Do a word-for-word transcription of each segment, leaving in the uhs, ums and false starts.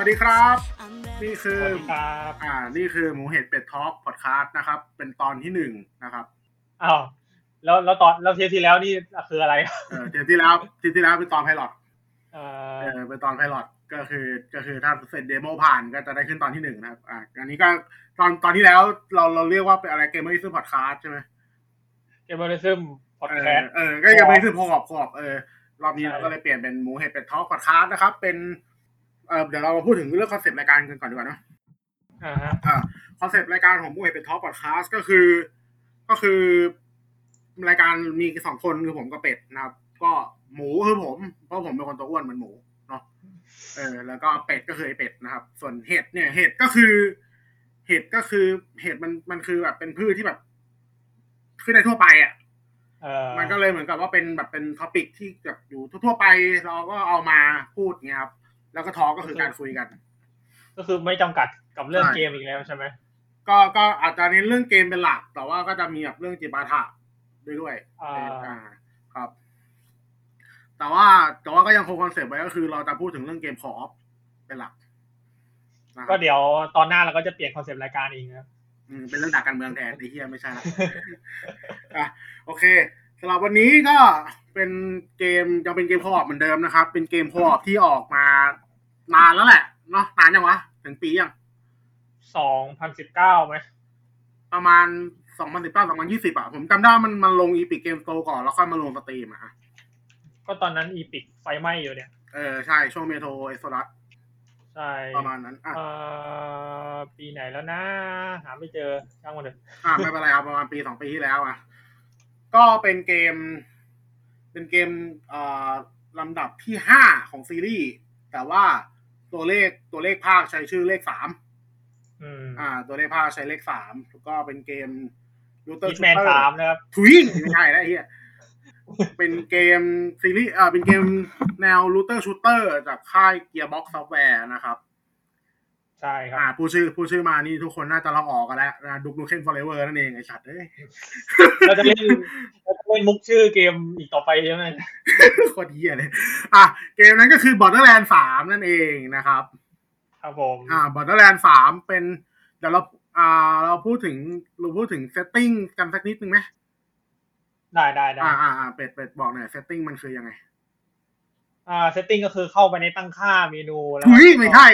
วัสดีครับนี่คือสวัสดีครับอ่านี่คือหมูเห็ดเป็ดทอล์กพอดคาสต์นะครับเป็นตอนที่หนึ่งนะครับอ้าวแล้วแล้วตอนแล้วเทปที่แล้วนี่คืออะไรเออเทปที่แล้วเทปที่แล้วเป็นตอนไพลอตเอ่เอออเป็นตอนไพลอตก็คือก็คือถ้าเสร็จเดโมผ่านก็จะได้ขึ้นตอนที่หนึ่งนะครับอ่าอันนี้ก็ตอนตอนที่แล้วเราเราเรียกว่าเป็นอะไรเกมเมอร์ซึมพอดคาสต์ใช่ไหมเกมเมอร์ซึมพอดเอแคสต์อเออก็คอเกมเมอร์ซึมพอขอบขอบเออรอบนี้ใช่เราก็เลยเปลี่ยนเป็นหมูเห็ดเป็ดทอล์กพอดคาสต์นะครับเป็นเออเดี๋ยวเรามาพูดถึงเรื่องคอนเซปต์รายการกันก่อนดีกว่าเนาะอ่าฮะอ่าคอนเซปต์รายการของมูเอเป็นท็อปพอดแคสต์ก็คือก็คือรายการมีสองคนคือผมกับเป็ดนะครับก็หมูคือผมเพราะผมเป็นคนตัวอ้วนเหมือนหมูเนาะเออแล้วก็เป็ดก็คือไอเป็ดนะครับส่วนเห็ดเนี่ยเห็ดก็คือเห็ดก็คือเห็ดมันมันคือแบบเป็นพืชที่แบบขึ้นได้ทั่วไปอ่ะเอ่อมันก็เลยเหมือนกับว่าเป็นแบบเป็นท็อปิกที่แบบอยู่ทั่วๆไปเราก็เอามาพูดเงี้ยครับแล้วก็ทอก็ก็คือคือการคุยกันก็คือไม่จำกัดกับเรื่องใช่เกมอีกแล้วใช่ไหมก็ก็อาจจะเน้นเรื่องเกมเป็นหลักแต่ว่าก็จะมีแบบเรื่องจิปาถะด้วยด้วยอ่เอออ่าาครับแต่ว่าแต่ว่าก็ยังคงคอนเซปต์ไว้ก็คือเราจะพูดถึงเรื่องเกมคออฟเป็นหลักนะครับก็เดี๋ยวตอนหน้าเราก็จะเปลี่ยนคอนเซปต์รายการเองนะอืมเป็นเรื่องด่ากันเมืองแทนไอ้เหี้ยไม่ใช่ละอ่ะโอเคสำหรับวันนี้ก็เป็นเกมยังเป็นเกมคออฟเหมือนเดิมนะครับเป็นเกมคออฟที่ออกมานานแล้วแหละเนาะนานยังวะถึงปียังสองพันสิบเก้าไหมประมาณสองพันสิบเก้า สองพันยี่สิบอ่ะผมจำได้มันมันลง Epic Game Store ก่อนแล้วค่อยมาลงสตรีมอ่ะก็ตอนนั้นอีพิกไฟไหม้อยู่เนี่ยเออใช่ช่วงเมโทรเอ็กโซดัสใช่ประมาณนั้นอ่ะเอ่อปีไหนแล้วนะหาไม่เจอช่างมันเถอะอ่ะไม่เป็นไรเอาประมาณปีสองปีที่แล้วอ่ะก็เป็นเกมเป็นเกมเอ่อลำดับที่ห้าของซีรีส์แต่ว่าตัวเลขตัวเลขภาคใช้ชื่อเลขสามอืมอ่าตัวเลขภาคใช้เลขสามแล้วก็เป็นเกมลูเตอฮิร์ตแมนชูเตอร์สามนะครับถุยไม่ใช่แล้วไอ้เหี้ยเป็นเกมซีรีส์อ่าเป็นเกมแนวลูเตอร์ชูเตอร์จากค่าย Gearbox Software นะครับใช่ครับอ่าผู้ชื่อผู้ชื่อมานี่ทุกคนน่าจะลองออกกันแล้วนะดุกนูเคนฟอร์เรเวอร์นั่นเองไอ้ชัดเอ้ยเราจะเล่นเราจะเล่นมุกชื่อเกมอีกต่อไปใช่ไหมโคตรเหี้ยเลยอ่ะเกมนั้นก็คือ Borderlands สามนั่นเองนะครับครับผมอ่า Borderlands สามเป็นเดี๋ยวเราอ่าเราพูดถึงเราพูดถึงเซตติ้งกันสักนิดนึงไหมได้ได้ได้อ่าอ่าอ่าเป็ดเป็ดบอกหน่อยเซตติ้งมันคือยังไงอ่าเซตติ้งก็คือเข้าไปในตั้งค่าเมนูแล้วถุยก็ไม่ใช่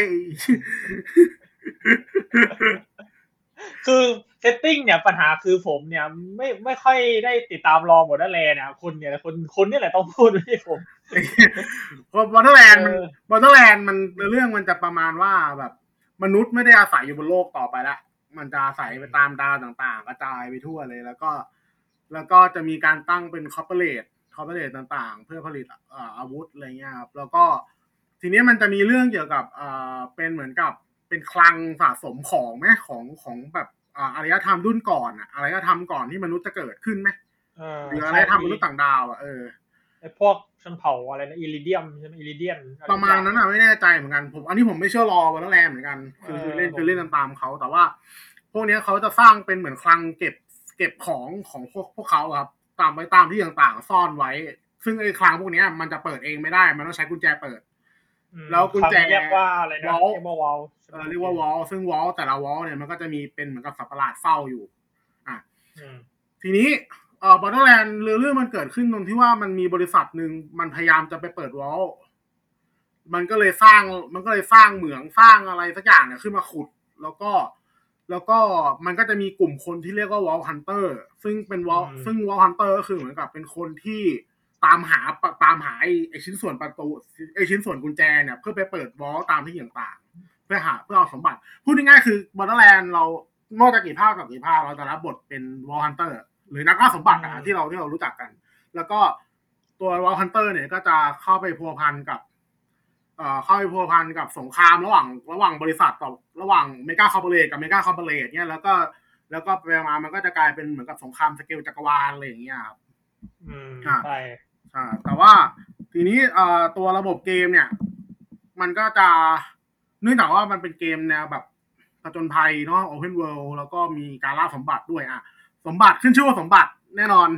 คือเซตติ้งเนี่ยปัญหาคือผมเนี่ยไม่ไม่ค่อยได้ติดตามรอหมดนั่นแหละนะคุณเนี่ยคนคนนี่แหละต้องพูดไม่ใช่ผมเพราะ Borderland มันเออ Borderland มันเรื่องมันจะประมาณว่าแบบมนุษย์ไม่ได้อาศัยอยู่บนโลกต่อไปแล้วมันจะอาศัยไปตามดาวต่างๆกระจายไปทั่วเลยแล้วก็แล้วก็จะมีการตั้งเป็นคอร์ปอเรทคอร์ปอเรทต่างๆเพื่อผลิตอาวุธอะไรเงี้ยครับแล้วก็ทีนี้มันจะมีเรื่องเกี่ยวกับอ่าเป็นเหมือนกับเป็นคลังสะสมของไหมของของแบบอ่าอารยธรรมรุ่นก่อนอะอารยธรรมก่อนที่มนุษย์จะเกิดขึ้นไหมเออหรืออารใช่มียธรรมมนุษย์ต่างดาวอะเออไอ้พวกชนเผ่าอะไรนะอิริเดียมใช่ไหมอิริเดียนอะไรประมาณทุกอย่างนั้นอ่ะไม่แน่ใจเหมือนกันผมอันนี้ผมไม่เชื่อรอวันแรมเหมือนกันเอคือคืออเล่นผมคือเล่นตามเขาแต่ว่าพวกนี้เขาจะสร้างเป็นเหมือนคลังเก็บเก็บของของพวกพวกเขาครับตามไว้ตามที่ต่างๆซ่อนไว้ซึ่งไอ้คลังพวกนี้มันจะเปิดเองไม่ได้มันต้องใช้กุญแจเปิดอืมแล้วกุญแจคำนี้เรียกว่าอะไรวอลนะเรียกว่าวอลใช่ไหมเออเรียกว่าวอลซึ่งวอลแต่ละวอลเนี่ยมันก็จะมีเป็นเหมือนกับสัตว์ประหลาดเฝ้าอยู่อ่ะอืมทีนี้เอ่อบอร์เดอร์แลนด์เรื่องมันเกิดขึ้นตรงที่ว่ามันมีบริษัทหนึ่งมันพยายามจะไปเปิดวอล มันก็เลยสร้างมันก็เลยสร้างเหมืองสร้างอะไรสักอย่างเนี่ยขึ้นมาขุดแล้วก็แล้วก็มันก็จะมีกลุ่มคนที่เรียกว่าวอลฮันเตอร์ซึ่งเป็นวอลซึ่งวอลฮันเตอร์ก็คือเหมือนกับเป็นคนที่ตามหาตามหาไอชิ้นส่วนประตูไอชิ้นส่วนกุญแจเนี่ยเพื่อไปเปิดวอลตามที่ต่างๆเพื่อหาเพื่อเอาสมบัติพูดง่ายๆคือบอร์เดอร์แลนด์เรานอกจากกี่ภาคกับกี่ภาคเราจะรับบทเป็นวอลฮันเตอร์หรือนักล่าสมบัติอะที่เราที่เรารู้จักกันแล้วก็ตัววอลฮันเตอร์เนี่ยก็จะเข้าไปพัวพันกับเข้าไปพัวพันกับสงครามระหว่างระหว่างบริษัทต่อระหว่างเมกาคอร์ปอเรทกับเมกาคอร์ปอเรทเนี่ยแล้วก็แล้วก็ไปมามันก็จะกลายเป็นเหมือนกับสงครามสเกลจักรวาลอะไรอย่างเงี้ยครับอืมอ่าใช่อ่าแต่ว่าทีนี้เอ่อตัวระบบเกมเนี่ยมันก็จะเนื่องจากว่ามันเป็นเกมแนวแบบผจญภัยเนาะ Open World แล้วก็มีการล่าสมบัติด้วยอ่ะสมบัติขึ้นชื่อว่าสมบัติแน่นอน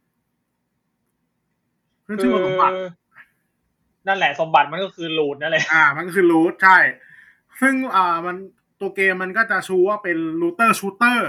ขึ้นคือชื่อว่าสมบัตินั่นแหละสมบัติมันก็คือลูทนั่นแหละอ่ามันก็คือรูทใช่ซึ่งอ่ามันตัวเกมมันก็จะชูว่าเป็นลูเตอร์ชูเตอร์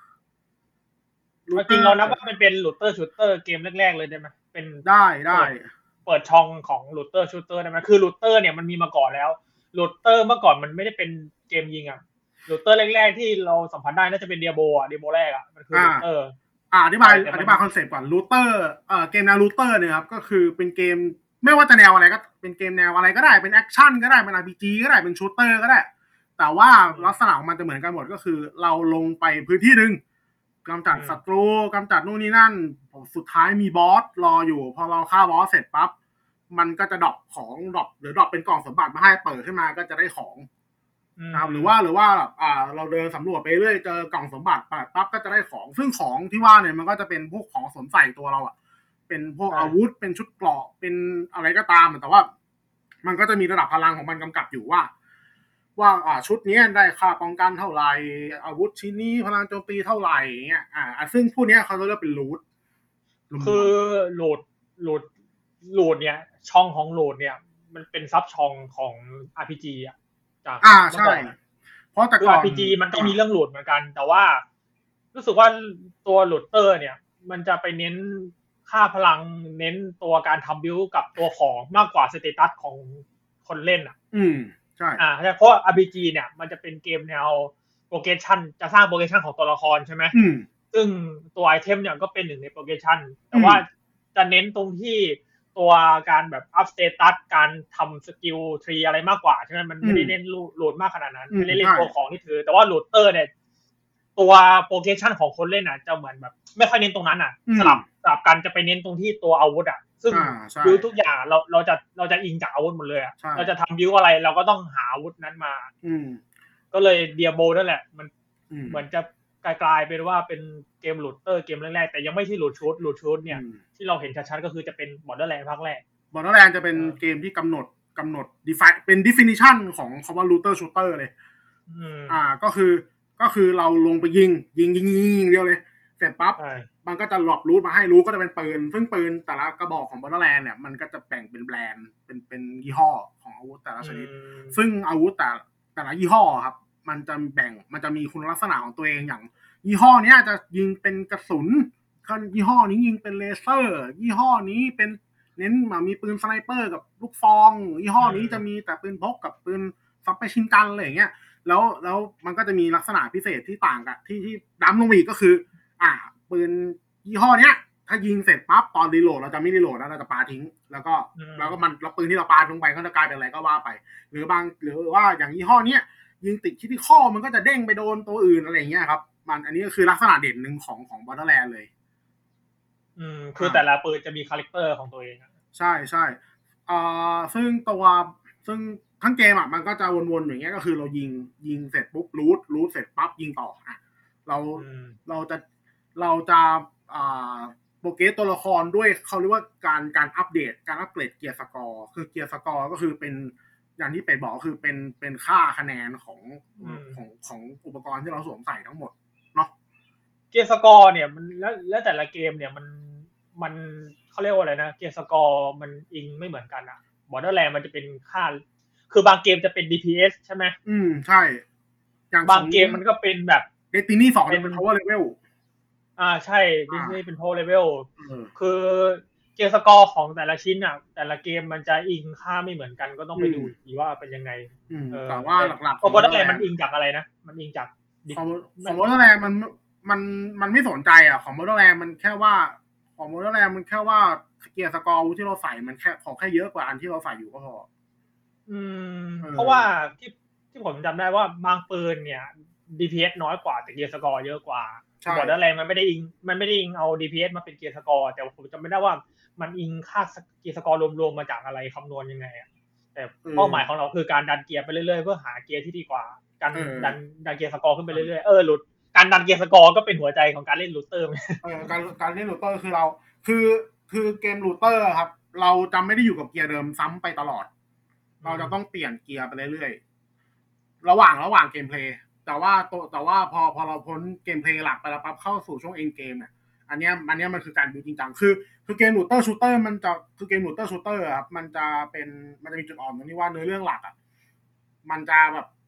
ลูเอาเตอร์จริงเรานับว่ามันเป็นลูเตอร์ชูเตอร์เกมแรกๆเลยได้ไหมเป็นได้ได้เปิดเปิดช่องของลูเตอร์ชูเตอร์ได้ไหมคือลูเตอร์เนี่ยมันมีมาก่อนแล้วลูเตอร์เมื่อก่อนมันไม่ได้เป็นเกมยิงอ่ะลูเตอร์แรกๆที่เราสัมผัสได้น่าจะเป็นเดียโบอ่ะเดียโบแรกอ่ะมันคืออ่าลูเตอร์อ่าอธิบายใช่แต่มันอธิบายคอนเซปต์ก่อนลูเตอร์เอ่อเกมแนวลูเตอร์เนี่ยครับก็คือเป็นเกมไม่ว่าจะแนวอะไรก็เป็นเกมแนวอะไรก็ได้เป็นแอคชั่นก็ได้เป็น อาร์ พี จี ก็ได้เป็นชูเตอร์ก็ได้แต่ว่าลักษณะของมันจะเหมือนกันหมดก็คือเราลงไปพื้นที่หนึ่งกำจัดศัตรูกำจัดนู่นนี่นั่นสุดท้ายมีบอสรออยู่พอเราฆ่าบอสเสร็จปั๊บมันก็จะดรอปของดรอปหรือดรอปเป็นกล่องสมบัติมาให้เปิดขึ้นมาก็จะได้ของนะครับหรือว่าหรือว่าอ่าเราเดินสำรวจไปเรื่อยเจอกล่องสมบัติปั๊บก็จะได้ของซึ่งของที่ว่าเนี่ยมันก็จะเป็นพวกของสวมใส่ตัวเราอะเป็นพวกอาวุธเป็นชุดเกราะเป็นอะไรก็ตามแต่ว่ามันก็จะมีระดับพลังของมันกำกับอยู่ว่าว่าอ่าชุดนี้ได้ค่าป้องกันเท่าไหร่อาวุธชิ้นนี้พลังโจมตีเท่าไหร่เงี้ยอ่าซึ่งพวกนี้เขาเรียกเป็นรูทคือโหลดโหลดโหลดเนี่ยช่องของโหลดเนี่ยมันเป็นซับช่องของ อาร์ พี จี อ่ะจากอ่าเมื่อใช่ก่อนเพราะแต่คือก่อนอาร์ พี จี มันต้องมีเรื่องโหลดเหมือนกันแต่ว่ารู้สึกว่าตัวโหลดเตอร์เนี่ยมันจะไปเน้นค่าพลังเน้นตัวการทำบิลกับตัวของมากกว่าสเตตัสของคนเล่นอ่ะอืมใช่อ่าเพราะ อาร์ พี จี เนี่ยมันจะเป็นเกมแนวโปรเกรสชันจะสร้างโปรเกรสชันของตัวละครใช่ไหมอืมซึ่งตัวไอเทมเนี่ยก็เป็นหนึ่งในโปรเกรสชันแต่ว่าจะเน้นตรงที่ตัวการแบบอัพสเตตัสการทำสกิลทรีอะไรมากกว่าใช่ไหมมันไม่ได้เน้นโหลดมากขนาดนั้นไม่ได้เล่นตัวของที่ถือแต่ว่าโหลดเตอร์เนี่ยตัวโปรเกรสชันของคนเล่นอ่ะจะเหมือนแบบไม่ค่อยเน้นตรงนั้นอ่ะสลับสลับกันจะไปเน้นตรงที่ตัวอาวุธอ่ะซึ่งบิวทุกอย่างเราเราจะเราจะอิงจากอาวุธหมดเลยอ่ะเราจะทำบิวอะไรเราก็ต้องหาอาวุธนั้นมาก็เลยเดียโบนั่นแหละมันเหมือนจะกลายเป็นว่าเป็นเกมลูเตอร์เกมแรกๆแต่ยังไม่ใช่ลูชูดลูชูดเนี่ยที่เราเห็นชัดๆก็คือจะเป็นบอร์เดอร์แลนด์ภาคแรกบอร์เดอร์แลนด์จะเป็นเกมที่กำหนดกำหนด define เป็น definition ของคำว่า looter shooter เลยอ่าก็คือก็คือเราลงไปยิงยิงยิงยิงเดียวเลยเสร็จปั๊บมันก็จะหลอกรูทมาให้รู้ก็จะเป็นปืนซึ่งปืนแต่ละกระบอกของบอร์เดอร์แลนด์เนี่ยมันก็จะแบ่งเป็นแบรนด์เป็นเป็นยี่ห้อของอาวุธแต่ละชนิดซึ่งอาวุธแต่แต่ละยี่ห้อครับมันจะแบ่งมันจะมีคุณลักษณะของตัวเองอย่างยี่ห้อนี้จะยิงเป็นกระสุนยี่ห้อนี้ยิงเป็นเลเซอร์ยี่ห้อนี้เป็นเน้นมามีปืนสไนเปอร์กับลูกฟองยี่ห้อนี้จะมีแต่ปืนพกกับปืนซับไปชินกันอะไรอย่างเงี้ยแล้วแล้วมันก็จะมีลักษณะพิเศษที่ต่างกันที่ที่ดั้มลงอีกก็คืออ่าปืนยี่ห้อเนี้ยถ้ายิงเสร็จปั๊บตอนรีโหลดเราจะไม่รีโหลดแล้วเราจะปาทิ้งแล้วก็แล้วก็มันแล้วปืนที่เราปาลงไปก็จะกลายเป็นอะไรก็ว่าไปหรือบางหรือว่าอย่างยี่ห้อเนี้ยยิงติดคิดที่ข้อมันก็จะเด้งไปโดนตัวอื่นอะไรอย่างเงี้ยครับมันอันนี้ก็คือลักษณะเด่นหนึ่งของของบอร์เดอร์แลนด์เลยอืมคือแต่ละปืนจะมีคาแรคเตอร์ของตัวเองใช่ใช่อ่าซึ่งตัวซึ่งทั้งเกมอ่ะมันก็จะวนๆอย่างเงี้ยก็คือเรายิงยิงเสร็จปุ๊บรูทรูทเสร็จปั๊บยิงต่ออ่ะเราเราจะเราจะอ่าโปรเกรสตัวละครด้วยเขาเรียกว่าการการอัปเดตการอัปเกรดเกียร์สกอร์คือเกียร์สกอร์ก็คือเป็นอย่างที่ไปบอกคือเป็นเป็นค่าคะแนนของของของอุปกรณ์ที่เราสวมใส่ทั้งหมดเนาะเกียร์สกอร์เนี่ยมันแล้วแล้วแต่ละเกมเนี่ยมันมันเขาเรียกว่าอะไรนะเกียร์สกอร์มันอิงไม่เหมือนกันอะบอร์เดอร์แลนด์มันจะเป็นค่าคือบางเกมจะเป็น ดี พี เอส ใช่ไหมอืมใช่อย่างบางเกมมันก็เป็นแบบ Destiny สองเป็น power level อ่าใช่ Destiny เป็น power level คือเกียร์สกอร์ของแต่ละชิ้นอ่ะแต่ละเกมมันจะอิงค่าไม่เหมือนกันก็ต้องไปดูอีกว่าเป็นยังไงแต่ว่าหลักๆเพราะบอร์เดอร์แลนด์มันอิงจากอะไรนะมันอิงจากของของบอร์เดอร์แลนด์มันมันมันไม่สนใจอ่ะของบอร์เดอร์แลนด์มันแค่ว่าของบอร์เดอร์แลนด์มันแค่ว่าเกียร์สกอร์ที่เราใส่มันแค่ขอแค่เยอะกว่าอันที่เราใส่อยู่ก็พออืมเพราะว่าที่ที่ผมจำได้ว่าบางปืนเนี่ย ดี พี เอส น้อยกว่าแต่เกียร์สกอร์เยอะกว่าบอร์เดอร์แลนด์มันไม่ได้อิงมันไม่ได้อิงเอา ดี พี เอส มาเป็นเกียร์สกอร์แต่ผมจำไม่ได้ว่ามันอิงค่าเกียร์สกอร์รวมๆมาจากอะไรคำนวณยังไงแต่เป้าหมายของเราคือการดันเกียร์ไปเรื่อยๆเพื่อหาเกียร์ที่ดีกว่าการดันดันเกียร์สกอร์ขึ้นไปเรื่อยๆเออหลุดการดันเกียร์สกอร์ก็เป็นหัวใจของการเล่นลูเตอร์เออการการเล่นลูเตอร์คือเราคือคือเกมลูเตอร์ครับเราจะไม่ได้อยู่กับเกียร์เดิมซ้ำไปตลอดเราจะต้องเปลี่ยนเกียร์ไปเรื่อยๆระหว่างระหว่างเกมเพลย์แต่ว่าตัวแต่ว่าพอพอเราพ้นเกมเพลย์หลักไปแล้วปั๊บเข้าสู่ช่วงเอ็นเกมเนี่ยอันนี้อันนี้มันคือการดูจริงจังคือคือเกมลูเตอร์ชูเตอร์มันจะคือเกมลูเตอร์ชูเตอร์ครับมันจะเป็นมันจะมีจุดอ่อนตรงที่ว่าเนื้อเรื่องหลักอ่ะมันจะแบบ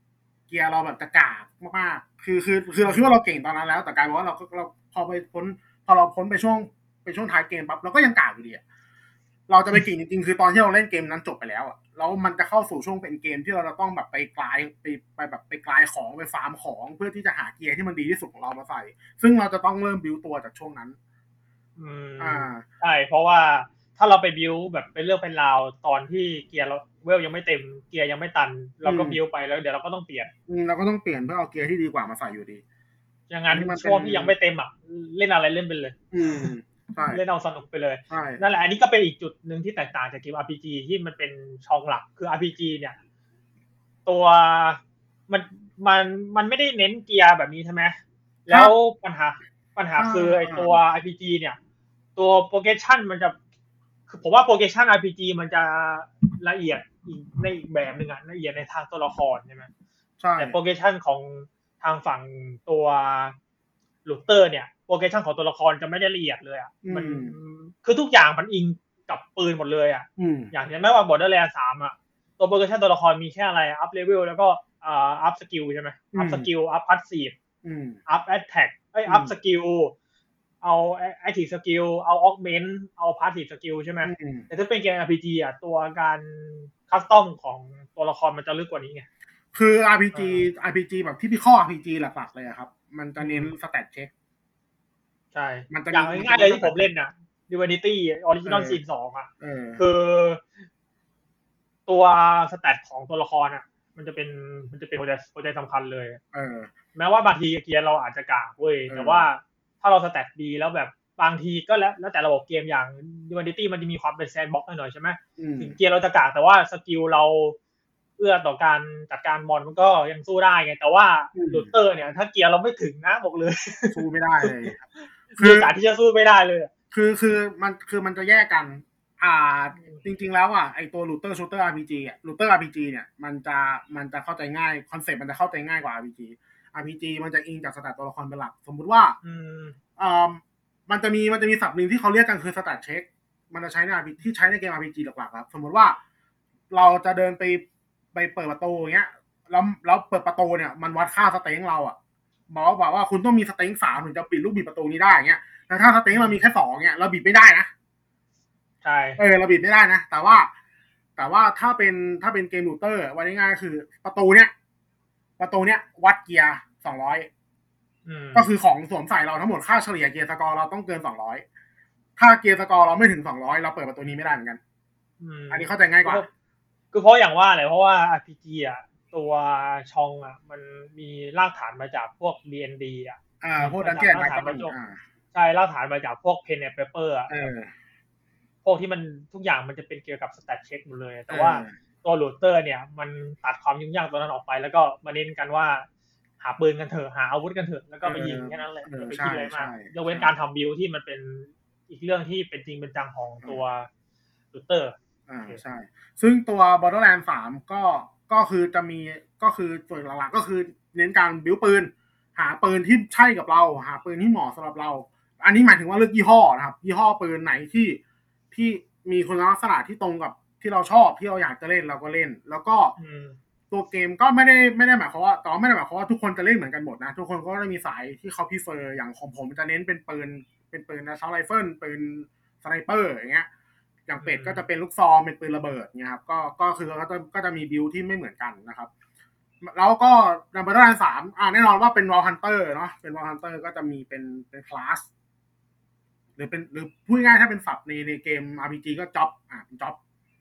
เกียร์เราแบบจะกากมากๆคือคือคือเราคิดว่าเราเก่งตอนนั้นแล้วแต่กลายเป็นว่าเราก็เราพอไปพ้นพอเราพ้นไปช่วงไปช่วงท้ายเกมปั๊บเราก็ยังกากอยู่ดีเราจะไปเก่งจริงๆคือตอนที่เราเล่นเกมนั้นจบไปแล้วอ่ะแล้วมันจะเข้าสู่ช่วงเป็นเกมที่เราจะต้องแบบไปกลายไปไปแบบไปกลายของไปฟาร์มของเพื่อที่จะหาเกียร์ที่มันดีที่สุดของเรามาใส่ซึ่งเราจะต้องเริ่มบิวตัวจากช่วงนั้นอืมอ่าใช่เพราะว่าถ้าเราไปบิวแบบเป็นเรื่องเป็นราวตอนที่เกียร์เราเวลยังไม่เต็มเกียร์ยังไม่ตันเราก็บิวไปแล้วเดี๋ยวเราก็ต้องเปลี่ยนเราก็ต้องเปลี่ยนเพื่อเอาเกียร์ที่ดีกว่ามาใส่อยู่ดีอย่างนั้นช่วงที่ยังไม่เต็มอ่ะเล่นอะไรเล่นไปเลยอืมใช่เล่นเอาสนุกไปเลยใช่นั่นแหละอันนี้ก็เป็นอีกจุดหนึ่งที่แตกต่างจากเกม อาร์ พี จี ที่มันเป็นช่องหลักคือ อาร์ พี จี เนี่ยตัวมันมันมันไม่ได้เน้นเกียร์แบบนี้ใช่ไหมแล้วปัญหาปัญหาคือไอตัว อาร์ พี จี เนี่ยตัวโปรเกรสชั่นมันจะคือผมว่าโปรเกรสชั่น อาร์ พี จี มันจะละเอียดอีกในอีกแบบหนึ่งอะละเอียดในทางตัวละครใช่ไหมใช่แต่โปรเกรสชั่นของทางฝั่งตัวลูเตอร์เนี่ยโปรเกรสชั่นของตัวละครจะไม่ได้ละเอียดเลยอ่ะมันคือทุกอย่างมันอิงกับปืนหมดเลยอ่ะอย่างเช่นไม่ว่าบอร์เดอร์แลนด์สามอ่ะตัวโปรเกรสชั่นตัวละครมีแค่อะไรอัพเลเวลแล้วก็อ่าอัพสกิลใช่ไหมอัพสกิลอัพพาสซีฟอัพแอตแทกเอ้ยอัพสกิลเอาแอคทีฟสกิลเอาออกเมนต์เอาพาสซีฟสกิลใช่ไหมแต่ถ้าเป็นเกม อาร์ พี จี อ่ะตัวการคัสตอมของตัวละครมันจะลึกกว่านี้ไงคือ อาร์ พี จี อาร์ พี จี แบบที่พี่ข้อ อาร์ พี จี หลักๆเลยครับมันจะเน้นสแตทเช็คใช่อย่างง่ายๆเลยที่ผมเล่นน่ะ Divinity Original Sin สองอ่ะคือตัวสแตทของตัวละครอ่ะมันจะเป็นมันจะเป็นหัวใจหัวใจสำคัญเลยเออแม้ว่าบางทีเกียร์เราอาจจะกากเว้ยแต่ว่าถ้าเราสแตทดีแล้วแบบบางทีก็แล้วแล้วแต่ระบบเกมอย่าง Divinity มันจะมีความเป็นแซนด์บ็อกซ์หน่อยใช่ไหมถึงเกียร์เราจะกากแต่ว่าสกิลเราเอื้อต่อการจัดการมอนมันก็ยังสู้ได้ไงแต่ว่าลูเตอร์เนี่ยถ้าเกียร์เราไม่ถึงนะบอกเลยสู้ไม่ได้เลยคือโอกาสที่จะสู้ไม่ได้เลยคือคือมันคือมันจะแยกกันอ่าจริงๆแล้วอ่ะไอตัวลูเตอร์ชูเตอร์ อาร์ พี จี อ่ะลูเตอร์ อาร์ พี จี เนี่ยมันจะมันจะเข้าใจง่ายคอนเซ็ปต์มันจะเข้าใจง่ายกว่า อาร์ พี จี อาร์ พี จี มันจะอิงจากสแตทตัวละครเป็นหลักสมมุติว่าอืมอ่ามันจะมีมันจะมีศัพท์นึงที่เขาเรียกกันคือสแตทเช็คมันจะใช้ใน อาร์ พี จี ที่ใช้ในเกม อาร์ พี จี หลักๆครับสมมติว่าเราจะเดินไปไปเปิดประตูอย่างเงี้ยแล้วแล้วเปิดประตูเนี่ยมันวัดค่าสเต็งเราอ่ะบอกว่าว่าคุณต้องมีสเต็งสามถึงจะปิดลูกบิดประตูนี้ได้อย่างเงี้ยแต่ถ้าสเต็งเรามีแค่สองเนี่ยเราบิดไม่ได้นะใช่เออเราบิดไม่ได้นะแต่ว่าแต่ว่าถ้าเป็นถ้าเป็นเกมลูเตอร์วันง่ายๆคือประตูเนี้ยประตูเนี้ยวัดเกียร์สองร้อยก็คือของสวมใส่เราทั้งหมดค่าเฉลี่ยเกียร์สกอร์เราต้องเกินสองร้อยถ้าเกียร์สกอร์เราไม่ถึงสองร้อยเราเปิดประตูนี้ไม่ได้เหมือนกันอันนี้เข้าใจง่ายกว่าคือเพราะอย่างว่าเลยเพราะว่า อาร์ พี จี อ่ะตัวชองอ่ะมันมีรากฐานมาจากพวก ดี เอ็น ดี อ่ะอ่าพวกดันเจี้ยนรากฐานมาจากใช่รากฐานมาจากพวก Pen and Paper อ่ะพวกที่มันทุกอย่างมันจะเป็นเกี่ยวกับสแตทเช็คหมดเลยแต่ว่าตัวโหลดเตอร์เนี่ยมันตัดความยุ่งยากตัวนั้นออกไปแล้วก็มาเน้นกันว่าหาปืนกันเถอะหาอาวุธกันเถอะแล้วก็ไปยิงแค่นั้นแหละไม่คิดอะไรมากยกเว้นการทำบิลที่มันเป็นอีกเรื่องที่เป็นจริงเป็นจังของตัวโหลดเตอร์อ่าใช่ซึ่งตัว Borderlands สามก็ก็คือจะมีก็คือส่วนหลักๆก็คือเน้นการบิวปืนหาปืนที่ใช่กับเราหาปืนที่เหมาะสำหรับเราอันนี้หมายถึงว่าเลือกยี่ห้อนะครับยี่ห้อปืนไหนที่ที่มีคุณลักษณะที่ตรงกับที่เราชอบที่เราอยากจะเล่นเราก็เล่นแล้วก็ตัวเกมก็ไม่ได้ไม่ได้หมายความว่าแต่ไม่ได้หมายความว่าทุกคนจะเล่นเหมือนกันหมดนะทุกคนก็จะมีสายที่เขาพิเศษอย่างของผมจะเน้นเป็นปืนเป็นปืนนะซอลไรเฟิลปืนสไนเปอร์อย่างเงี้ยอย่างเป็ดก็จะเป็นลูกซองเป็นปืนระเบิดเนี่ยครับก็ก็คือก็จะก็จะมีบิลที่ไม่เหมือนกันนะครับแล้วก็ในบัตเตอร์แลนด์สามอ่าแน่นอนว่าเป็นวอลฮันเตอร์เนาะเป็นวอลฮันเตอร์ก็จะมีเป็นเป็นคลาสหรือเป็นหรือพูดง่ายถ้าเป็นศัพท์ในในเกม อาร์ พี จี ก็จ็อบอ่าเป็นจ็อบ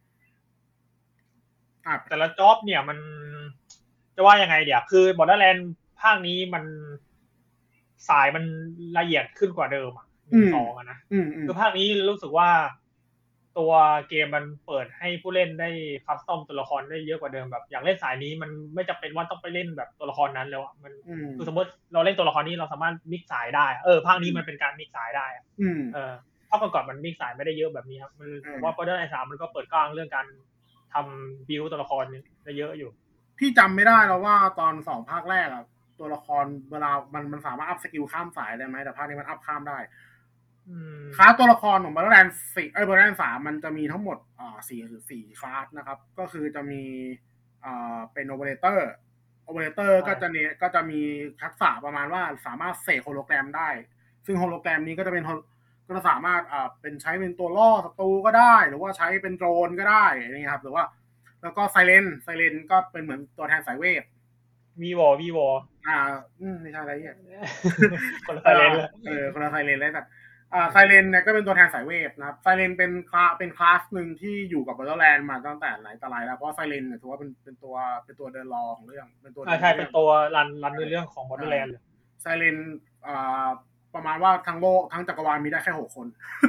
อ่าแต่ละจ็อบเนี่ยมันจะว่ายังไงเดี๋ยวคือบอร์เดอร์แลนด์ภาคนี้มันสายมันละเอียดขึ้นกว่าเดิมอ่ะสองอ่ะนะคือภาคนี้รู้สึกว่าตัวเกมมันเปิดให้ผู้เล่นได้คัสตอมตัวละครได้เยอะกว่าเดิมแบบอย่างเล่นสายนี้มันไม่จำเป็นว่าต้องไปเล่นแบบตัวละครนั้นแล้วอ่ะมันคือสมมติเราเล่นตัวละครนี้เราสามารถมิกซ์สายได้เออภาคนี้มันเป็นการมิกซ์สายได้เออภาคก่อนๆมันมิกซ์สายไม่ได้เยอะแบบนี้ครับมันผมว่า Borderlands สามมันก็เปิดกว้างเรื่องการทำบิลตัวละครได้เยอะอยู่พี่จำไม่ได้แล้วว่าตอนสองภาคแรกอะตัวละครเวลามันมันสามารถอัพสกิลข้ามสายได้ไหมแต่ภาคนี้มันอัพข้ามได้คลาสตัวละครของ Borderlands สี่เอ้ย Borderlands สามมันจะมีทั้งหมดอ่าสี่หรือสี่คลาสนะครับก็คือจะมีอ่าเป็น Operator โอเปอเรเตอร์ก็จะเนี่ยก็จะมีทักษะประมาณว่าสามารถเสกโฮโลแกรมได้ซึ่งโฮโลแกรมนี้ก็จะเป็นก็จะสามารถอ่าเป็นใช้เป็นตัวล่อศัตรูก็ได้หรือว่าใช้เป็นโดรนก็ได้นี่ครับหรือว่าแล้วก็ไซเลนไซเลนก็เป็นเหมือนตัวแทนสายเวทวีวอวีวออ่าอืมไม่ใช่อะไรเนี่ยคนละไซเลนเลยเออคนละไซเลนแล้วแต่อ่าไซเลนเนี่ยก็เป็นตัวแทนสายเวทนะครับไซเลนเป็นคลาสเป็นคลาสหนึ่งที่อยู่กับ Borderlands มาตั้งแต่ไหนแต่ไรแล้วเพราะไซเลนเนี่ยถือว่าเป็นเป็นตัวเป็นตัวเดินรอของเรื่องเป็นตัวอ่าใช่เป็นตัวรันรันในเรื่องของ Borderlands เลยไซเลนอ่าประมาณว่าทั้งโลกทั้งจักรวาลมีได้แค่หกคน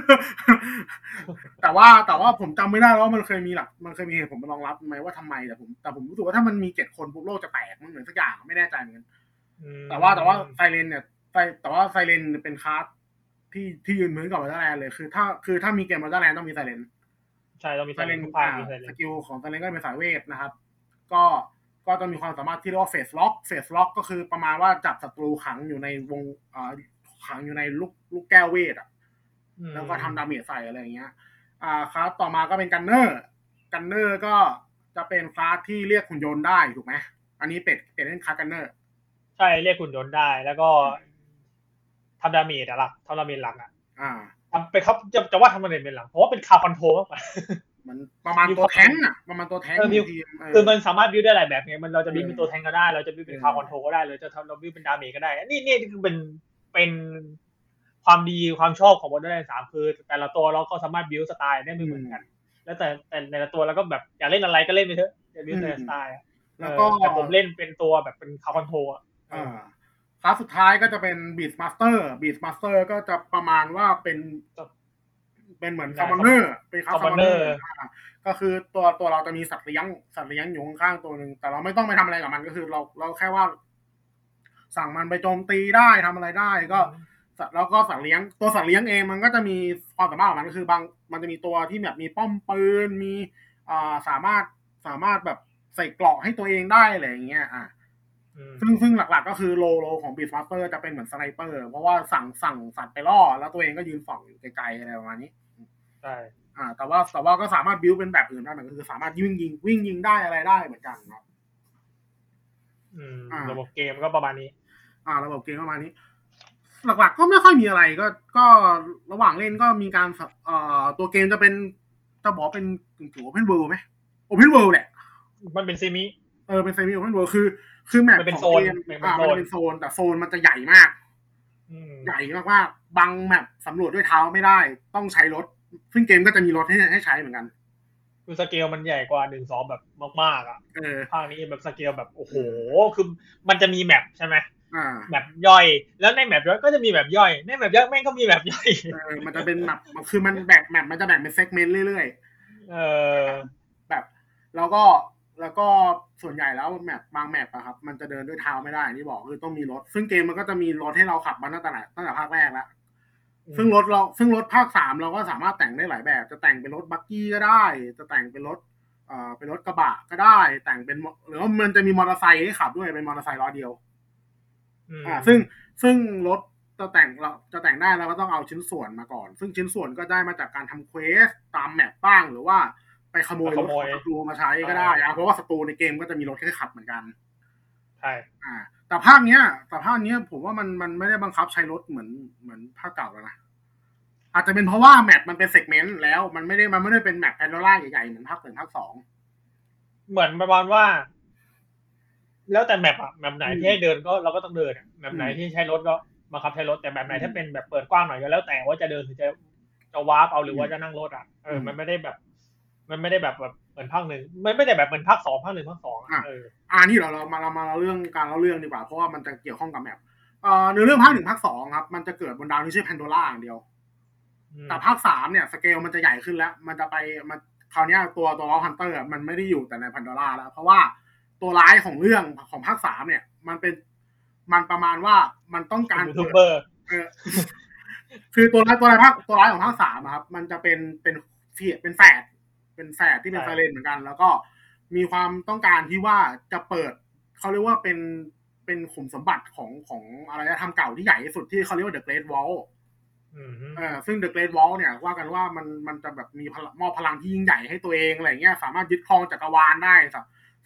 แต่ว่าแต่ว่าผมจำไม่ได้ว่ามันเคยมีหลักมันเคยมีเหตุผลมารองรับไหมว่าทำไมแต่ผมแต่ผมรู้สึกว่าถ้ามันมีเจ็ดคนปุ๊บโลกจะแตกมันเหมือนสักอย่างไม่แน่ใจเหมือนกันแต่ว่าแต่ว่าไซเลนเนี่ยแต่ว่าไซเลนเป็นคลาสที่ที่ยืนพื้นกับบัตเตอร์แลนด์เลยคือถ้าคือถ้ามีเกมบัตเตอร์แลนด์ต้องมีไซเลนใช่ต้องมีไซเลนทุกภาคสกิลของไซเลนก็เป็นสายเวทนะครับก็ก็จะมีความสามารถที่เรียกว่าเฟสล็อกเฟสล็อกก็คือประมาณว่าจับศัตรูขังอยู่ในวงอ่าขังอยู่ในลูกลูกแก้วเวทอ่ะแล้วก็ทำดาเมจใส่อะไรอย่างเงี้ยอ่าคลาสต่อมาก็เป็นกันเนอร์กันเนอร์ก็จะเป็นคลาสที่เรียกหุ่นยนต์ได้ถูกไหมอันนี้เป็ดเป็ดเล่นคลาสกันเนอร์ใช่เรียกหุ่นยนต์ได้แล้วก็ทำดาเมจอะหลักทำดาเมจหลักอะอ่าทำเป็นครับจะจะว่าทำดาเมจเป็นหลักเพราะว่าเป็นคาร์คอนโทรลมากกว่ามันประมาณตัวแท้งอะประมาณตัวแท้งทีมคือมันสามารถบิวได้หลายแบบไงมันเราจะบิวเป็นตัวแท้งก็ได้เราจะบิวเป็นคาร์คอนโทรลก็ได้เราจะทำเราบิวเป็นดาเมจก็ได้นี่นี่คือเป็นเป็นความดีความชอบของ Borderlands สามคือแต่ละตัวเราก็สามารถบิวสไตล์ได้ไม่เหมือนกันแล้วแต่แต่ในละตัวเราก็แบบอยากเล่นอะไรก็เล่นไปเถอะจะบิวแต่สไตล์แล้วก็แต่ผมเล่นเป็นตัวแบบเป็นคาร์คอนโทรลอ่ะคลาสสุดท้ายก็จะเป็น Beast Master Beast Master ก็จะประมาณว่าเป็นเป็นเหมือนซัมมอนเนอร์เป็นคลาสซัมมอนเนอร์ก็คือตัวตัวเราจะมีสัตว์เลี้ยงสัตว์เลี้ยงอยู่ข้างๆตัวนึงแต่เราไม่ต้องไปทำอะไรกับมันก็คือเราเราแค่ว่าสั่งมันไปโจมตีได้ทำอะไรได้ก็แล้วก็สัตว์เลี้ยงตัวสัตว์เลี้ยงเองมันก็จะมีความสามารถของมันก็คือบางมันจะมีตัวที่แบบมีป้อมปืนมีอ่าสามารถสามารถแบบใส่เกราะให้ตัวเองได้อะไรอย่างเงี้ยอ่ะซึ่งซึ่งหลักๆก็คือโลโลของ Beast Master จะเป็นเหมือนสไนเปอร์เพราะว่าสั่งสั่งสัตว์ไปล่อแล้วตัวเองก็ยืนส่องอยู่ไกลๆอะไรประมาณนี้ใช่อ่าแต่ว่าแต่ว่าก็สามารถบิวเป็นแบบอื่นได้เหมือนกันคือสามารถวิ่งยิงวิ่งยิงได้อะไรได้เหมือนกันครับอืมระบบเกมก็ประมาณนี้อ่าระบบเกมประมาณนี้หลักๆก็ไม่ค่อยมีอะไรก็ก็ระหว่างเล่นก็มีการเอ่อตัวเกมจะเป็นจะบอกเป็นกึ่งๆ Open World ไหม Open World แหละมันเป็นเซมิเออเป็นเซมิ Open World คือคือแมปของเกมอ่ามันเป็นโซนแต่โซนมันจะใหญ่มากใหญ่มากๆบางแมปสำรวจด้วยเท้าไม่ได้ต้องใช้รถซึ่งเกมก็จะมีรถให้ให้ใช้เหมือนกันคือสเกลมันใหญ่กว่าหนึ่ง สองแบบมากๆอ่ะเออภาคนี้แบบสเกลแบบโอ้โหคือมันจะมีแมปใช่ไหมอ่าแบบย่อยแล้วในแมปย่อยก็จะมีแบบย่อยในแมปย่อยแม่งก็มีแบบย่อยเออมันจะเป็นแมปคือมันแบ่งแมปมันจะแบ่งเป็นเซกเมนต์เรื่อยๆเออแบบแล้วก็แล้วก็ส่วนใหญ่แล้วแมปบางแมปอะครับมันจะเดินด้วยเท้าไม่ได้ที่บอกคือต้องมีรถซึ่งเกมมันก็จะมีรถให้เราขับมาตั้งแต่ตั้งแต่ภาคแรกแล้วซึ่งรถเราซึ่งรถภาคสามเราก็สามารถแต่งได้หลายแบบจะแต่งเป็นรถบักกี้ก็ได้จะแต่งเป็นรถเอ่อเป็นรถกระบะก็ได้แต่งเป็นหรือว่ามันจะมีมอเตอร์ไซค์ให้ขับด้วยเป็นมอเตอร์ไซค์ล้อเดียวอ่าซึ่งซึ่งรถจะแต่งเราจะแต่งได้เราก็ต้องเอาชิ้นส่วนมาก่อนซึ่งชิ้นส่วนก็ได้มาจากการทำเควสตามแมปบ้างหรือว่าไปขโมยรถของศัตรูมาใช้ก็ได้เพราะว่าศัตรูในเกมก็จะมีรถให้ขับเหมือนกันใช่อ่าแต่ภาคเนี้ยแต่ภาคเนี้ยผมว่ามันมันไม่ได้บังคับใช้รถเหมือนเหมือนภาคเก่าแล้วนะอาจจะเป็นเพราะว่าแมปมันเป็นเซกเมนต์แล้วมันไม่ได้มันไม่ได้เป็นแมปแพนโดร่าใหญ่ๆเหมือนภาคหนึ่งภาคสองเหมือนประมาณว่าแล้วแต่แมปอะแมปไหนที่ให้เดินก็เราก็ต้องเดินแมปไหนที่ใช้รถก็บังคับใช้รถแต่แบบไหนถ้าเป็นแบบเปิดกว้างหน่อยก็แล้วแต่ว่าจะเดินหรือจะจะวาร์ปเอาหรือว่าจะนั่งรถอ่ะเออมันไม่ได้แบบมันไม่ได้แบบแบบเหมือนภาคหนึ่งมันไม่ได้แบบเหมือนภาคสองภาคหนึ่งภาคสองเอออ่านี่เราเรามาเรามาเราเรื่องการเล่าเรื่องดีกว่าเพราะว่ามันจะเกี่ยวข้องกับแมปเอ่อในเรื่องภาคหนึ่งภาคสองครับมันจะเกิดบนดาวที่ชื่อแพนโดร่าอย่างเดียวแต่ภาคสามเนี่ยสเกลมันจะใหญ่ขึ้นแล้วมันจะไปมันคราวนี้ตัวตัววอลฮันเตอร์มันไม่ได้อยู่แต่ในแพนโดร่าแล้วเพราะว่าตัวร้ายของเรื่องของภาคสามเนี่ยมันเป็นมันประมาณว่ามันต้องการยูทูบเบอร์คือตัวร้ายตัวร้ายภาคตัวร้ายของภาคสามครับมันจะเป็นเป็นเฟียเป็นแฝดเป็นแฝดที่เป็นไซเลนเหมือนกันแล้วก็มีความต้องการที่ว่าจะเปิดเขาเรียกว่าเป็นเป็นขุมสมบัติของของอารยธรรมเก่าที่ใหญ่ที่สุดที่เขาเรียกว่า The Great Wall เออซึ่ง The Great Wall เนี่ยว่ากันว่ามันมันจะแบบมีมอบพลังที่ยิ่งใหญ่ให้ตัวเองอะไรเงี้ยสามารถยึดครองจักรวาลได้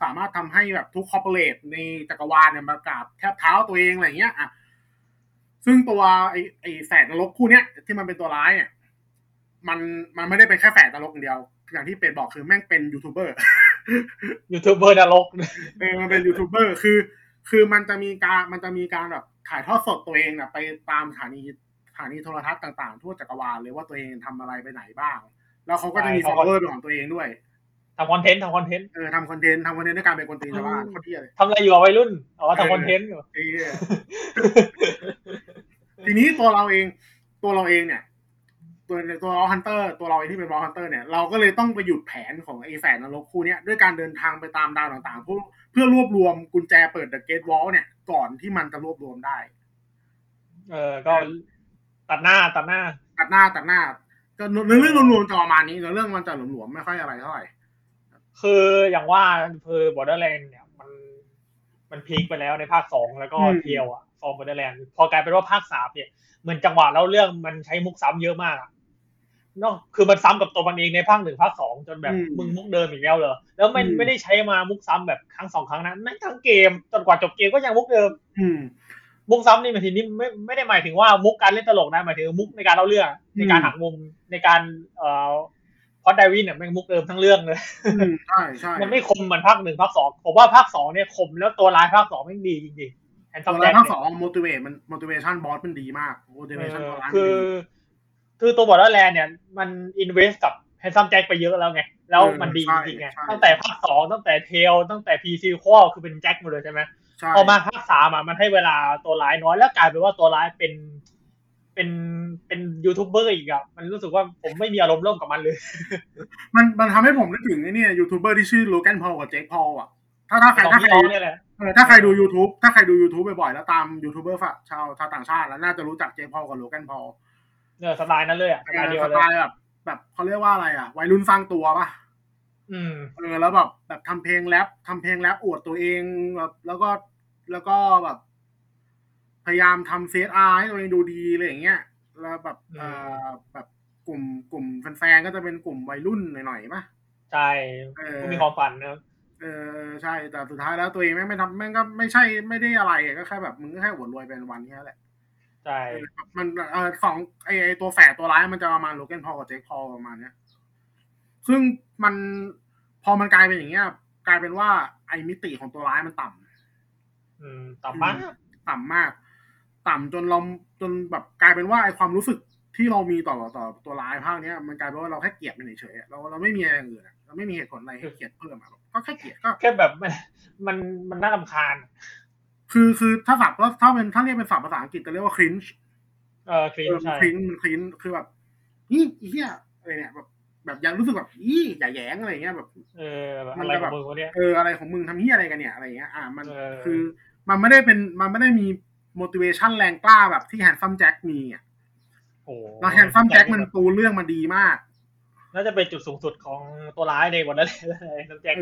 สามารถทำให้แบบทุกคอร์ปอเรทในจักรวาลเนี่ยมากราบแทบเท้าตัวเองอะไรเงี้ยอ่ะซึ่งตัวไอ้ไอ้แฝดนรกคู่เนี้ยที่มันเป็นตัวร้ายเนี่ยมันมันไม่ได้เป็นแค่แฝดนรกอย่างเดียวอย่างที่เป็ดบอกคือแม่งเป็นยูทูบเบอร์ยูทูบเบอร์นรกเออมันเป็นยูทูบเบอร์คือคือมันจะมีการมันจะมีการแบบถ่ายทอดสดตัวเองนะไปตามสถานีสถานีโทรทัศน์ต่างๆทั่วจักรวาลเลยว่าตัวเองทำอะไรไปไหนบ้างแล้วเขาก็จะมีฟอลโลเวอร์เป็นของตัวเองด้วยทำคอนเทนต์ทำคอนเทนต์เออทำคอนเทนต์ทำคอนเทนต์ด้วยการเป็นคนตีชาวบ้านโคตรเที่ยเลยทำอะไรอยู่วัยรุ่นอ๋อทำคอนเทนต์อยู่ทีนี้ตัวเราเองตัวเราเองเนี่ยตัวตัวเราฮันเตอร์ตัวเราเองที่เป็นบอสฮันเตอร์เนี่ยเราก็เลยต้องไปหยุดแผนของไอ้แฝดนรกคู่นี้ด้วยการเดินทางไปตามดาวต่างๆเพื่อเพื่อรวบรวมกุญแจเปิด The Gate Wall เนี่ยก่อนที่มันจะรวบรวมได้เออก็ตัดหน้าตัดหน้าตัดหน้าตัดหน้าก็เรื่องเรื่องรวมๆจะประมาณนี้เรื่องมันจะหลวมๆไม่ค่อยอะไรเท่าไหร่คืออย่างว่าคือ Borderlands เนี่ยมันมันพีคไปแล้วในภาคสองแล้วก็เทียวอ่ะฟอร์ม Borderlands พอกลายเป็นว่าภาคสามเนี่ยเหมือนจังหวะเล่าเรื่องมันใช้มุกซ้ำเยอะมากอ่ะเนาะคือมันซ้ำกับตัวมันเองในภาคหนึ่งภาคสองจนแบบมึงมุกเดิมอีกแล้วเหรอแล้วมันไม่ได้ใช้มามุกซ้ำแบบครั้งสองครั้งนั้นแม้ทั้งเกมจนกว่าจบเกมก็ยังมุกเดิมมุกซ้ำนี่หมายถึงนี่ไม่ไม่ได้หมายถึงว่ามุกการเล่นตลกนะหมายถึงมุกในการเล่าเรื่องในการหักมุมในการเอ่อพอดไดวินเนี่ยมันมุกเดิมทั้งเรื่องเลยใช่ใช่มันไม่คมเหมือนภาคหนึ่งภาคสองผมว่าภาคสองเนี่ยคมแล้วตัวร้ายภาคสองไม่ดีจริงๆตัวร้ายภาคสอง motivate มัน motivation boss มันดีมาก motivation ตัวร้ายคือคือตัวบอร์ดแลนด์เนี่ยมัน invest กับแฮนซัมแจ็คไปเยอะแล้วไงแล้วมันดีจริงๆไงตั้งแต่ภาคสองตั้งแต่เทลตั้งแต่พีซีคอลคือเป็นแจ็คหมดเลยใช่ไหมพอมาภาคสามอ่ะมันให้เวลาตัวร้ายน้อยแล้วกลายเป็นว่าตัวร้ายเป็นเป็นเป็นยูทูบเบอร์อีกอ่ะมันรู้สึกว่าผมไม่มีอารมณ์ร่วมกับมันเลยมันมันทำให้ผมนึกถึงไอ้นี่ยูทูบเบอร์ที่ชื่อโลแกนพอลกับเจคพอลอ่ะถ้าถ้าใครถ้าใครเออถ้าใครดู YouTube ถ้าใครดู YouTube บ่อยๆแล้วตามยูทูบเบอร์ชาวชาวต่างชาติแล้วน่าจะรู้จักเจคพอลกับโลแกนพอลเนี่ยสไตล์นั้นเลยอ่ะสไตล์เดียวเลยสไตล์แบบแบบเขาเรียกว่าอะไรอ่ะวัยรุ่นสร้างตัวป่ะอืมเออแล้วแบบแบบทำเพลงแรปทำเพลงแรปอวดตัวเองแบบแล้วก็แล้วก็แบบพยายามทำ ซี เอส อาร์ ให้ตัวเองดูดีอะไรอย่างเงี้ยแล้วแบบเอ่อแบบกลุ่มกลุ่มแฟนๆก็จะเป็นกลุ่มวัยรุ่นหน่อยๆป่ะใช่ก็มีความฝันนะเออใช่แต่สุดท้ายแล้วตัวเองแม่งไม่ทำแม่งก็ไม่ใช่ไม่ได้อะไรก็แค่แบบมึงก็แค่อวดรวยเป็นวันแค่นั้นแหละใช่มันเออสองไอไอตัวแฝดตัวร้ายมันจะประมาณโลแกนพอลกับเจคพอลประมาณเนี้ยซึ่งมันพอมันกลายเป็นอย่างเงี้ยกลายเป็นว่าไอมิติของตัวร้ายมันต่ำอืมต่ำมากต่ำมากต่ำจนเราจนแบบกลายเป็นว่าไอความรู้สึกที่เรามีต่อต่อตัวร้ายภาคเนี้ยมันกลายเป็นว่าเราแค่เกลียดมันเฉยๆเราเราไม่มีอะไรอย่างอื่นเราไม่มีเหตุผลอะไรให้เกลียดเพิ่มอ่ะก็แค่เกลียดก็แค่แบบมันมันมันน่ารำคาญคือคือถ้าศัพท์ก็ถ้าเป็นถ้าเรียกเป็นศัพท์ภาษาอังกฤษจะเรียกว่า cringe เออ cringe ใช่ cringe cringe คือแบบนี่อีเหี้ยอะไรเนี่ยแบบแบบยังรู้สึกแบบอีอย่าแย้งอะไรเงี้ยแบบเอออะไรของมึงวะเนี่ยเอออะไรของมึงทำเหี้ยอะไรกันเนี่ยอะไรเงี้ยอ่ามันคือมันไม่ได้เป็นมันไม่ได้มี motivation แรงกล้าแบบที่ Handsome Jack มีอ่ะโอ้แล้ว Handsome Jack มันปูเรื่องมาดีมากน่าจะเป็นจุดสูงสุดของตัวร้ายในวันนั้นเลย Handsome Jack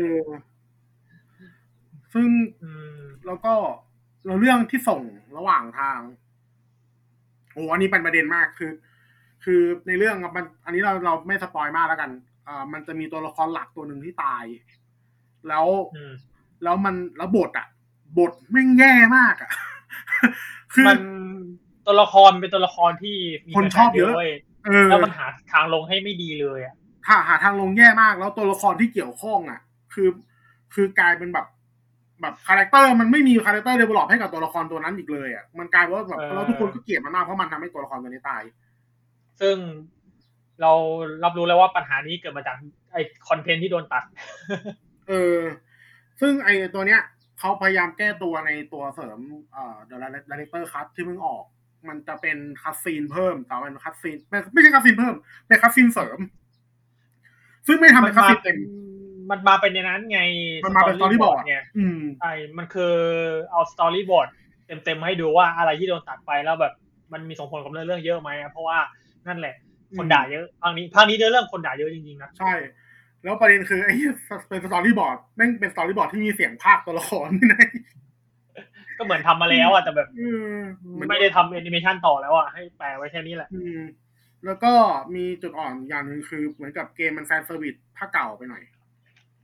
ซึ่งแล้วก็เราเรื่องที่ส่งระหว่างทางโอ้อันนี้เป็นประเด็นมากคือคือในเรื่องมันอันนี้เราเราไม่สปอยมากแล้วกันอ่ามันจะมีตัวละครหลักตัวหนึ่งที่ตายแล้วแล้วมันแล้วบทอ่ะบทแม่งแย่มากอ่ะคือมันตัวละครเป็นตัวละครที่มีคนชอบเยอะแล้วมันหาทางลงให้ไม่ดีเลยอ่ะหาหาทางลงแย่มากแล้วตัวละครที่เกี่ยวข้องอ่ะคือคือกลายเป็นแบบแบบคาแรคเตอร์มันไม่มีคาแรคเตอร์เดเวลลอปให้กับตัวละครตัวนั้นอีกเลยอ่ะมันกลายว่าแบบเราทุกคนก็เกลียดมันมากเพราะมันทำให้ตัวละครตัวนี้ตายซึ่งเรารับรู้แล้วว่าปัญหานี้เกิดมาจากไอคอนเทนต์ที่โดนตัดเออซึ่งไอตัวเนี้ยเขาพยายามแก้ตัวในตัวเสริมเอ่อ The Director Cut ที่เพิ่งออกมันจะเป็นคัสซีนเพิ่มแต่เป็นคัสซีนไม่ใช่คัสซีนเพิ่มเป็นคัสซีนเสริมซึ่งไม่ทำเป็นคัสซีนเต็มมันมาเป็นในนั้นไงมันมาเป็นสตอรี่บอร์ดไงใช่มันคือเอาสตอรี่บอร์ดเต็มๆให้ดูว่าอะไรที่โดนตัดไปแล้วแบบมันมีส่งผลกับเรื่องเยอะไหมเพราะว่านั่นแหละคนด่าเยอะภาคนี้ภาคนี้เรื่องคนด่าเยอะจริงๆนะใช่แล้วประเด็นคือไอ้เป็นสตอรี่บอร์ดแม่งเป็นสตอรี่บอร์ดที่มีเสียงภาคตัวละครนี่นะก็เหมือนทำมาแล้วอ่ะแต่แบบไม่ได้ทำแอนิเมชันต่อแล้วอ่ะให้แปลไว้แค่นี้แหละแล้วก็มีจุดอ่อนอย่างนึงคือเหมือนกับเกมมันแฟนเซอร์วิสภาคเก่าไปหน่อย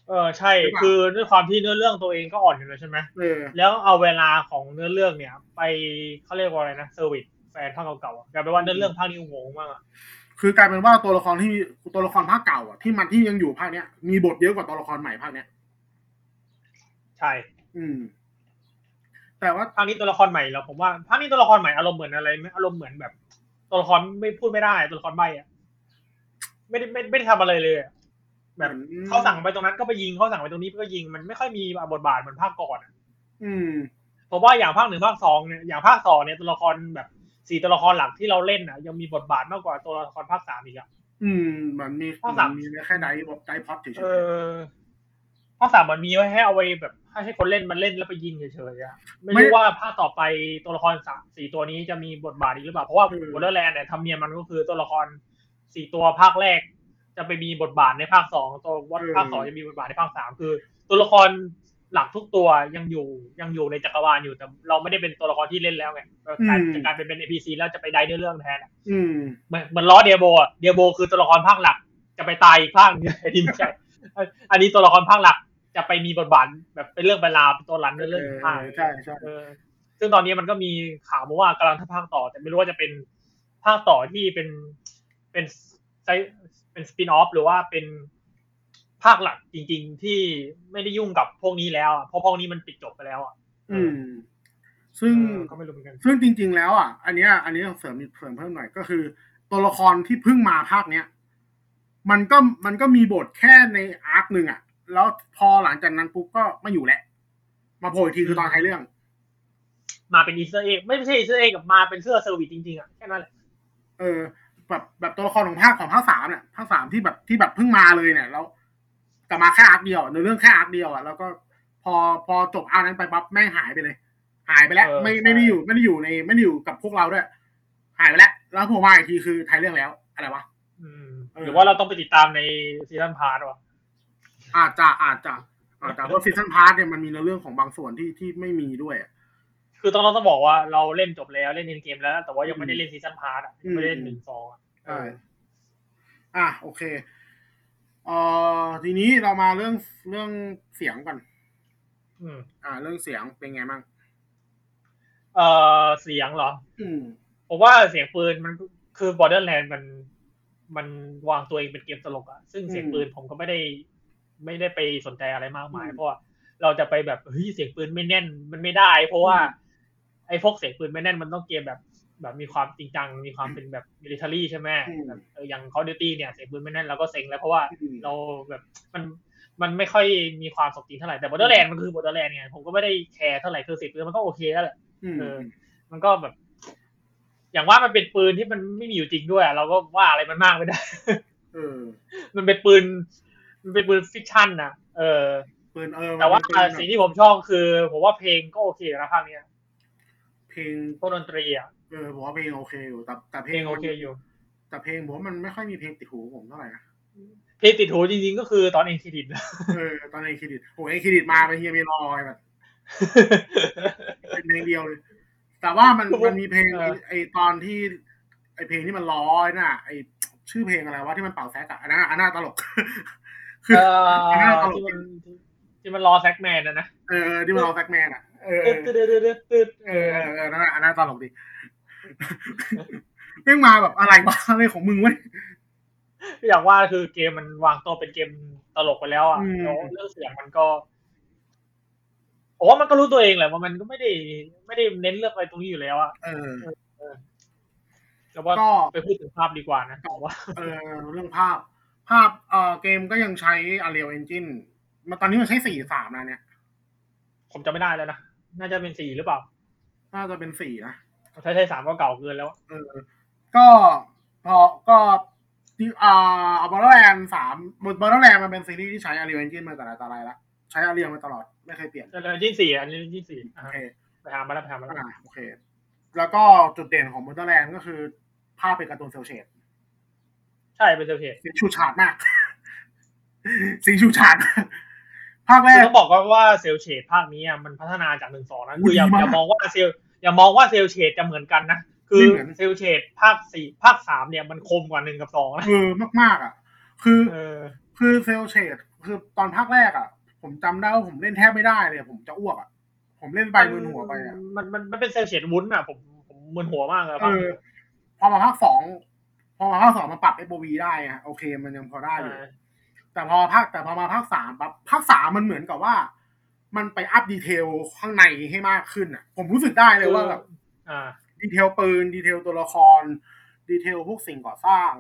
เออใช่คือด้วยความที่เนื้อเรื่องตัวเองก็อ่อนอยู่แล้วใช่ไหมเออแล้วเอาเวลาของเนื้อเรื่องเนี่ยไปเขาเรียกว่าอะไรนะเซอร์วิสแฟนภาคเก่าๆกลายเป็นว่าเนื้อเรื่องภาคนี้งงมากอ่ะคือกลายเป็นว่าตัวละครที่ตัวละครภาคเก่าอ่ะที่มันที่ยังอยู่ภาคเนี้ยมีบทเยอะกว่าตัวละครใหม่ภาคเนี้ยใช่อืมแต่ว่าภาคนี้ตัวละครใหม่เราผมว่าภาคนี้ตัวละครใหม่อารมณ์เหมือนอะไรไหมอารมณ์เหมือนแบบตัวละครไม่พูดไม่ได้ตัวละครใบ้อ่ะไม่ได้ไม่ไม่ได้ทำอะไรเลยแบบเขาสั่งไปตรงนั้นก็ไปยิงเขาสั่งไปตรงนี้ก็ยิงมันไม่ค่อยมีบทบาทเหมือนภาคก่อนอ่ะอืมผมว่าอย่างภาคหนึ่งภาคสองเนี่ยอย่างภาคสองเนี่ยตัวละครแบบสี่ตัวละครหลักที่เราเล่นอ่ะยังมีบทบาทมากกว่าตัวละครภาคสามอีกอ่ะอืมมันมีภาคสามมีแค่ไดฟ์ไดฟ์พอดเฉยเออภาคสามมันมีไว้ให้เอาไว้แบบให้คนเล่นมันเล่นแล้วไปยิงเฉยๆอ่ะไม่รู้ว่าภาคต่อไปตัวละครสามสี่ตัวนี้จะมีบทบาทอีกหรือเปล่าเพราะว่า Borderlands เนี่ยทำเนียมมันก็คือตัวละครสี่ตัวภาคแรกจะไปมีบทบาทในภาคสองตัววัดภาคสองจะมีบทบาทในภาคสามคือตัวละครหลักทุกตัวยังอยู่ยังอยู่ในจักรวาลอยู่แต่เราไม่ได้เป็นตัวละครที่เล่นแล้วไงการจะกลายเป็นเป็น เอ พี ซี แล้วจะไปได้เนื้อเรื่องแทนอืมเหมือนเหมือนล้อเดียโบอ่ะเดียโบคือตัวละครภาคหลักจะไปตายอีกภาคนึงอันนี้ไม่ใช่อันนี้ตัวละครภาคหลักจะไปมีบทบาทแบบเป็นเรื่องเวลาเป็นตัวรันเรื่องภาคใช่ใช่ซึ่งตอนนี้มันก็มีข่าวมาว่ากำลังทำภาคต่อแต่ไม่รู้ว่าจะเป็นภาคต่อที่เป็นเป็นเป็นสปินออฟหรือว่าเป็นภาคหลักจริงๆที่ไม่ได้ยุ่งกับพวกนี้แล้วเพราะพวกนี้มันปิดจบไปแล้วอ่ะอืมซึ่งก็ไม่รู้เหมือนกันซึ่งจริงๆแล้วอ่ะอันเนี้ยอันนี้เสริมเสริมเพิ่มหน่อยก็คือตัวละครที่เพิ่งมาภาคเนี้ยมันก็มันก็มีบทแค่ในอาร์คหนึ่งอ่ะแล้วพอหลังจากนั้นปุ๊บก็ไม่อยู่แล้วมาโผล่อีกทีคือตอนท้ายเรื่องมาเป็นอีสเตอร์เอ็กไม่ใช่อีสเตอร์เอ็กกับมาเป็นเสื้อเซอร์วิสจริงๆอ่ะแค่นั้นแหละเออแบบแบบตัวละครของภาคของภาคสามเนี่ยภาคสามที่แบบที่แบบเพิ่งมาเลยเนี่ยแล้วกลับมาแค่อาร์คเดียวในเรื่องแค่อาร์คเดียวอ่ะแล้วก็พอพอจบอาร์คนั้นไปปั๊บแม่งหายไปเลยหายไปแล้วไม่ไม่ได้อยู่ไม่ได้อยู่ในไม่ได้อยู่กับพวกเราด้วยหายไปแล้วแล้วผมมาอีกทีคือท้ายเรื่องแล้วอะไรวะหรือว่าเราต้องไปติดตามในซีซั่นพาร์ทวะอาจจะอาจจะอาจจะเพราะซีซั่นพาร์ทเนี่ยมันมีเรื่องของบางส่วนที่ที่ไม่มีด้วยคือต้องต้องบอกว่าเราเล่นจบแล้วเล่นเอ็นเกมแล้วแต่ว่ายังไม่ได้เล่นซีซั่นพาร์ทอ่ะไม่ได้เล่นหนึ่งสองอ่ะใช่อ่ะโอเคเอ่อทีนี้เรามาเรื่องเรื่องเสียงก่อนอืมอ่าเรื่องเสียงเป็นไงบ้างเอ่อเสียงเหรออืมผมว่าเสียงปืนมันคือ Borderlands มันมันวางตัวเองเป็นเกมตลกอ่ะซึ่งเสียงปืนผมก็ไม่ได้ไม่ได้ไปสนใจอะไรมากมายเพราะว่าเราจะไปแบบเฮ้ยเสียงปืนไม่แน่นมันไม่ได้เพราะว่าไอ้พวกเสียงปืนไม่แน่นมันต้องเกมแบบแบบมีความจริงจังมีความเป็นแบบมิลิเทอรี่ใช่ไหมแบบอย่าง Call of Duty เนี่ยเสียงปืนไม่แน่นเราก็เซ็งแล้วเพราะว่าเราแบบมันมันไม่ค่อยมีความสมจริงเท่าไหร่แต่ Borderlands มันคือ Borderlands ไงผมก็ไม่ได้แคร์เท่าไหร่คือเสียงปืนมันก็โอเคแล้วแหละเออมันก็แบบอย่างว่ามันเป็นปืนที่มันไม่มีอยู่จริงด้วยเราก็ว่าอะไรมันมากไม่ได้เออมันเป็นปืนมันเป็นปืนฟิกชันนะเออปืนเออแต่ว่าสิ่งที่ผมชอบคือผมว่าเพลงก็โอเคนะภาคนี้เพลงพวกดนตรีอ่ะเออผมว่าเพลงโอเคอยู่แต่แต่เพลงโอเคอยู่แต่เพลงผมมันไม่ค่อยมีเพลงติดหูผมเท่าไหร่นะเพลงติดหูจริงๆก็คือตอนเอ็นเครดิตเออตอนเอ็นเครดิตโอ้เอ็นเครดิตมาไปเฮียไม่รอแบบเป็นเพลงเดียวเลยแต่ว่ามันมันมีเพลงไอตอนที่ไอเพลงที่มันร้อยน่ะไอชื่อเพลงอะไรวะที่มันเป่าแซกอะอันนั้นอันน่าตลกคืออันน่าตลกที่มันที่มันรอแซกแมนนะนะเออที่มันรอแซกแมนอะเออตืดตืดตืดเออเออนั่นอันน่าตลกดิเรื่องมาแบบอะไรวะอะไรของมึงวะอย่างว่าคือเกมมันวางตัวเป็นเกมตลกไปแล้วอ่ะแล้วเรื่องเสียงมันก็ผมว่ามันก็รู้ตัวเองแหละว่ามันก็ไม่ได้ไม่ได้เน้นเรื่องอะไรตรงนี้อยู่แล้วอ่ะเออแต่ว่าไปพูดถึงภาพดีกว่านะบอกว่าเออเรื่องภาพภาพเอ่อเกมก็ยังใช้ Unreal Engine มาตอนนี้มันใช้สี่สามนะเนี่ยผมจำไม่ได้แล้วนะน่าจะเป็นสี่หรือเปล่าน่าจะเป็นสี่นะใช้ใช้สามก็เก่าเกินแล้วเออก็พอก็อ่า Borderlands สาม Borderlands มันเป็นซีรีส์ที่ใช้ Unreal Engine มาแต่ไหนแต่ไรแล้วใช้ Unreal มาตลอดไม่เคยเปลี่ยน Unreal Engine สี่ Unreal Engine สี่โอเคไปหามาแล้วไปหามาแล้วโอเคแล้วก็จุดเด่นของ Borderlands ก็คือภาพเป็นการ์ตูนเซลเชดใช่เป็นเซลเชดสีชูชาดมากสีชูชาดภาคแรกต้องบอกว่าเซลเชดภาคนี้มันพัฒนาจากหนึ่งสองนะคืออย่าอย่ามองว่าเซลอย่ามองว่าเซลเชดจะเหมือนกันนะคือเซลเชดภาคสี่ภาคสามเนี่ยมันคมกว่าหนึ่งกับสองนะเออมากๆอ่ะคือคือเซลเชดคือตอนภาคแรกอ่ะผมจำได้ว่าผมเล่นแทบไม่ได้เลยผมจะอ้วกอ่ะผมเล่นไปมึนหัวไปอ่ะมันมันมันเป็นเซลเชดวุ้นอ่ะผมผมมึนหัวมากเลยเออภาคหนึ่งพอมาภาคสองพอมาภาคสองมันปรับ เอฟ โอ วี ได้ไงโอเคมันยังพอได้อยู่แต่พอภาคแต่พอมาภาคสามปั๊บภาคสามมันเหมือนกับว่า มันไปอัพดีเทลข้างในให้มากขึ้นอ่ะผมรู้สึกได้เลยว่าแบบดีเทลปืนดีเทลตัวละครดีเทลพวกสิ่งก่อสร้าง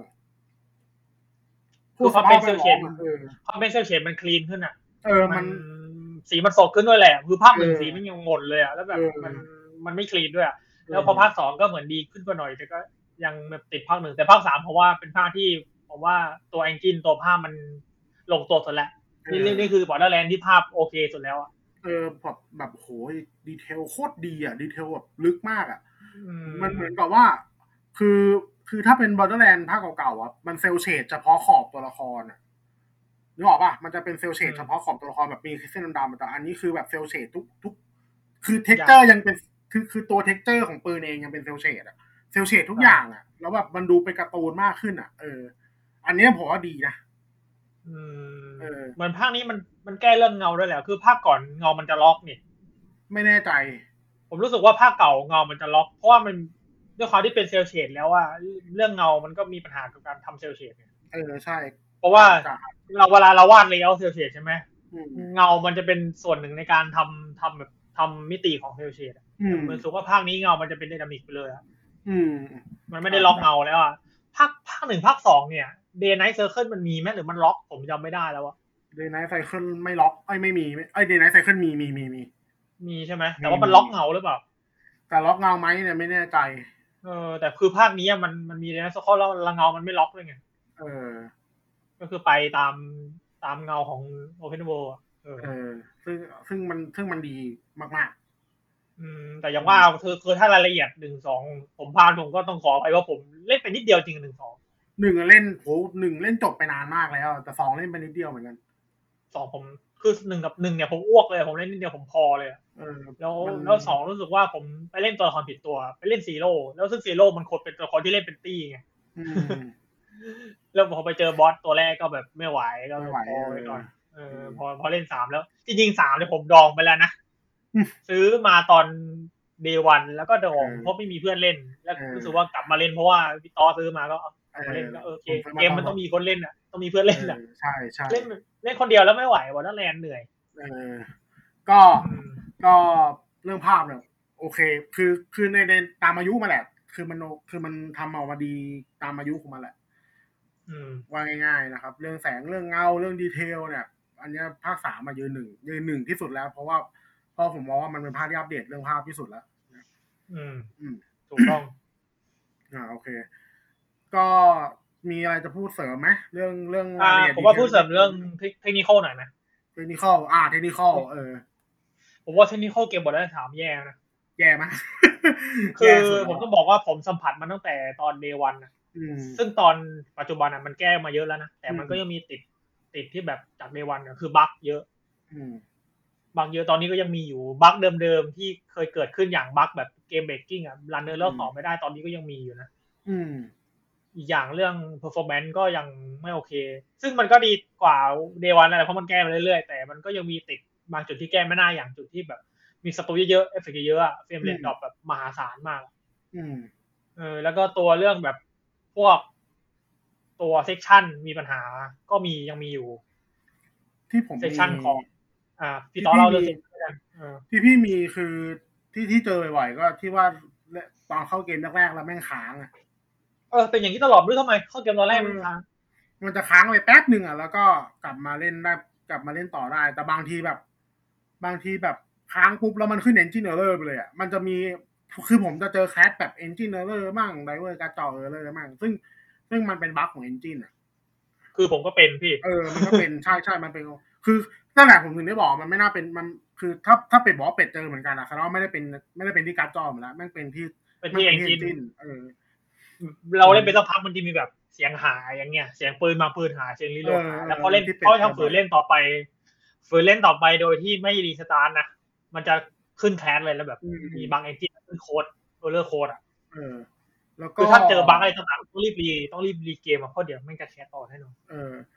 คือความเป็นเซลเชดความเป็นเซลเชดมันคลีนขึ้นอ่ะเออมันสีมันสดขึ้นด้วยแหละคือภาคหนึ่งสีมันยังหม่นเลยอ่ะแล้วแบบมันมันไม่คลีนด้วยอ่ะแล้วพอภาคสองก็เหมือนดีขึ้นกว่าหน่อยแต่ก็ยังแบบติดภาคหนึ่งแต่ภาคสามเพราะว่าเป็นภาคที่ผมว่าตัวเอนจินตัวภาพมันลงตัวสุดแล้วนี่นี่คือบอร์เดอร์แลนด์ที่ภาพโอเคสุดแล้วอ่ะเออแบบแบบโหดีเทลโคตรดีอ่ะดีเทลแบบลึกมากอ่ะมันเหมือนกับว่าคือคือถ้าเป็น Borderland ภาคเก่าๆอ่ะมันเซลเชดเฉพาะขอบตัวละครอ่ะนึกออกป่ะมันจะเป็นเซลเชดเฉพาะขอบตัวละครแบบมีเส้นดำๆแต่อันนี้คือแบบเซลเชดทุกทุกคือเท็กเจอร์ยังเป็นคือคือตัวเท็กเจอร์ของปืนเองยังเป็นเซลเชดอ่ะเซลเชดทุกอย่างอ่ะแล้วแบบมันดูเป็นการ์ตูนมากขึ้นอ่ะเอออันนี้ผมว่าดีนะอืมเออมันภาคนี้มันมันแก้เรื่องเงาด้วยแหละคือภาคก่อนเงามันจะล็อกนี่ไม่แน่ใจผมรู้สึกว่าภาคเก่าเงามันจะล็อกเพราะว่ามันด้วยความที่เป็นเซลเชดแล้วว่าเรื่องเงามันก็มีปัญหากับการทำเซลเชดเนี่ยเออใช่เพราะว่าเราเวลาเราวาดเลเยอร์เซลเชดใช่ไหมเงามันจะเป็นส่วนหนึ่งในการทำทำแบบทำมิติของเซลเชดเหมือนสุว่าภาคนี้เงามันจะเป็นไดนามิกไปเลยอ่ะมันไม่ได้ล็อกเงาแล้วอ่ะภาคภาคหนึ่งภาคสองเนี่ยเดย์ไนท์เซอร์เคิลมันมีไหมหรือมันล็อกผมจำไม่ได้แล้วอ่ะเดย์ไนท์ไซเคิลไม่ล็อกไอ้ไม่มีไอ้เดย์ไนท์ไซเคิลมีมีมีมีมีใช่ไหมแต่ว่ามันล็อกเงาหรือเปล่าแต่ล็อกเงาไหมเนี่ยไม่แน่ใจเออแต่คือภาคนี้มันมันมีเดย์ไนท์เซอร์เคิลแล้วเงามันไม่ล็อกเลยไงเออก็คือไปตามตามเงาของ Open World เออเออซึ่งซึ่งมันซึ่งมันดีมากๆอืมแต่อย่างว่าคือคือถ้ารายละเอียดหนึ่งสองผมพลาดผมก็ต้องขอไปว่าผมเล่นไปนิดเดียวจริงหนึ่งสองหนึ่งเล่นโหหนึ่งเล่นจบไปนานมากแล้วแต่สองเล่นไปนิดเดียวเหมือนกันสองผมคือหนึ่งกับหนึ่งเนี่ยผมอ้วกเลยผมเล่นนิดเดียวผมพอเลยเออแล้วแล้วสองรู้สึกว่าผมไปเล่นตัวละครผิดตัวไปเล่นซีโร่แล้วซึ่งซีโร่มันคนเป็นตัวละครที่เล่นเป็นตี้ไงแล้วพอไปเจอบอสตัวแรกก็แบบไม่ไหวก็พอไปก่อนเออพอพอเล่นสามแล้วจริงๆสามเนี่ยผมดองไปแล้วนะซื้อมาตอนเดย์วันแล้วก็ดองเพราะไม่มีเพื่อนเล่นแล้วรู้สึกว่ากลับมาเล่นเพราะว่าพี่ต้อซื้อมาก็มาเล่นก็เออเกมมันต้องมีคนเล่นอ่ะต้องมีเพื่อนเล่นอ่ะใช่ใช่เล่นเล่นคนเดียวแล้วไม่ไหววอร์เดอร์แลนด์เหนื่อยเออก็ก็เรื่องภาพเนี่ยโอเคคือคือในในตามอายุมาแหละคือมันคือมันทำออกมาดีตามอายุของมันแหละว่าง่ายๆนะครับเรื่องแสงเรื่องเงาเรื่องดีเทลเนี่ยอันนี้ภาคสามมายืนหนึ่งยืนหนึ่งที่สุดแล้วเพราะว่าเพราะผมมองว่ามันเป็นภาคที่อัปเดตเรื่องภาพที่สุดแล้วอืมอืมถูกต้องอ่าโอเคก็มีอะไรจะพูดเสริมไหมเรื่องเรื่องอ่าผมว่าพูดเสริมเรื่องเทคนิคหน่อยนะเทคนิคอ่าเทคนิคเออผมว่าเทคนิคเกมบอร์ดถามแย่นะแย่มากคือผมต้องบอกว่าผมสัมผัสมันตั้งแต่ตอนเดย์วันนะซึ่งตอนปัจจุบันอ่ะมันแก้มาเยอะแล้วนะแต่มันก็ยังมีติดติดที่แบบจากเดย์วันคือบั๊กเยอะบั๊กเยอะตอนนี้ก็ยังมีอยู่บั๊กเดิมๆที่เคยเกิดขึ้นอย่างบั๊กแบบเกมเบรกกิ้งอ่ะรันเนอร์เลิกต่อไม่ได้ตอนนี้ก็ยังมีอยู่นะอีกอย่างเรื่อง performance ก็ยังไม่โอเคซึ่งมันก็ดีกว่าเดย์วันอะไรเพราะมันแก้มาเรื่อยๆแต่มันก็ยังมีติดบางจุดที่แก้ไม่ได้อย่างจุดที่แบบมีศัตรูเยอะๆเอฟเฟกต์เยอะๆเฟรมเรทดรอปแบบมหาศาลมากเออแล้วก็ตัวเรื่องแบบพวกตัวเซกชันมีปัญหาก็มียังมีอยู่ที่ผมเซกชันของอ่าพี่ต่อเล่าเรื่องกันที่พี่มีคือที่ที่เจอบ่อยๆก็ที่ว่าตอนเข้าเกมแรกๆแล้วแม่งค้างอ่ะเออเป็นอย่างนี้ตลอดไม่รู้ทำไมเข้าเกมตอนแรกมันค้างมันจะค้างไปแป๊บหนึ่งอ่ะแล้วก็กลับมาเล่นได้กลับมาเล่นต่อได้แต่บางทีแบบบางทีแบบค้างปุ๊บแล้วมันขึ้น engine error ไปเลยอ่ะมันจะมีคือผมจะเจอแคสแบบ engine error มั่งไดเวอร์การ์จอ error มั่งซึ่งซึ่งมันเป็นบั๊กของ engine อ่ะคือผมก็เป็นพี่เออมันก็เป็นใช่ใช่มันเป็นคือนั่นแหละผมถึงได้บอกมันไม่น่าเป็นมันคือถ้าถ้าเป็ดบอกเป็ดเจอเหมือนกันอ่ะแสดงว่าไม่ได้เป็นไม่ได้เป็นที่การ์ดจอเหมือนแล้วแม่งเป็นที่เป็นที่ engine เออเราเล่นไปสักพักมันจะมีแบบเสียงหายอย่างเงี้ยเสียงปืนมาปืนหายเสียงรีโหลดหายแล้วพอเล่นพอทำฝืนเล่นต่อไปฝืนเล่นต่อไปโดยที่ไม่รีสตาร์ทนะมันจะขึ้นแคสเลยแล้วแบบมีบางเอนจินขึ้นโค้ดเออร์เลอร์โค้ดอ่ะเออแล้วก็คือถ้าเจอบั๊กอะไรต่างๆต้องรีบรีต้องรีบรีเกมอ่ะเพราะเดี๋ยวไม่จะแคสต่อแน่นอนเออ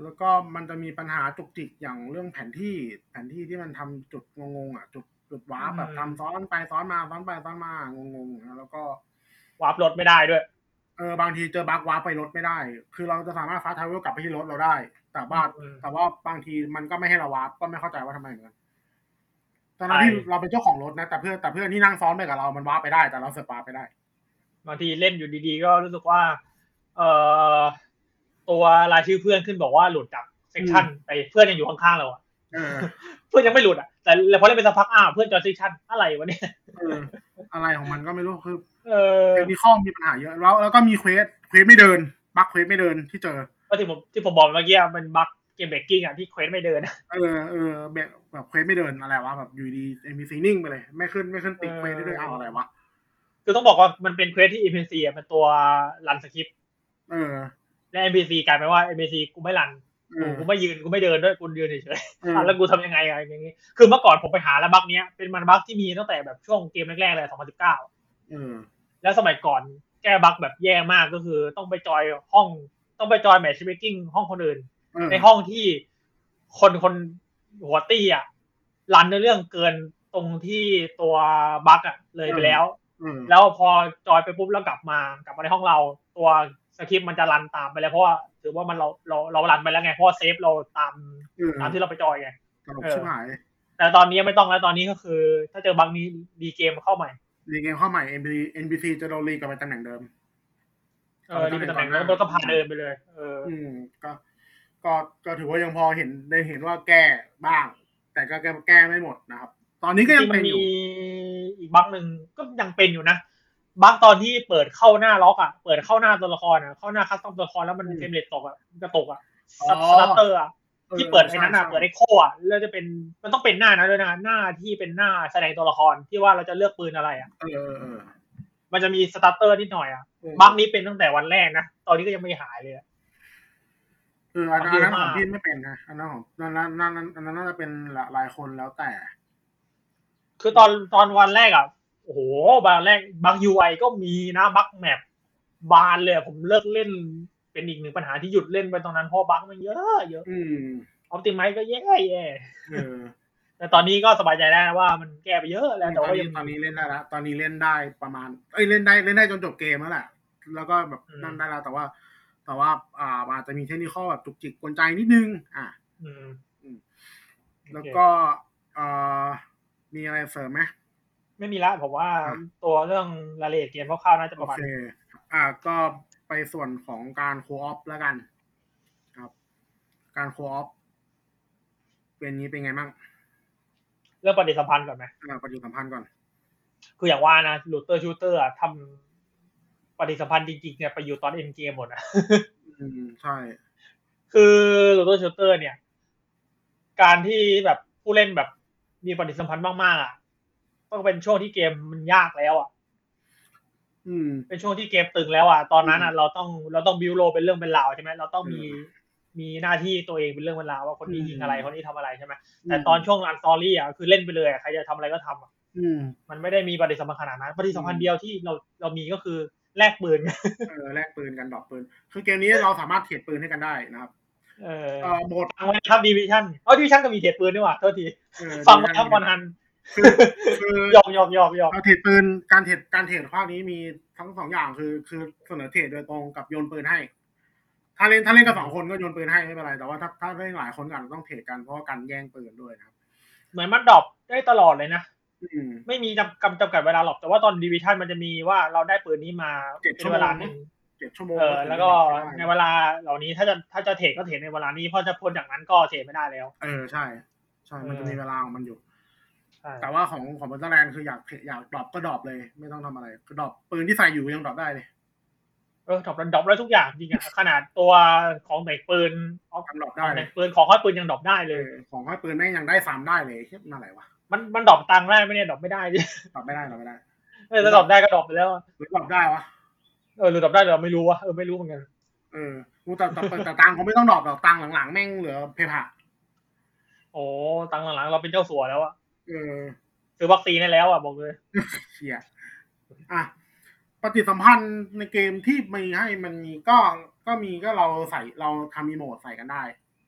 แล้วก็มันจะมีปัญหาจุกจิกอย่างเรื่องแผนที่แผนที่ที่มันทำจุดงงๆอ่ะจุดจุดวาร์ปแบบทำซ้อนไปซ้อนมาซ้อนไปซ้อนมางงๆแล้วก็วาร์ปรถไม่ได้ด้วยเออบางทีเจอบั๊กวาร์ปไปรถไม่ได้คือเราจะสามารถฟาสต์ทราเวลกลับไปที่รถเราได้แต่ว่าแต่ว่าบางทีมันก็ไม่ให้เราวาร์ปก็ไม่เข้าใจว่าทำไมเหมือนกันตอนนั้นที่เราเป็นเจ้าของรถนะแต่เพื่อนแต่เพื่อนที่นั่งซ้อนไปกับเรามันวาร์ปไปได้แต่เราเสือกวาร์ปไปได้บางทีเล่นอยู่ดีๆก็รู้สึกว่าเอ่อตัวรายชื่อเพื่อนขึ้นบอกว่าหลุดจากเซกชันไปเพื่อนยังอยู่ข้างๆเราอ่ะเพื่อนยังไม่หลุดอ่ะแต่พอเล่นไปสักพักอ้าวเพื่อนจอยเซกชันอะไรวะเนี่ยเอออะไรของมันก็ไม่รู้คือเออเทคนิคมีปัญหาเยอะแล้วแล้วก็มีเควสเควสไม่เดินบั๊กเควสไม่เดินที่เจอก็ที่ผมที่ผมบอกเมื่อกี้มันบั๊กเกมเบรกกิ้งอ่ะที่เควสไม่เดินเออเออแบบแบบเควสไม่เดินอะไรวะแบบอยู่ดีเอ็มพีซีนิ่งไปเลยไม่ขึ้นไม่ขึ้นติดเควสได้ด้วยเอาอะไรวะคือต้องบอกว่ามันเป็นเควสที่ เอ็ม พี ซี อ่ะเป็นตัวรันสคริปต์เออและ เอ็ม พี ซี กลายเป็นว่า เอ็ม พี ซี กูไม่รันกูกูไม่ยืนกูไม่เดินด้วยกูยืนเฉยๆแล้วกูทำยังไงอะไรอย่างงี้คือเมื่อก่อนผมไปหาแล้วบั๊กเนี้ยเป็นมันบั๊กที่มีตั้งแต่แบบช่วงเกมแรกๆเลยสองพันสิบเก้าเออแล้วสมัยก่อนแก้บั๊กแบบแย่มากก็คือต้องไปจอยห้องต้องไปจอยแมทช์เมคกิ้งห้องคนอื่นในห้องที่คนคนหัวตี้อ่ะรันในเรื่องเกินตรงที่ตัวบั๊กอ่ะเลยไปแล้วแล้วพอจอยไปปุ๊บแล้วกลับมากลับมาในห้องเราตัวสคริปต์มันจะรันตามไปแล้วเพราะว่าถือว่ามันเราเราเรารันไปแล้วไงเพราะว่าเซฟเราตามตามที่เราไปจอยไงเออแต่ตอนนี้ไม่ต้องแล้วตอนนี้ก็คือถ้าเจอบั๊กนี้ดีเกมเข้าใหม่ดีเกมเข้าใหม่ เอ็ม พี ซี จะโดนรีกลับไปตำแหน่งเดิมเออดีเป็นตำแหน่งแล้วก็พาเดินไปเลยเอออืมก็ก็ก็ถือว่ายังพอเห็นได้เห็นว่าแก้บ้างแต่ก็แก้ไม่หมดนะครับตอนนี้ก็ยังเป็นอยู่อีกบั๊กนึงก็ยังเป็นอยู่นะบั๊กตอนที่เปิดเข้าหน้าล็อกอ่ะเปิดเข้าหน้าตัวละครอ่ะเข้าหน้าคัสตอมตัวละครแล้วมันเฟรมเรทตกอ่ะมันจะตกอ่ะสตาร์เตอร์อ่ะที่เปิดไอ้นั้นอ่ะเปิดไอ้โคอ่ะแล้วจะเป็นมันต้องเป็นหน้านั้นด้วยนะหน้าที่เป็นหน้าแสดงตัวละครที่ว่าเราจะเลือกปืนอะไรอ่ะเออเออมันจะมีสตาร์เตอร์นิดหน่อยอ่ะบั๊กนี้เป็นตั้งแต่วันแรกนะตอนนี้ก็ยังไม่หายเลยเอออันนั้นของพี่ไม่เป็นนะอันนั้นของนั้นนั้นอันนั้นน่าจะเป็นหลายคนแล้วแต่คือตอนตอนวันแรกอ่ะโอ้โหวันแรกบั๊ก ยู ไอ ก็มีนะบั๊กแมปบานเลยผมเลิกเล่นเป็นอีกหนึ่งปัญหาที่หยุดเล่นไปตรงนั้นเพราะบั๊กมันเยอะเยอะอืมออปติไมซ์ก็แย่แย่แต่ตอนนี้ก็สบายใจได้ว่ามันแก้ไปเยอะแล้วแต่ว่าตอนนี้เล่นได้แล้วตอนนี้เล่นได้ประมาณเอ้ยเล่นได้เล่นได้จนจบเกมแล้วแหละแล้วก็แบบนั่นได้แล้วแต่ว่าแต่ว่าอ่าอาจจะมีเทคนิคแบบจุกจิกกวนใจนิดนึงอ่ะอืมแล้วก็อ่ามีอะไรเสริมไหมไม่มีละผมว่าตัวเรื่องรายละเอียดเกมคร่าวๆน่าจะประมาณโอเคอ่าก็ไปส่วนของการโคออฟแล้วกันครับการโคออฟเป็นนี้เป็นไงบ้างเรื่องปฏิสัมพันธ์ก่อนไหมอ่าปฏิสัมพันธ์ก่อนคืออย่างว่านะลูเตอร์ชูเตอร์ทำปฏิสัมพันธ์จริงๆเนี่ยไปอยู่ตอนเอ็นเกมหมดนะอืมใช่คือลูเตอร์ชูเตอร์เนี่ยการที่แบบผู้เล่นแบบมีปฏิสัมพันธ์มากๆอ่ะต้องเป็นช่วงที่เกมมันยากแล้วอ่ะอืมเป็นช่วงที่เกมตึงแล้วอ่ะตอนนั้นอ่ะเราต้องเราต้องบิวโรเป็นเรื่องเป็นราวใช่ไหมเราต้องมีมีหน้าที่ตัวเองเป็นเรื่องเป็นราวว่าคนนี้ยิงอะไรคนนี้ทำอะไรใช่ไหมแต่ตอนช่วงรันสตอรี่อ่ะคือเล่นไปเลยใครจะทำอะไรก็ทำอ่ะมันไม่ได้มีปฏิสัมพันธ์ขนาดนั้นปฏิสัมพันธ์เดียวที่เราเรามีก็คือแลกปืนเออแลกปืนกันดอกปืนคือเกมนี้เราสามารถเทรดปืนให้กันได้นะครับเออโหมดฟังไว้ครับดิวิชั่นเอ้าดิวิชั่นก็มีเทรดปืนด้วยว่ะโทษทีฟังไว้ครับวันฮันคือคือยอมยอมยอมยอมเราเทรดปืนการเทรดการเทรดภาคนี้มีทั้งสองอย่างคือคือเสนอเทรดโดยตรงกับโยนปืนให้ถ้าเล่นถ้าเล่นกับสองคนก็โยนปืนให้ไม่เป็นไรแต่ว่าถ้าถ้าเล่นหลายคนกันต้องเทรดกันเพราะว่ากันแย่งปืนด้วยครับเหมือนมันดรอปได้ตลอดเลยนะไม่มีจำกำจำกัดเวลาหรอกแต่ว่าตอนดิวิชั่นมันจะมีว่าเราได้ปืนนี้มาเป็นเวลานึงเจ็ดชั่วโมงเออแล้วก็ในเวลาเหล่านี้ถ้าจะถ้าจะเทรดก็เทรดในเวลานี้เพราะจะพ้นจากนั้นก็เทรดไม่ได้แล้วเออใช่ใช่มันจะมีเวลาของมันอยู่แต่ว่าของของบัตเตอร์แลนด์คืออยากอยากดรอปก็ดรอปเลยไม่ต้องทำอะไรก็ดรอปปืนที่ใส่อยู่ยังดรอปได้เลยเออดรอปดรอปได้ทุกอย่างจริงอ่ะขนาดตัวของแต่งปืนเอากันดรอปได้แต่งปืนของห้อยปืนยังดรอปได้เลยของห้อยปืนแม่งยังได้สามได้เลยเฮ้ยนั่นอะไรวะมันมันดรอปตังค์ได้ไม่เนี่ยดรอปไม่ได้ดิดรอปไม่ได้ดรอปไม่ได้เออถ้าดรอปได้ก็ดรอปไปแล้วหรือดรอปได้วะเออหรือดรอปได้เราไม่รู้วะเออไม่รู้เหมือนกันเออกูแต่แต่แต่ตังค์เขาไม่ต้องดรอปหรอกตังค์หลังๆแม่งเหลือเพย์พาโอ้ตังค์หลังๆเราเป็นเจ้าสัวแล้วอ่ะเออซื้อวัคซีนได้แล้วอ่ะบอกเลยเชี่ยอ่ะปฏิสัมพันธ์ในเกมที่มีให้มันมีก็ก็มีก็เราใส่เราทำอีโมดใส่กันได้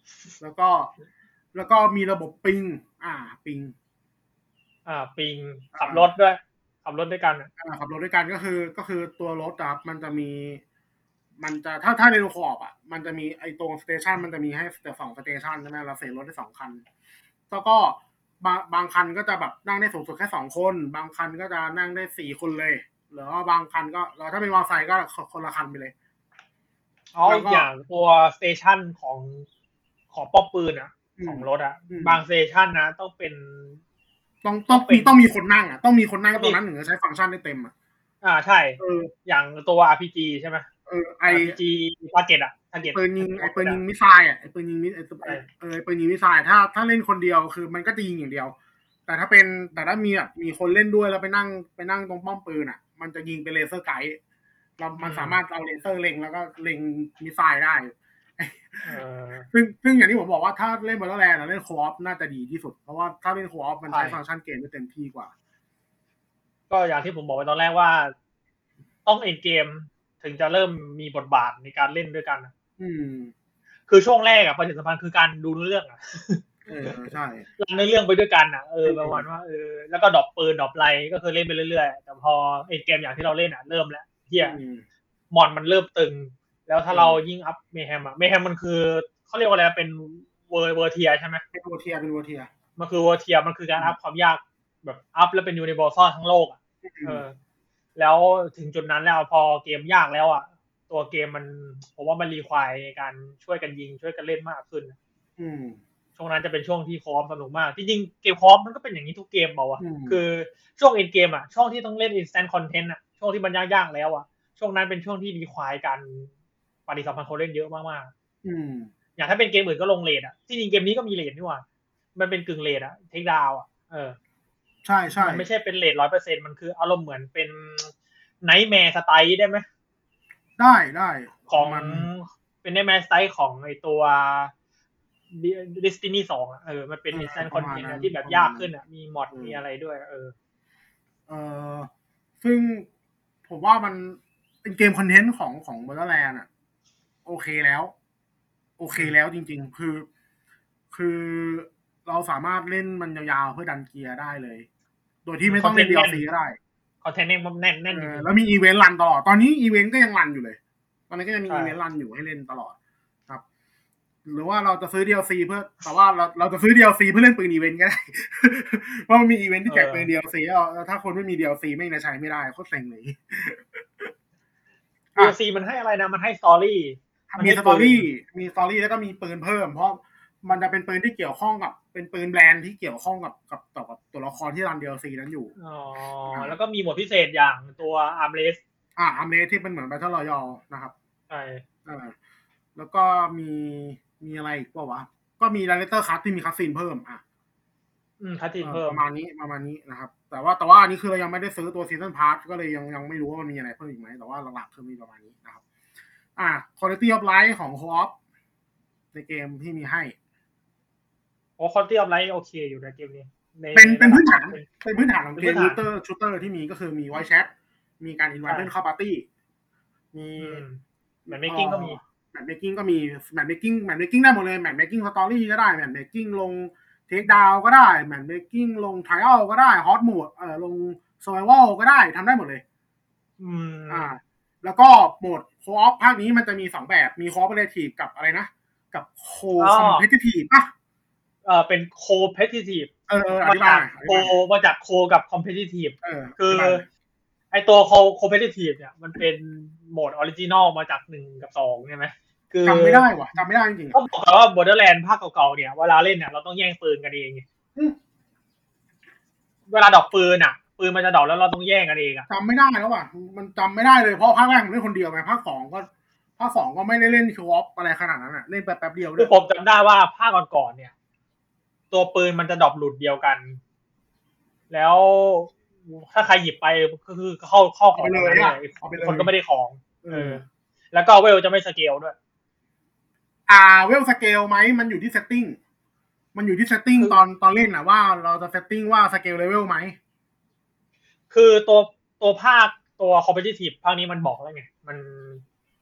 แล้วก็แล้วก็มีระบบปิงอ่าปิงอ่าปิงขับรถด้วยขับรถด้วยกันอ่าขับรถด้วยกันก็คือก็คือตัวรถครับมันจะมี มันจะถ้าถ้าในโลคอปอ่ะมันจะมีไอ้ตรงสเตชันมันจะมีให้แต่สองสเตชันใช่ไหมเราเสร็จรถได้สองคันแล้วก็บางบางคันก็จะแบบนั่งได้สูงสุดแค่สองคนบางคันก็จะนั่งได้สี่คนเลยหรือว่าบางคันก็เราถ้าเป็นมอเตอร์ไซค์ก็คนละคันไปเลยอ๋ออีกอย่างตัวสเตชันของของป้อมปืนอ่ะของรถอ่ะบางสเตชันนะต้องเป็นต้องต้องมีต้องมีคนนั่งอ่ะต้องมีคนนั่งตรงนั้นถึงจะใช้ฟังก์ชันได้เต็มอ่ะอ่าใช่เอออย่างตัว อาร์ พี จี ใช่ไหมเออไออาร์ พี จี ทาร์เก็ตอ่ะทาร์เก็ตปืนยิงไอปืนยิงมิสไซล์อ่ะไอปืนยิงมิสไอเออปืนยิงมิสไซล์ถ้าถ้าเล่นคนเดียวคือมันก็จะยิงอย่างเดียวแต่ถ้าเป็นแต่ถ้ามีแบบมีคนเล่นด้วยแล้วไปนั่งไปนั่งตรงป้อมปืนอ่ะมันจะยิงเป็นเลเซอร์ไกด์เรามันสามารถเอาเลเซอร์เล็งแล้วก็เล็งมิสไซล์ได้ซึ่งซึ่งอย่างที่ผมบอกว่าถ้าเล่นบอลแลนด์เล่นโคออฟน่าจะดีที่สุดเพราะว่าถ้าเล่นโคออฟมันใช้ฟังก์ชันเกมได้เต็มที่กว่าก็อย่างที่ผมบอกไปตอนแรกว่าต้องเอ็นเกมถึงจะเริ่มมีบทบาทในการเล่นด้วยกันอืมคือช่วงแรกอะประเด็นสำคัญคือการดูเรื่องอะเออใช่รันในเรื่องไปด้วยกันอะเออประมาณว่าเออแล้วก็ดรอปปืนดรอปไรก็คือเล่นไปเรื่อยๆแต่พอเอ็นเกมอย่างที่เราเล่นอะเริ่มแล้วเฮียมอนมันเริ่มตึงแล้วถ้าเรายิ่งอัพเมแฮมอะเมแฮมมันคือเขาเรียกว่าอะไรเป็นเวอร์เวอร์เทียใช่ไหมเป็นเวอร์เทียเป็นเวอร์เทียมันคือเวอร์เทียมันคือการอัพความยากแบบอัพแล้วเป็นยูนิเวอร์แซลทั้งโลกอ่ะเออแล้วถึงจุดนั้นแล้วพอเกมยากแล้วอ่ะตัวเกมมันผมว่ามันรีควายในการช่วยกันยิงช่วยกันเล่นมากขึ้นอืมช่วงนั้นจะเป็นช่วงที่คอมสนุกมากจริงๆเกมคอมมันก็เป็นอย่างนี้ทุกเกมบอกว่าคือช่วงเอ็นเกมอ่ะช่วงที่ต้องเล่น instant content อ่ะช่วงที่มันยากๆแล้วอ่ะช่วงนั้นเป็นช่วงที่รีควายการปฏิสัมพันธ์คนเล่นเยอะมากๆอืมอย่างถ้าเป็นเกมอื่นก็ลงเรทอ่ะที่จริงเกมนี้ก็มีเรทนี่หว่ามันเป็นกึ่งเรทอะเทคดาวอะเออใช่ใช่มันไม่ใช่เป็นเรทร้อยเปอร์เซ็นต์มันคืออารมณ์เหมือนเป็นไนท์แมร์สไตล์ได้ไหมได้ได้ของมันเป็นไนท์แมร์สไตล์ของไอตัวดิสตินีสองเออมันเป็นอินสแตนต์คอนเทนต์ที่แบบยากขึ้นอ่ะมีมอดมีอะไรด้วยเออเออซึ่งผมว่ามันเป็นเกมคอนเทนต์ของของเบอร์แลนด์อ่ะโอเคแล้วโอเคแล้วจริงๆคือคือเราสามารถเล่นมันยาวๆเพื่อดันเกียร์ได้เลย โดยที่ไม่ต้องเล่น ดี แอล ซี ก็ได้คอนเทนต์แน่นแน่นแน่นจริงแล้วมีอีเวนต์รันตลอดตอนนี้อีเวนต์ก็ยังรันอยู่เลยตอนนี้ก็ยังมีอีเวนต์รันอยู่ให้เล่นตลอดครับหรือว่าเราจะซื้อ ดี แอล ซี เพื่อแต่ว่าเราเราจะซื้อ ดี แอล ซี เพื่อเล่นปืนอีเวนต์ก็ได้เพราะมันมีอีเวนต์ที่แจกปืน ดี แอล ซี แล้วถ้าคนไม่มี ดี แอล ซี ไม่จะใช้ไม่ได้โคตรเซ็งเลย ดีแอล ซี มันให้อะไรนะมันให้สตอรี่มีสตอรี่มีสตอรี่แล้วก็มีปืนเพิ่มเพราะมันจะเป็นปืนที่เกี่ยวข้องกับเป็นปืนแบรนด์ที่เกี่ยวข้องกับกับต่อกับตัวละครที่รัน ดี แอล ซี นั้นอยู่อ๋อแล้วก็มีโหมดพิเศษอย่างตัว Armrest อ่า Armrest ที่เป็นเหมือน Battle Royale นะครับใช่อ่าแล้วก็มีมีอะไรอีกป่าววะก็มี Director Cut ที่มีคัสซีนเพิ่มอ่ะอืมคัสซีนเพิ่มประมาณนี้ประมาณนี้นะครับแต่ว่าแต่ว่าอันนี้คือเรายังไม่ได้ซื้อตัว Season Pass ก็เลยยังยังไม่รู้ว่ามันมีอะไรเพิ่มอีกไหมแต่ว่าหลักๆคือมีประมาณนี้นะครับอ่า Quality of Life ของ Co-op ในเกมที่มีให้โอ้คอนตี้ออฟไลท์โอเคอยู่ในเกมนี้เป็นเป็นพื้นฐานเป็นพื้นฐานของเกมชูเตอร์ชูเตอร์ที่มีก็คือมีไวท์แชทมีการอินไวท์เพื่อนเข้าปาร์ตี้มีแมทเมคกิ้งก็มีแมทเมคกิ้งก็มีแมทเมคกิ้งแมทเมคกิ้งได้หมดเลยแมทเมคกิ้งสตอรี่ก็ได้แมทเมคกิ้งลงเทคดาวก็ได้แมทเมคกิ้งลงไทรอัลก็ได้ฮอตโหมดเอ่อลงเซอร์ไววัลก็ได้ทำได้หมดเลยอืมอ่าแล้วก็โหมดโคออฟภาคนี้มันจะมีสองแบบมีโคออฟเรทีฟกับอะไรนะกับโคคอมเพทิทีฟป่ะเออเป็นโคเพทิทีฟเอออธิบายโคมาจากโคกับคอมเพทิทีฟคือไอตัวโคโคเพทิทีฟเนี่ยมันเป็นโหมดออริจินอลมาจากหนึ่งกับสองใช่ไหมคือจำไม่ได้ว่ะจำไม่ได้จริงๆเขาบอกว่า Borderlands ภาคเก่าๆเนี่ยเวลาเล่นเนี่ยเราต้องแย่งปืนกันเองเวลาดอกปืนอ่ะปืนมันจะดอกแล้วเราต้องแย่งกันเองอ่ะจำไม่ได้แล้วว่ะมันจำไม่ได้เลยเพราะภาคแรกผมเล่นคนเดียวไงภาคสองก็ภาคสองก็ไม่ได้เล่นคิวออฟอะไรขนาดนั้นอ่ะเล่นแป๊บๆเดียวคือผมจำได้ว่าภาคก่อนๆเนี่ยตัวปืนมันจะดรอปหลุดเดียวกันแล้วถ้าใครหยิบไปก็คือเข้าเข้าของไปเลยคนก็ไม่ได้ของเออแล้วก็เวลจะไม่สเกลด้วยอ่าเวลสเกลไหมมันอยู่ที่เซตติ้งมันอยู่ที่เซตติ้งตอนตอนเล่นนะว่าเราจะเซตติ้งว่าสเกลเลเวลไหมคือตัวตัวภาคตัวคอมเพทิทีฟภาคนี้มันบอกแล้วไงมัน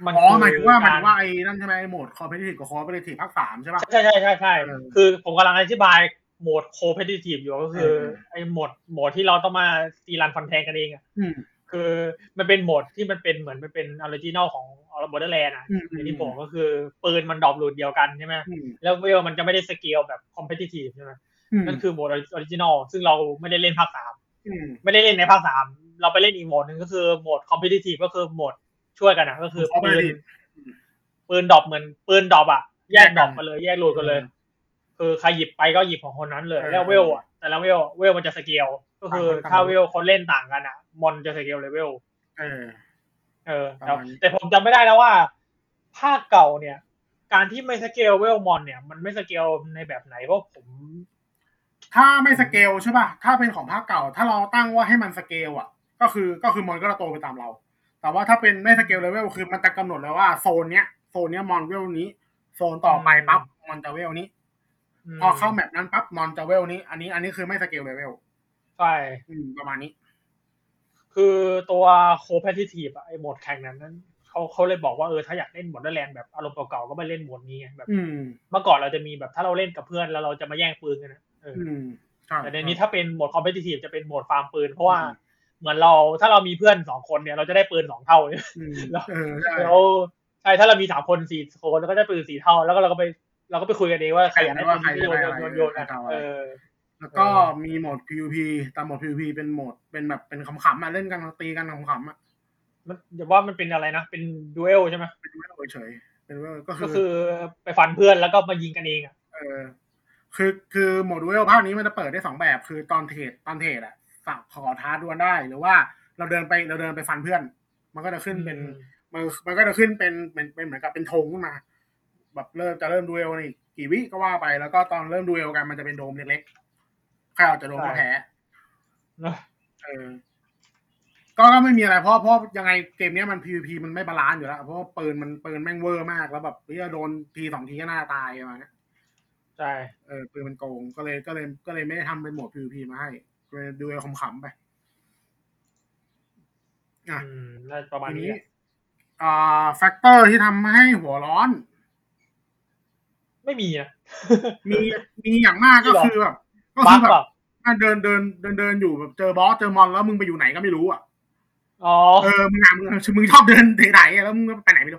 มันอ๋อหมายถึงว่าหมายกาถึรงว่าไอ้นั่นใช่ไหมโหมด competitive กับ cooperative ภาคสามใช่ป่ะใช่ใช่ใช่ใช่เออคือผมกำลังอธิบายโหมด competitive อยู่ก็คือเออไอ้โหมดโหมดที่เราต้องมาตีรันฟันแทงกันเองอ่ะอืมคือมันเป็นโหมดที่มันเป็นเหมือนมันเป็นออริจินอลของ Borderlands อ่ะอืมอย่างที่บอกก็คือปืนมันดรอปรูทเดียวกันใช่ไหมอืมแล้วเวลมันจะไม่ได้สเกลแบบ competitive ใช่ไหมอืมนั่นคือโหมดออริจินอลซึ่งเราไม่ได้เล่นภาคสามอืมไม่ได้เล่นในภาคสามเราไปเล่นอีกโหมดหนึงก็คือโหมด competitive ก็คือโหมดช่วยกันนะก็คือปืน cooperative ปืนดรอปเหมือนปืนดรอปอ่ะแยกดรอปแยกกันกันเลยแยกรูทกันเลย คือใครหยิบไปก็หยิบของคนนั้นเลยเออแล้วเวลอ่ะแต่ละเวลเวลมันจะสเกลก็คือต่างคนต่างถ้าเวลคนเล่นต่างกันอ่ะมอนจะสเกลเลเวลเออเออประแต่มาณนี้แต่ผมจำไม่ได้แล้วว่าภาคเก่าเนี่ย การที่ไม่สเกลเวลมอนเนี่ยมันไม่สเกลในแบบไหนเพราะผมถ้าไม่สเกลใช่ป่ะถ้าเป็นของภาคเก่า ถ้าเราตั้งว่าให้มันสเกลอ่ะ ก็คือก็คือมอนก็จะโตไปตามเรา แต่ว่าถ้าเป็นไม่สเกลเลเวลคือมันจะกำหนดแล้วว่าโซนเนี้ยโซนเนี้ยมอนเวลนี้โซนต่อไปปั๊บมอนจะเวลนี้พอเข้าแมปนั้นปั๊บมอนจะเวลนี้ อันนี้อันนี้คือไม่สเกลเลเวลใช่อืมประมาณนี้คือตัวโคเพทิทีฟไอ้โหมดแข่งนั้นนั้นเขาเขาเลยบอกว่าเออถ้าอยากเล่นโหมดแรนแบบอารมณ์เก่าๆก็ไปเล่นโหมดนี้ไงแบบอืมเมื่อก่อนเราจะมีแบบถ้าเราเล่นกับเพื่อนแล้วเราจะมาแย่งปืนกันนะเอออืมใช่แต่ในนี้ถ้าเป็นโหมดคอมเพทิทีฟจะเป็นโหมดฟาร์มปืนเพราะว่าเหมือนเราถ้าเรามีเพื่อนสองคนเนี่ยเราจะได้ปืนสองเท่าเลยอืมแล้วเออใช่แล้วใช่ถ้าเรามีสามคนสี่คนเราก็ได้ปืนสี่เท่าแล้วก็เราก็ไปเราก็ไปคุยกันเองว่าใครอยากได้ปืนที่โยนโยนโยนโยนกันเออแล้วก็มีโหมด พี วี พี ตามโหมด พี วี พี เป็นโหมดเป็นแบบเป็นขำๆมาเล่นกันตีกันขำๆอ่ะมันอย่าว่ามันเป็นอะไรนะเป็นดูเอลใช่ไหมเป็นดูเอลเฉยๆเป็นดูเอลก็คืก็อคือไปฟันเพื่อนแล้วก็มายิงกันเองอ่ะเออคือคือโหมดดูเอลภาคนี้มันจะเปิดได้สองแบบคือตอนเทรดตอนเทรดอ่ะฝั่งขอท้าดวลได้หรือว่าเราเดินไปเราเดินไปฟันเพื่อน มันก็จะขึ้นเป็นมันมันก็จะขึ้นเป็นเป็นเป็นเหมือนกับเป็นธงขึ้นมาแบบเริ่มจะเริ่มดูเอลในกี่วิก็ว่าไปแล้วก็ตอนเริ่มดูเอลกันมันจะเป็นโดมเล็กๆใครออกจะโดมก็แพ้เออก็ก็ไม่มีอะไรเพราะเพราะยังไงเกมนี้มัน พี วี พี มันไม่บาลานซ์อยู่แล้วเพราะปืนมันปืนแม่งเวอร์มากแล้วแบบพี่จะโดนทีสองทีก็น่าตายประมาณนี้ใช่เออปืนมันโกงก็เลยก็เลยก็เลยไม่ได้ทำเป็นโหมด พี วี พี มาให้เลยดูเอาขำๆไปอ่ะประมาณนี้อ่าแฟกเตอร์ที่ทำให้หัวร้อนไม่มีอ่ะมีมีอย่างมากก็คือแบบก็คือแบบเดินเดินเดินเดินอยู่แบบเจอบอสเจอมอนแล้วมึงไปอยู่ไหนก็ไม่รู้อ่ะอ๋อเออมึงอ่ะมึงมึงชอบเดินไหนแล้วมึงไปไหนไม่รู้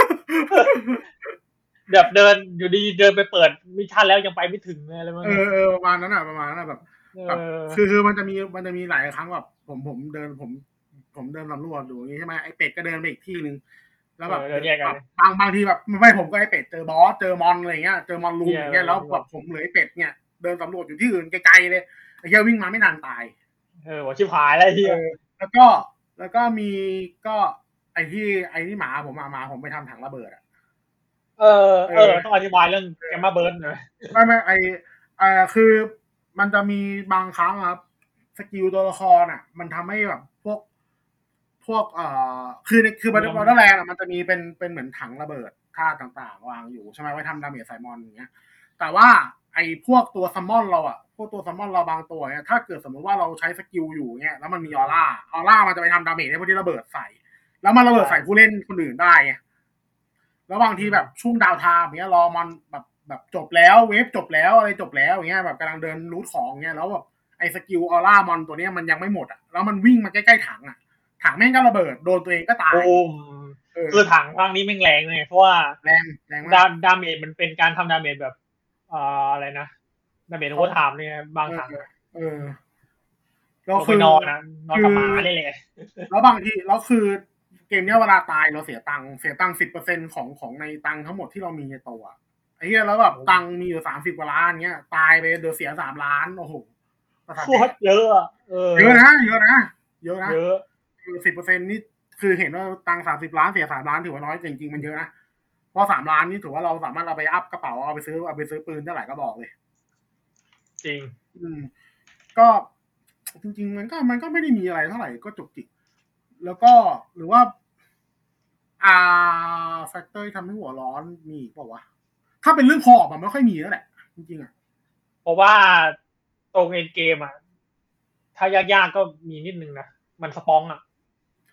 แบบเดินอยู่ดีเดินไปเปิดมิชชั่นแล้วยังไปไม่ถึงอะไรประมาณเออเออประมาณนั้นอ่ะประมาณนั้นแบบแบบคือคือมันจะมีมันจะมีหลายครั้งแบบผมผมเดินผมผมเดินสำรวจอยู่อย่างนี้ใช่ไหมไอ้เป็ดก็เดินไปอีกที่นึงแล้วแบบบางบางทีแบบไม่ผมก็ไอ้เป็ดเจอบอสเจอมอนอะไรเงี้ยเจอมอนลุมอย่างเงี้ยแล้วแบบผมเหลือไอ้เป็ดเนี่ยเดินสำรวจอยู่ที่อื่นไกลๆเลยไอ้เหี้ยวิ่งมาไม่นานตายเออว่าชิบหายแล้วเหี้ยแล้วก็แล้วก็มีก็ไอ้ที่ไอ้ที่หมาผมมามาผมไปทำถังระเบิดอ่ะเออเออต้องอธิบายเรื่องแกมมาเบิร์นหน่อยไม่ไม่ไอ้อ่าคือมันจะมีบางครั้งครับสกิลตัวละครอ่ะมันทำให้แบบพวกพวกเอ่อคือคือบอลบอลแรงอ่ะมันจะมีเป็นเป็นเหมือนถังระเบิดท่าต่างๆวางอยู่ใช่ไหมไว้ทำดาเมจใส่มอนอย่างเงี้ยแต่ว่าไอ้พวกตัวซัมมอนเราอ่ะพวกตัวซัมมอนเราบางตัวเนี่ยถ้าเกิดสมมติว่าเราใช้สกิลอยู่เนี่ยแล้วมันมีออร่าออร่ามันจะไปทำดาเมจให้พวกที่ระเบิดใส่แล้วมันระเบิดใส่ผู้เล่นคนอื่นได้ไงแล้วบางทีแบบช่วงดาวไทม์เงี้ยรอมันแบบแบบจบแล้วเวฟจบแล้วอะไรจบแล้วอย่างเงี้ยแบบกำลังเดินรูทของเงี้ยแล้วแบบไอ้สกิลออร่ามอนตัวเนี้ยมันยังไม่หมดอ่ะแล้วมันวิ่งมาใกล้ๆถังอ่ะถังแม่งก็ระเบิดโดนตัวเองก็ตายคือถังครั้งนี้แม่งแรงเลยเพราะว่าแรงแรงมากดาดาเมจมันเป็นการทำดาเมจแบบเอ่ออะไรนะดาเมจโคตรถามเนี่ยบางถังเออแล้วคือนอนนะนอนกับหมาได้เลยแล้วบางทีแล้วคือเกมเนี้ยเวลาตายเราเสียตังค์เสียตังค์สิบเปอร์เซ็นต์ของของในตังค์ทั้งหมดที่เรามีในตัวไอ้เหี้ยแล้วแบบตังค์มีอยู่สามสิบกว่าล้านเงี้ยตายไปเดี๋ยวเสียสามล้านโอ้โหโคตรเยอะอ่ะเออเยอะนะเยอะนะเยอะนะเยอะคือสิบเปอร์เซ็นต์นี่คือเห็นว่าตังค์สามสิบล้านเสียสามล้านถือว่าน้อยจริงๆมันเยอะนะเพราะสามล้านนี่ถือว่าเราสามารถเอาไปอัพกระเป๋าเอาไปซื้อเอาไปซื้อปืนได้หลายกระบอกเลยจริงอืมก็จริงๆมันก็มันก็ไม่ได้มีอะไรเท่าไหร่ก็จุกจิกแล้วก็หรือว่าอ่าแฟกเตอร์ที่ทำให้หัวร้อนมีอีกเปล่าวะถ้าเป็นเรื่องคอมันไม่ค่อยมีแล้วแหละจริงๆอ่ะเพราะว่าตรงเอ็นเกมอ่ะถ้ายากๆก็มีนิดนึงนะมันสปองอ่ะ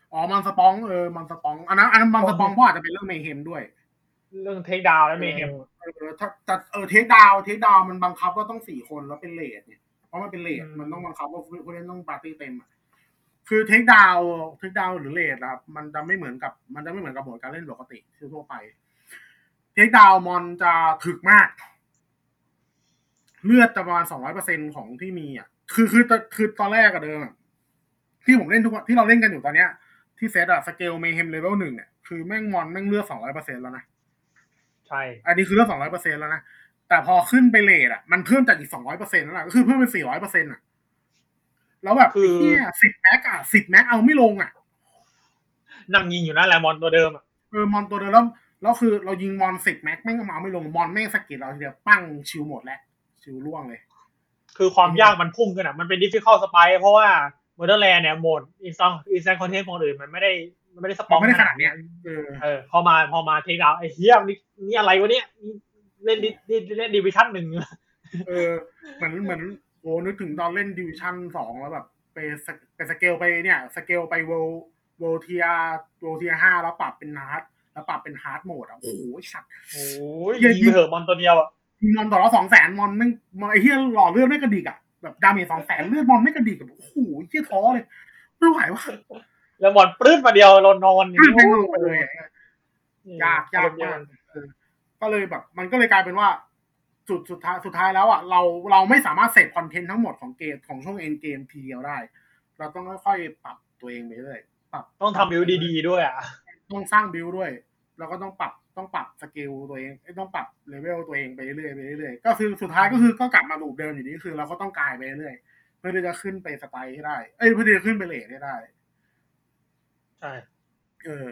อ๋อมอนสปองเออมอนสปองอันนั้นอันนั้นมอนสปองเพราะอาจจะเป็นเรื่องเมเฮมด้วยเรื่องเทคดาวและเมเฮมเออถ้าแต่เออเทคดาวเทคดาวมันบังคับว่าต้องสี่คนแล้วเป็นเลทเนี่ยเพราะมันเป็นเลทมันต้องบังคับว่าผู้เล่นต้องปาร์ตี้เต็มอ่ะคือเทคดาวเทคดาวหรือเลทครับมันจะไม่เหมือนกับมันจะไม่เหมือนกับโหมดการเล่นปกติทั่วไปเทคดาวมอนจะถึกมากเลือดจะประมาณสองร้อยเปอร์เซ็นต์ของที่มีอ่ะคือคือคือตอนแรกอะเดิมที่ผมเล่นทุกที่เราเล่นกันอยู่ตอนเนี้ยที่เซตอะสเกลเมเฮมเลเวลหนึ่งเนี่ยคือแม่งมอนแม่งเลือดสองร้อยเปอร์เซ็นต์แล้วนะใช่อันนี้คือเลือดสองร้อยเปอร์เซ็นต์แล้วนะแต่พอขึ้นไปเลทอ่ะมันเพิ่มจากอีกสองร้อยเปอร์เซ็นต์แล้วนะก็คือเพิ่มเป็นสี่ร้อยเปอร์เซ็นต์อ่ะแล้วแบบคือเนี่ยสิบแม็กอ่ะสิบแม็กเอาไม่ลงอ่ะนั่งยิงอยู่นั่นแหละมอนตัวเดิมอ่ะเออมอนตัวเดิมแล้วแล้วคือเรายิงมอนสิบแม็กแม่งเอาไม่ลงมอนแม่งสกิลเราทีเดียวปั้งชิวหมดแล้วชิวล่วงเลยคือความยากมันพุ่งขึ้นอ่ะมันเป็น difficult spike เพราะว่า Borderlands เนี่ยโหมด instant instant content ของอื่นมันไม่ได้มันไม่ได้สปองขนาดเนี้ยเออเออพอมาพอมาเทคดาวไอ้เหี้ยนี่นี่อะไรวะเนี่ยเล่นเล่นดิวิชั่นหนึ่งเออเหมือนเหมือนโอ้นึกถึงตอนเล่นดิวิชั่นสองแล้วแบบไปไปสเกลไปเนี่ยสเกลไปเวลเวลเทียเวลเทียห้าแล้วปรับเป็นฮาร์ดแล้วปรับเป็นฮาร์ดโหมดอ่ะโอ้โหสัตว์โอ้ยยิงไปเถอะมอนตัวเดียวอ่ะมอนต่อละสองแสนมอนไม่มอนไอ้เหี้ยหล่อเลือดไม่กระดิกอ่ะแบบดาเมจสองแสนเลือดมอนไม่กระดิกแบบโอ้โหเหี้ยท้อเลยไม่ไหววะแล้วมอนปลื้มมาเดียวเรานอนอย่างนี้ลงไปเลยยากยากมากก็เลยแบบมันก็เลยกลายเป็นว่าสุดสุดท้ายสุดท้ายแล้วอ่ะเราเราไม่สามารถเสพคอนเทนต์ทั้งหมดของเกมของช่วงเอ็นเกมทีเดียวได้เราต้องค่อยๆปรับตัวเองไปเรื่อยปรับต้องทำบิวดีๆด้วยอ่ะต้องสร้างบิวด้วยแล้วก็ต้องปรับต้องปรับสกิลตัวเองต้องปรับเลเวลตัวเองไปเรื่อยไปเรื่อยก็คือสุดท้ายก็คือก็กลับมาลูปเดิมอยู่ดีคือเราก็ต้องกลายไปเรื่อยเพื่อที่จะขึ้นไปสไตล์ให้ได้เอ้ยเพื่อที่จะขึ้นไปเลทให้ได้ใช่เออ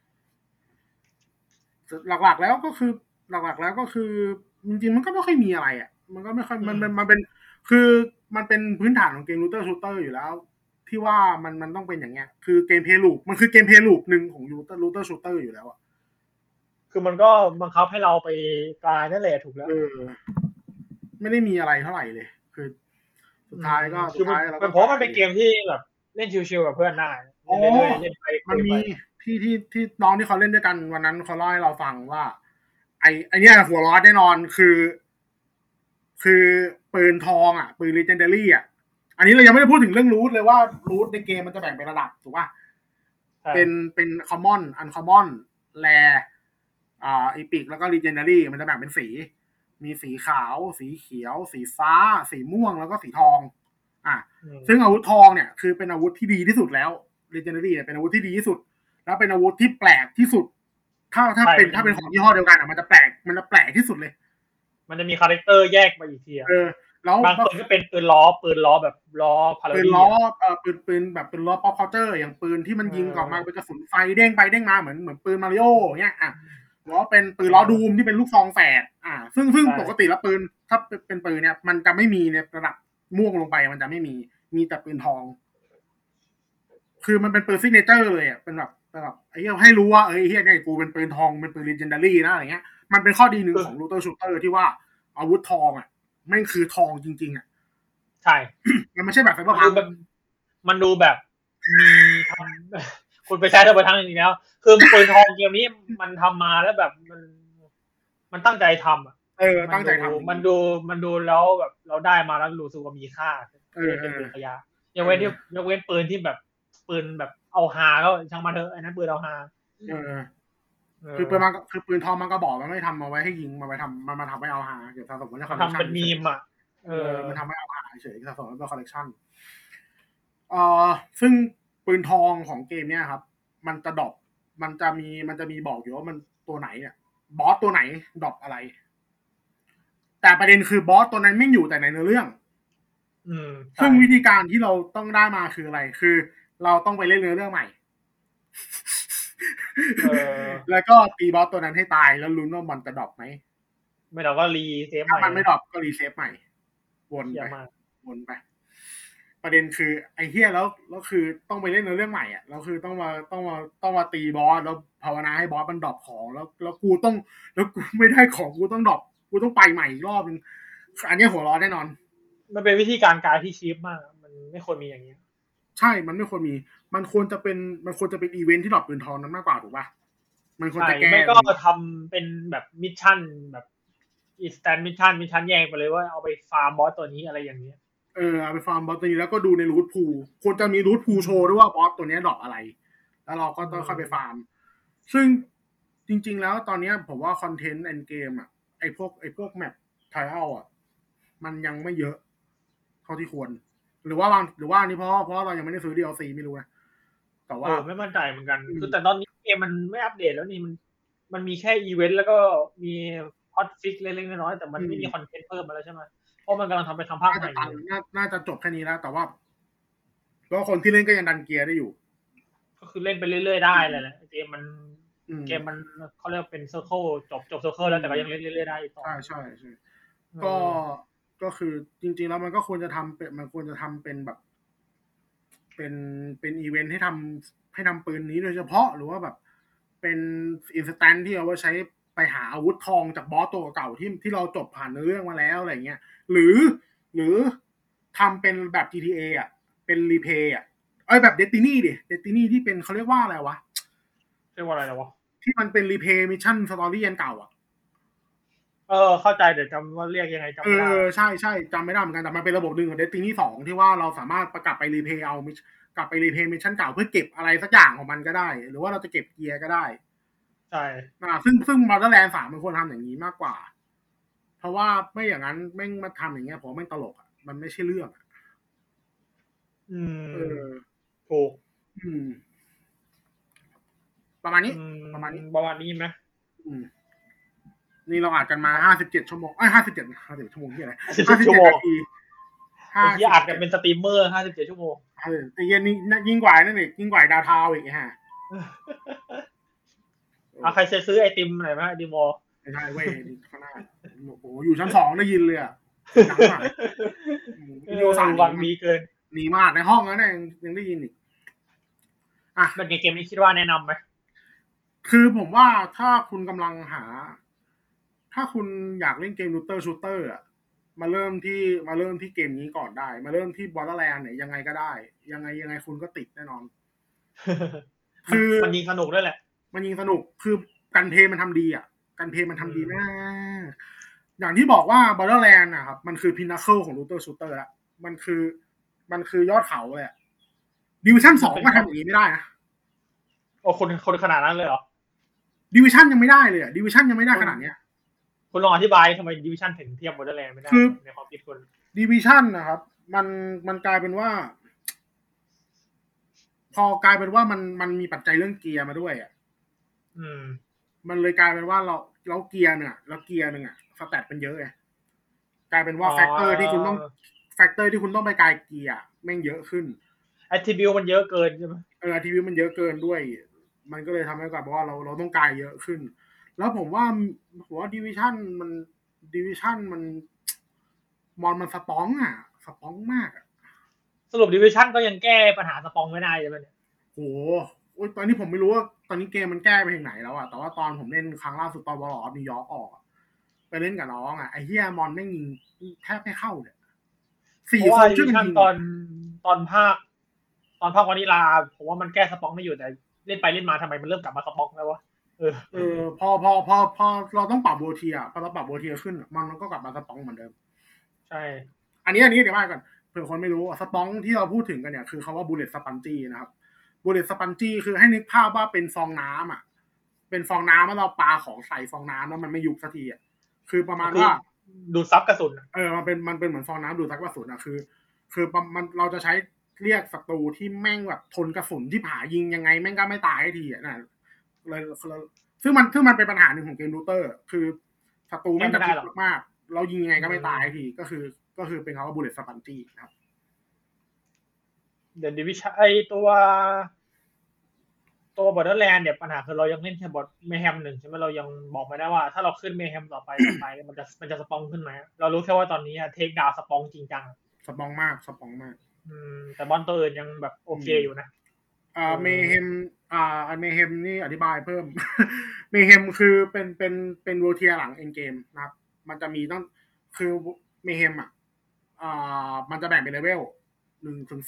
หลักๆแล้วก็คือหลักๆแล้วก็คือจริงๆมันก็ไม่ค่อยมีอะไรอ่ะมันก็ไม่ค่อยมันมันมันเป็นคือมันเป็นพื้นฐานของเกมลูเตอร์ชูเตอร์อยู่แล้วที่ว่ามันมันต้องเป็นอย่างเงี้ยคือเกมเพลย์ลูปมันคือเกมเพลย์ลูปหนึ่งของลูเตอร์ลูเตอร์ชูเตอร์อยู่แล้วอ่ะคือมันก็บังคับให้เราไปกลายนั่นแหละถูกแล้วเออไม่ได้มีอะไรเท่าไหร่เลยคือสุดท้ายก็สุดท้ายเราก็เพราะมันเป็นเกมที่แบบเล่นชิวๆกับเพื่อนได้เล่นเรื่อยๆเล่นไปมันมีที่ที่ที่น้องที่เขาเล่นด้วยกันวันนั้นเขาเล่าให้เราฟังว่าไอไอเนี้ยหัวร้อนแน่นอนคือ คือปืนทองอ่ะปืน legendary อ่ะอันนี้เรายังไม่ได้พูดถึงเรื่องรูทเลยว่ารูทในเกมมันจะแบ่งเป็นระดับถูกป่ะเป็นเป็น common uncommon rare อ่า epic แล้วก็ legendary มันจะแบ่งเป็นสีมีสีขาวสีเขียวสีฟ้าสีม่วงแล้วก็สีทองอ่ะซึ่งอาวุธทองเนี่ยคือเป็นอาวุธที่ดีที่สุดแล้ว legendary เนี่ยเป็นอาวุธที่ดีที่สุดแล้วเป็นอาวุธที่แปลกที่สุดถ้าถ้าเป็นถ้าเป็นของยี่ห้อเดียวกันอ่ะมันจะแปลกมันจะแปลกที่สุดเลยมันจะมีคาแรคเตอร์แยกมาอีกทีเออแล้วบางปืนก็เป็นปืนล้อปืนล้อแบบล้อพาราดีปืนล้อเออปืนปืนแบบปืนล้อป๊อปเคาน์เตอร์อย่างปืนที่มันยิงออกมาเป็นกระสุนไฟเด้งไปเด้งมาเหมือนเหมือนปืนมาริโอเงี้ยอ่ะหรือว่าเป็นปืนล้อดูมที่เป็นลูกซองแฝดอ่าซึ่งซึ่งปกติแล้วปืนถ้าเป็นปืนเนี่ยมันจะไม่มีในระดับม่วงลงไปมันจะไม่มีมีแต่ปืนทองคือมันเป็นปืนซิกเนเจอร์เลยอ่ะเป็นแบบแบบไอ้เหี้ยให้รู้ว่าเอ้ยเหี้ยเนี่ยกูเป็นปืนทองเป็นปืน legendary นะอะไรเงี้ยมันเป็นข้อดีหนึ่งของลูเตอร์ชูเตอร์ที่ว่าอาวุธทองอ่ะแม่งคือทองจริงๆอ่ะใช่มันไม่ใช่แบบไฟเบอร์พังมันดูแบบมีทำคุณไปใช้เทอร์โบทั้งจริงๆแล้วคือปืนทองเกมนี้มันทำมาแล้วแบบมันมันตั้งใจทำอ่ะเออตั้งใจทำมันดูมันดูแล้วแบบเราได้มาแล้วรู้สึกว่ามีค่าเออเป็นปืนขยะยกเว้นที่ยกเว้นปืนที่แบบปืนแบบเอาฮาก็ช่างมาเถอะอันนั้นปืนเอาฮาเออคือปืนมันคือปืนทองมันก็บอกมันไม่ทำมาไว้ให้ยิงมาไว้ทำมันมาทำให้เอาฮาเดี๋ยวสะสมมันจะทำเป็นมีมอ่ะเออมันทำให้เอาฮาเฉยสะสมเป็นคอลเลกชันเอ่อซึ่งปืนทองของเกมเนี้ยครับมันจะดรอปมันจะมีมันจะมีบอกอยู่ว่ามันตัวไหนเนี่ยบอสตัวไหนดรอปอะไรแต่ประเด็นคือบอสตัวนั้นไม่อยู่แต่ในเนื้อเรื่องซึ่งวิธีการที่เราต้องได้มาคืออะไรคือเราต้องไปเล่นเนื้อเรื่องใหม่แล้วก็ตีบอสตัวนั้นให้ตายแล้วลุ้นว่ามันจะดรอปไหมไม่ดรอปก็รีเซฟใหม่ถ้ามันไม่ดรอปก็รีเซฟใหม่วนไปวนไปประเด็นคือไอ้เหี้ยแล้วแล้วคือต้องไปเล่นเรื่องใหม่อ่ะแล้วคือต้องมาต้องมาต้องมาตีบอสแล้วภาวนาให้บอสมันดรอปของแล้วแล้วกูต้องแล้วกูไม่ได้ของกูต้องดรอปกูต้องไปใหม่อีกรอบนึงอันนี้หัวร้อนแน่นอนมันเป็นวิธีการกายที่ชีพมากมันไม่ควรมีอย่างนี้ใช่มันไม่ควรมีมันควรจะเป็นมันควรจะเป็นอีเวนท์ที่ดรอปปืนทองนั้นมากกว่าถูกป่ะมันควรใช่จะแก้ไม่ก็ทำเป็นแบบมิชชั่นแบบอีสแตนมิชชั่นมิชชั่นแยกไปเลยว่าเอาไปฟาร์มบอสตัวนี้อะไรอย่างเงี้ยเออเอาไปฟาร์มบอสตัวนี้แล้วก็ดูในรูทพูลควรจะมีรูทพูลโชว์ด้วยว่าบอสตัวนี้ดรอปอะไรแล้วเราก็ต้องค่อยไปฟาร์มซึ่งจริงๆแล้วตอนนี้ผมว่าคอนเทนต์แอนด์เกมอ่ะไอพวกไอพวกแมปไทอัลอ่ะมันยังไม่เยอะเท่าที่ควรหรือว่าบางหรือว่านี่เพราะเพราะเรายังไม่ได้ซื้อ ดี แอล ซี ไม่รู้นะแต่ว่าเออไม่มั่นใจเหมือนกันคือแต่ตอนนี้เกมมันไม่อัปเดตแล้วนี่มันมันมีแค่อีเวนต์แล้วก็มีฮอตฟิกเล็กๆน้อยๆแต่มันไม่มีคอนเทนต์เพิ่มมาแล้วใช่ไหมเพราะมันกำลังทำไปทำภาคใหม่อยู่น่าจะจบแค่นี้แล้วแต่ว่าก็คนที่เล่นก็ยังดันเกียร์ได้อยู่ก็คือเล่นไปเรื่อยๆได้เลยแหละเกมมันเกมมันเขาเรียกเป็นเซอร์เคิลจบจบเซอร์เคิลแล้วแต่ก็ยังเล่นเรื่อยๆได้ต่อใช่ใช่ใช่ก็ก็คือจริงๆแล้วมันก็ควรจะทำเป็นมันควรจะทำเป็นแบบเป็นเป็นอีเวนท์ให้ทำให้ทำปืนนี้โดยเฉพาะหรือว่าแบบเป็นอินสแตนที่เอาไว้ใช้ไปหาอาวุธทองจากบอสตัวเก่าที่ที่เราจบผ่านเรื่องมาแล้วอะไรเงี้ยหรือหรือทำเป็นแบบ จี ที เอ อ่ะเป็นรีเพย์อ่ะเอ้ยแบบ Destiny ดิ Destiny ที่เป็นเขาเรียกว่าอะไรวะเรียกว่าอะไรแล้ววะที่มันเป็นรีเพย์มิชชั่นสตอรี่อันเก่าอ่ะเออเข้าใจเดี๋ยวจำว่าเรียกยังไงจำเอไม่ได้อใช่ใช่จำไม่ได้เหมือนกันแต่มันเป็นระบบหนึ่งของ Destiny สองที่ว่าเราสามารถประกลับไปรีเพย์เอากลับไปรีเพย์มิชชั่นเก่าเพื่อเก็บอะไรสักอย่างของมันก็ได้หรือว่าเราจะเก็บเกียร์ก็ได้ใช่อ่าซึ่งซึ่ง Borderlands สามมันควรทำอย่างนี้มากกว่าเพราะว่าไม่อย่างนั้นแม่งมาทำอย่างเงี้ยผมแม่งตลกอ่ะมันไม่ใช่เรื่องอืมเออถูกอืมประมาณนี้ประมาณนี้ประมาณนี้ไหมอืมนี่เราอาจกันมาห้าสิบเจ็ดชั่วโมงเอ้ยห้าสิบเจ็ดห้าสิบชั่วโมงที่อะไรห้าสิบชั่วโมงเจ็ดนาทีห้าไอ้ที่สิบอัดกันเป็นสตรีมเมอร์ห้าสิบเจ็ดชั่วโมงเออแต่เย็นนี้ยิ่งกว่านั่นอีกยิ่งกว่าดาวทาวอีกฮะเอาใครจะซื้อไอติมหน่อยไหมไอติมวอลไม่ใช่เว้ยข้างหน้าโอ้โหอยู่ชั้นสองได้ยินเลยอ่ะหนังอ่ะวิดีโอสารวังดีเกินหนีมากในห้องนั้นยังยังได้ยินอีกอ่ะเป็นเกมนี้คิดว่าแนะนำไหมคือผมว่าถ้าคุณกำลังหา ถ้าคุณอยากเล่นเกมลูเตอร์ชูเตอร์อ่ะมาเริ่มที่มาเริ่มที่เกมนี้ก่อนได้ มาเริ่มที่ Borderlands เนี่ยยังไงก็ได้ ยังไงยังไงคุณก็ติดแน่นอนคือมันยิงสนุกด้วยแหละมันยิงสนุกคือกันเพลมันทำดีอ่ะกันเพลมันทำดีมากอย่างที่บอกว่า Borderlands อ่ะครับมันคือ Pinnacle ของ Looter Shooter แล้วมันคือมันคือยอดเขาเลยอ่ะ Division สองก็ทำอย่างนี้ไม่ได้นะโอ้คนคนขนาดนั้นเลยเหรอ Division ยังไม่ได้เลยอ่ะ Division ยังไม่ได้ขนาดเนี้ยคุณลองอธิบายทำไม Division ถึงเทียบ Borderlands ไม่ได้ในความคิดคุณ Division นะครับมันมันกลายเป็นว่าพอกลายเป็นว่ามันมันมีปัจจัยเรื่องเกียร์มาด้วยอ่ะอืมมันเลยกลายเป็นว่าเราเราเกียร์เนี่ยแล้วเกียร์หนึ่งอ่ะสแตทเป็นเยอะไงกลายเป็นว่าแฟกเตอร์ที่คุณต้องแฟกเตอร์ที่คุณต้องไปกายเกียร์แม่งเยอะขึ้นแอทริบิวมันเยอะเกินใช่ไหมเออแอทริบิวมันเยอะเกินด้วย มันก็เลยทำให้กลายเป็นว่าเราเราต้องกายเยอะขึ้น แล้วผมว่าผมว่าดิวิชั่นมันดิวิชั่นมันมอนมันสปองอ่ะสปองมากอ่ะสรุป Division ก็ยังแก้ปัญหาสปองไม่ได้ใช่ไหมเนี่ยโหตอนนี้ผมไม่รู้ว่าตอนนี้เกมมันแก้ไปถึงไหนแล้วอ่ะแต่ว่าตอนผมเล่นครั้งล่าสุดตอนวอลล์นิวยอร์กออกไปเล่นกับน้องอ่ะไอ้เฮียมอนไม่ยิงแทบไม่เข้าเนี่ยสี่คนช่วยกันยิงตอนตอนภาคตอนภาควานิลาผมว่ามันแก้สปองไม่อยู่แต่เล่นไปเล่นมาทำไมมันเริ่มกลับมาสปองแล้ววะเออเออพอพอพอพอเราต้องปรับโบเทียพอเราปรับโบเทียขึ้นมันก็กลับมาสปองเหมือนเดิมใช่อันนี้อันนี้เดี๋ยวว่ากันเผื่อคนไม่รู้สปองที่เราพูดถึงกันเนี่ยคือคำว่าบูเลตสปันจี้นะครับบูเลตสปันจี้คือให้นึกภาพว่าเป็นฟองน้ำอ่ะเป็นฟองน้ำแล้วเราปาของใส่ฟองน้ำแล้วมันไม่ยุบสักทีอ่ะคือประมาณว่าดูดซับกระสุนเออมันเป็นมันเป็นเหมือนฟองน้ำดูดซับกระสุนอ่ะคือคือมันเราจะใช้เรียกศัตรูที่แม่งแบบทนกระสุนที่ผายิงยังไงแม่งก็ไม่ตายทีอ่ะนะเลยซึ่งมันซึ่งมันเป็นปัญหาหนึ่งของเกมรูเตอร์คือศัตรูแม่งจะคิดมากเรายิงยังไงก็ไม่ตายทีก็คือก็คือเป็นคำว่าบูเลตสปันจี้ครับเดี๋ยวดิวิชั่นไอตัวตัว Borderlands เนี่ยปัญหาคือเรายังเล่นแค่บอทเมแฮมหนึ่งใช่ไหมเรายังบอกไม่ได้ว่าถ้าเราขึ้นเมแฮมต่อไปต่อไปมันจะมันจะสปองขึ้นไหมเรารู้แค่ว่าตอนนี้เทคดาวสปองจริงจังสปองมากสปองมากอืมแต่บอลตัวอื่นยังแบบโอเคอยู่นะอ่าเมเฮมอ่าเมเฮมนี่อธิบายเพิ่มเมเฮมคือเป็นเป็นเป็นโวเทียหลังเอ็นเกมนะครับมันจะมีต้องคือเมเฮมอ่ะอ่ามันจะแบ่งเป็นเลเวลหนึ่งถึงสิบ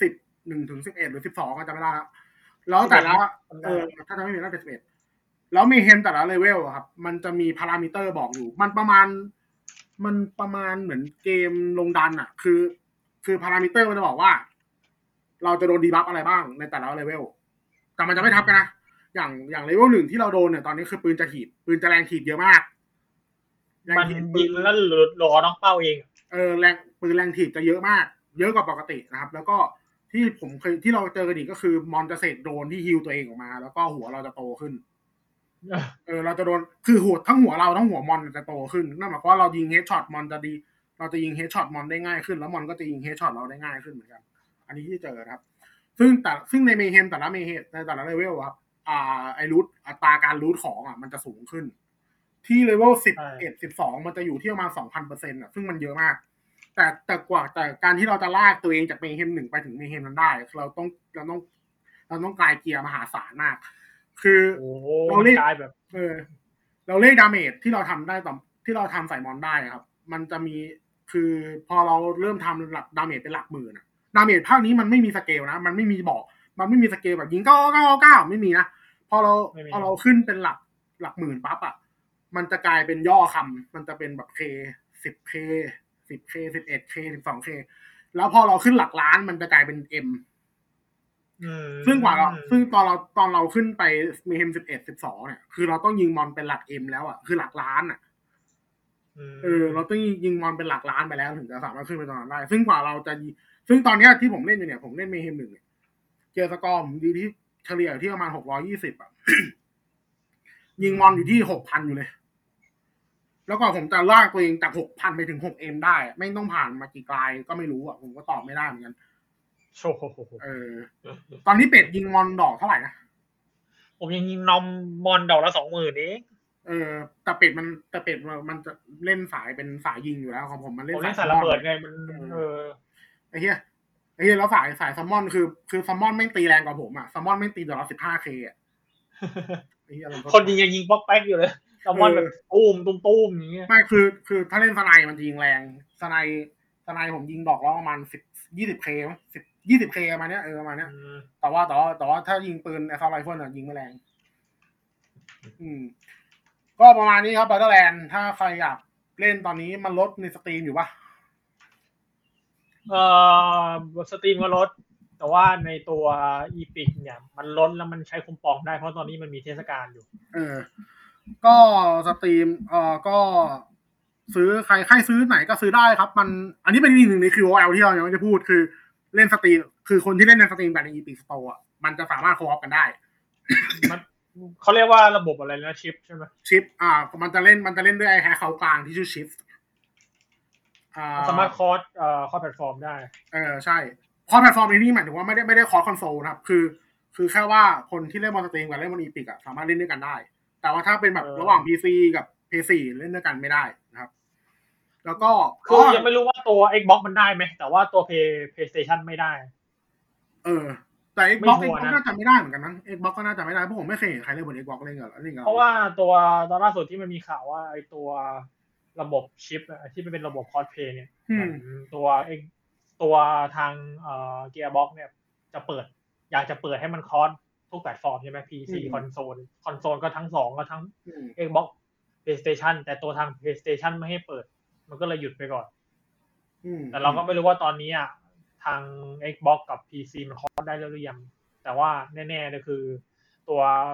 หนึ่งถึงสิบเอ็ดหรือสิบสองก็จำไม่ได้แล้วแล้วแต่ละเออถ้าจำไม่ผิดน่าจะสิบเอ็ดแล้วมีเฮมแต่ละเลเวลครับมันจะมีพารามิเตอร์บอกอยู่มันประมาณมันประมาณเหมือนเกมลงดันอ่ะคือคือพารามิเตอร์มันจะบอกว่าเราจะโดนดีบัฟอะไรบ้างในแต่ละเลเวลแต่มันจะไม่ทับกันนะอย่างอย่างเลเวลหนึ่งที่เราโดนเนี่ยตอนนี้คือปืนจะขีดปืนจะแรงขีดเยอะมากมันยิงแล้วหลุดหลอน้องเป้าเองเออแรงปืนแรงขีดจะเยอะมากเยอะกว่าปกตินะครับแล้วก็ที่ผมเคยที่เราเจอกันอีกก็คือมอนจะเสกโดนที่ฮิลตัวเองออกมาแล้วก็หัวเราจะโตขึ้นเออเราจะโดนคือหัวทั้งหัวเราทั้งหัวมอนจะโตขึ้นนั่นหมายความว่าเรายิงเฮดช็อตมอนจะดีเราจะยิงเฮดช็อตมอนได้ง่ายขึ้นแล้วมอนก็จะยิงเฮดช็อตเราได้ง่ายขึ้นเหมือนกันอันนี้ที่เจอครับซึ่งแต่ซึ่งในเมเฮมแต่ละเมเฮมในแต่ละเลเวลครับอ่าไอรูทอัตราการรูทของอ่ะมันจะสูงขึ้นที่เลเวลสิบเอ็ดสิบสองมันจะอยู่ที่ประมาณ สองพันเปอร์เซ็นต์ อ่ะซึ่งมันเยอะมากแต่แต่กว่าแต่การที่เราจะลากตัวเองจากเมเฮมหนึ่งไปถึงเมเฮมนั้นได้เราต้องเราต้องเราต้องกลายเกียร์มหาศาลมากคือเราเล่นแบบเออเราเล่นดาเมจที่เราทำได้ต่อที่เราทำใส่มอนได้ครับมันจะมีคือพอเราเริ่มทำหลักดาเมจเป็นหลักหมื่นอะดาเมจภาคนี้มันไม่มีสเกลนะมันไม่มีบอกมันไม่มีสเกลแบบยิงเก้าเก้าเก้าไม่มีนะพอเราพอเราขึ้นเป็นหลักหลักหมื่นปั๊บอ่ะมันจะกลายเป็นย่อคำมันจะเป็นแบบ K สิบ K สิบ K สิบเอ็ด K สิบสอง K แล้วพอเราขึ้นหลักล้านมันจะกลายเป็น M ซึ่งกว่าเราซึ่งตอนเราตอนเราขึ้นไปมี M สิบเอ็ด สิบสองเนี่ยคือเราต้องยิงมอนเป็นหลัก M แล้วอ่ะคือหลักล้านอ่ะเออเราต้องยิงมอนเป็นหลักล้านไปแล้วถึงจะสามารถขึ้นไปตอนนั้นได้ซึ่งกว่าเราจะซึ่งตอนนี้ที่ผมเล่นอยู่เนี่ยผมเล่นเมเฮมหนึ่งเนี่ยเจอสกอร์ดีที่เฉลี่ยที่ประมาณหกร้อยยี่สิบอ่ะยิงมอนอยู่ที่หกพันอยู่เลยแล้วก็ผมจะลากตัวเองจากหกพันไปถึงหกเอ็มได้ไม่ต้องผ่านมากี่ไกลก็ไม่รู้อ่ะผมก็ตอบไม่ได้เหมือนกันโอ้โหเออตอนนี้เป็ดยิงมอนดอกเท่าไหร่นะผมยังยิงนอมมอนดอกละสองหมื่นเองเออแต่เป็ดมันแต่เป็ดมันจะเล่นสายเป็นสายยิงอยู่แล้วของผมมันเล่นสายระเบิดไงมันเออไอ้เหี้ยไอ้เหี้ยแล้วสายสายซัมมอนคือคือซัมมอนไม่ตีแรงกว่าผมอ่ะซัมมอนไม่ตีดอกละสิบห้าเคอ่ะคนยิงยังยิงบล็อกแป๊กอยู่เลยซัมมอนแบบตุ้มตุ้มตุ้มอย่างเงี้ยไม่คือคือถ้าเล่นสไนมันยิงแรงสไนสไนผมยิงดอกแล้วประมาณสิบยี่สิบเคมั้งสิบยี่สิบเคประมาณเนี้ยเออประมาณเนี้ยแต่ว่าแต่ว่าแต่ว่าถ้ายิงปืนแอสซอลต์ไรเฟิลอ่ะยิงไม่แรงอืมก็ประมาณนี้ครับ Borderlands ถ้าใครอยากเล่นตอนนี้มันลดในสตรีมอยู่ปะเอ่อสตรีมก็ลดแต่ว่าในตัว Epic เนี่ยมันลดแล้วมันใช้คูปองได้เพราะตอนนี้มันมีเทศกาลอยู่เออก็สตรีมเอ่อก็ซื้อใครใครซื้อไหนก็ซื้อได้ครับมันอันนี้เป็นอีกหนึ่งใน คิว โอ แอล ที่เรายังไม่ได้พูดคือเล่นสตรีมคือคนที่เล่นในสตรีมแบบใน Epic Store อ่ะมันจะสามารถโคออฟกันได้มันเขาเรียกว่าระบบอะไรนะชิปใช่ไหมชิปอ่ามันจะเล่นมันจะเล่นด้วยไอ้แฮกเขากลางที่ชื่อชิปอ่าสามารถคอร์สเอ่อคอร์สแพลตฟอร์มได้เออใช่คอร์สแพลตฟอร์มนี่หมายถึงว่าไม่ได้ไม่ได้คอร์สคอนโซลนะครับคือคือแค่ว่าคนที่เล่นบนสตรีมกับเล่นบน Epic อ่ะสามารถเล่นด้วยกันได้แต่ว่าถ้าเป็นแบบระหว่าง พี ซี กับ พี โฟร์ เล่นด้วยกันไม่ได้นะครับแล้วก็คือยังไม่รู้ว่าตัว Xbox มันได้ไหมแต่ว่าตัว Play PlayStation ไม่ได้เออแต่ Xbox ก็น่าจะไม่ได้เหมือนกันนะ Xbox ก็น่าจะไม่ได้เพราะผมไม่เคยเห็นใครเล่นบน Xbox เล่นกันเล่นกันเพราะว่าตัวตอนล่าสุดที่มันมีข่าวว่าไอ้ตัวระบบชิปที่มันเป็นระบบคอร์สเพย์เนี่ยตัวเองตัวทางเอ่อ Gearbox เนี่ยจะเปิดอยากจะเปิดให้มันคอร์สทุกแพลตฟอร์มใช่ไหม พี ซี คอนโซลคอนโซลก็ทั้งสองก็ทั้ง Xbox PlayStation แต่ตัวทาง PlayStation ไม่ให้เปิดมันก็เลยหยุดไปก่อนแต่เราก็ไม่รู้ว่าตอนนี้อ่ะทาง Xbox กับ พี ซี มันคอร์สได้หรือยังแต่ว่าแน่ๆก็คือตัว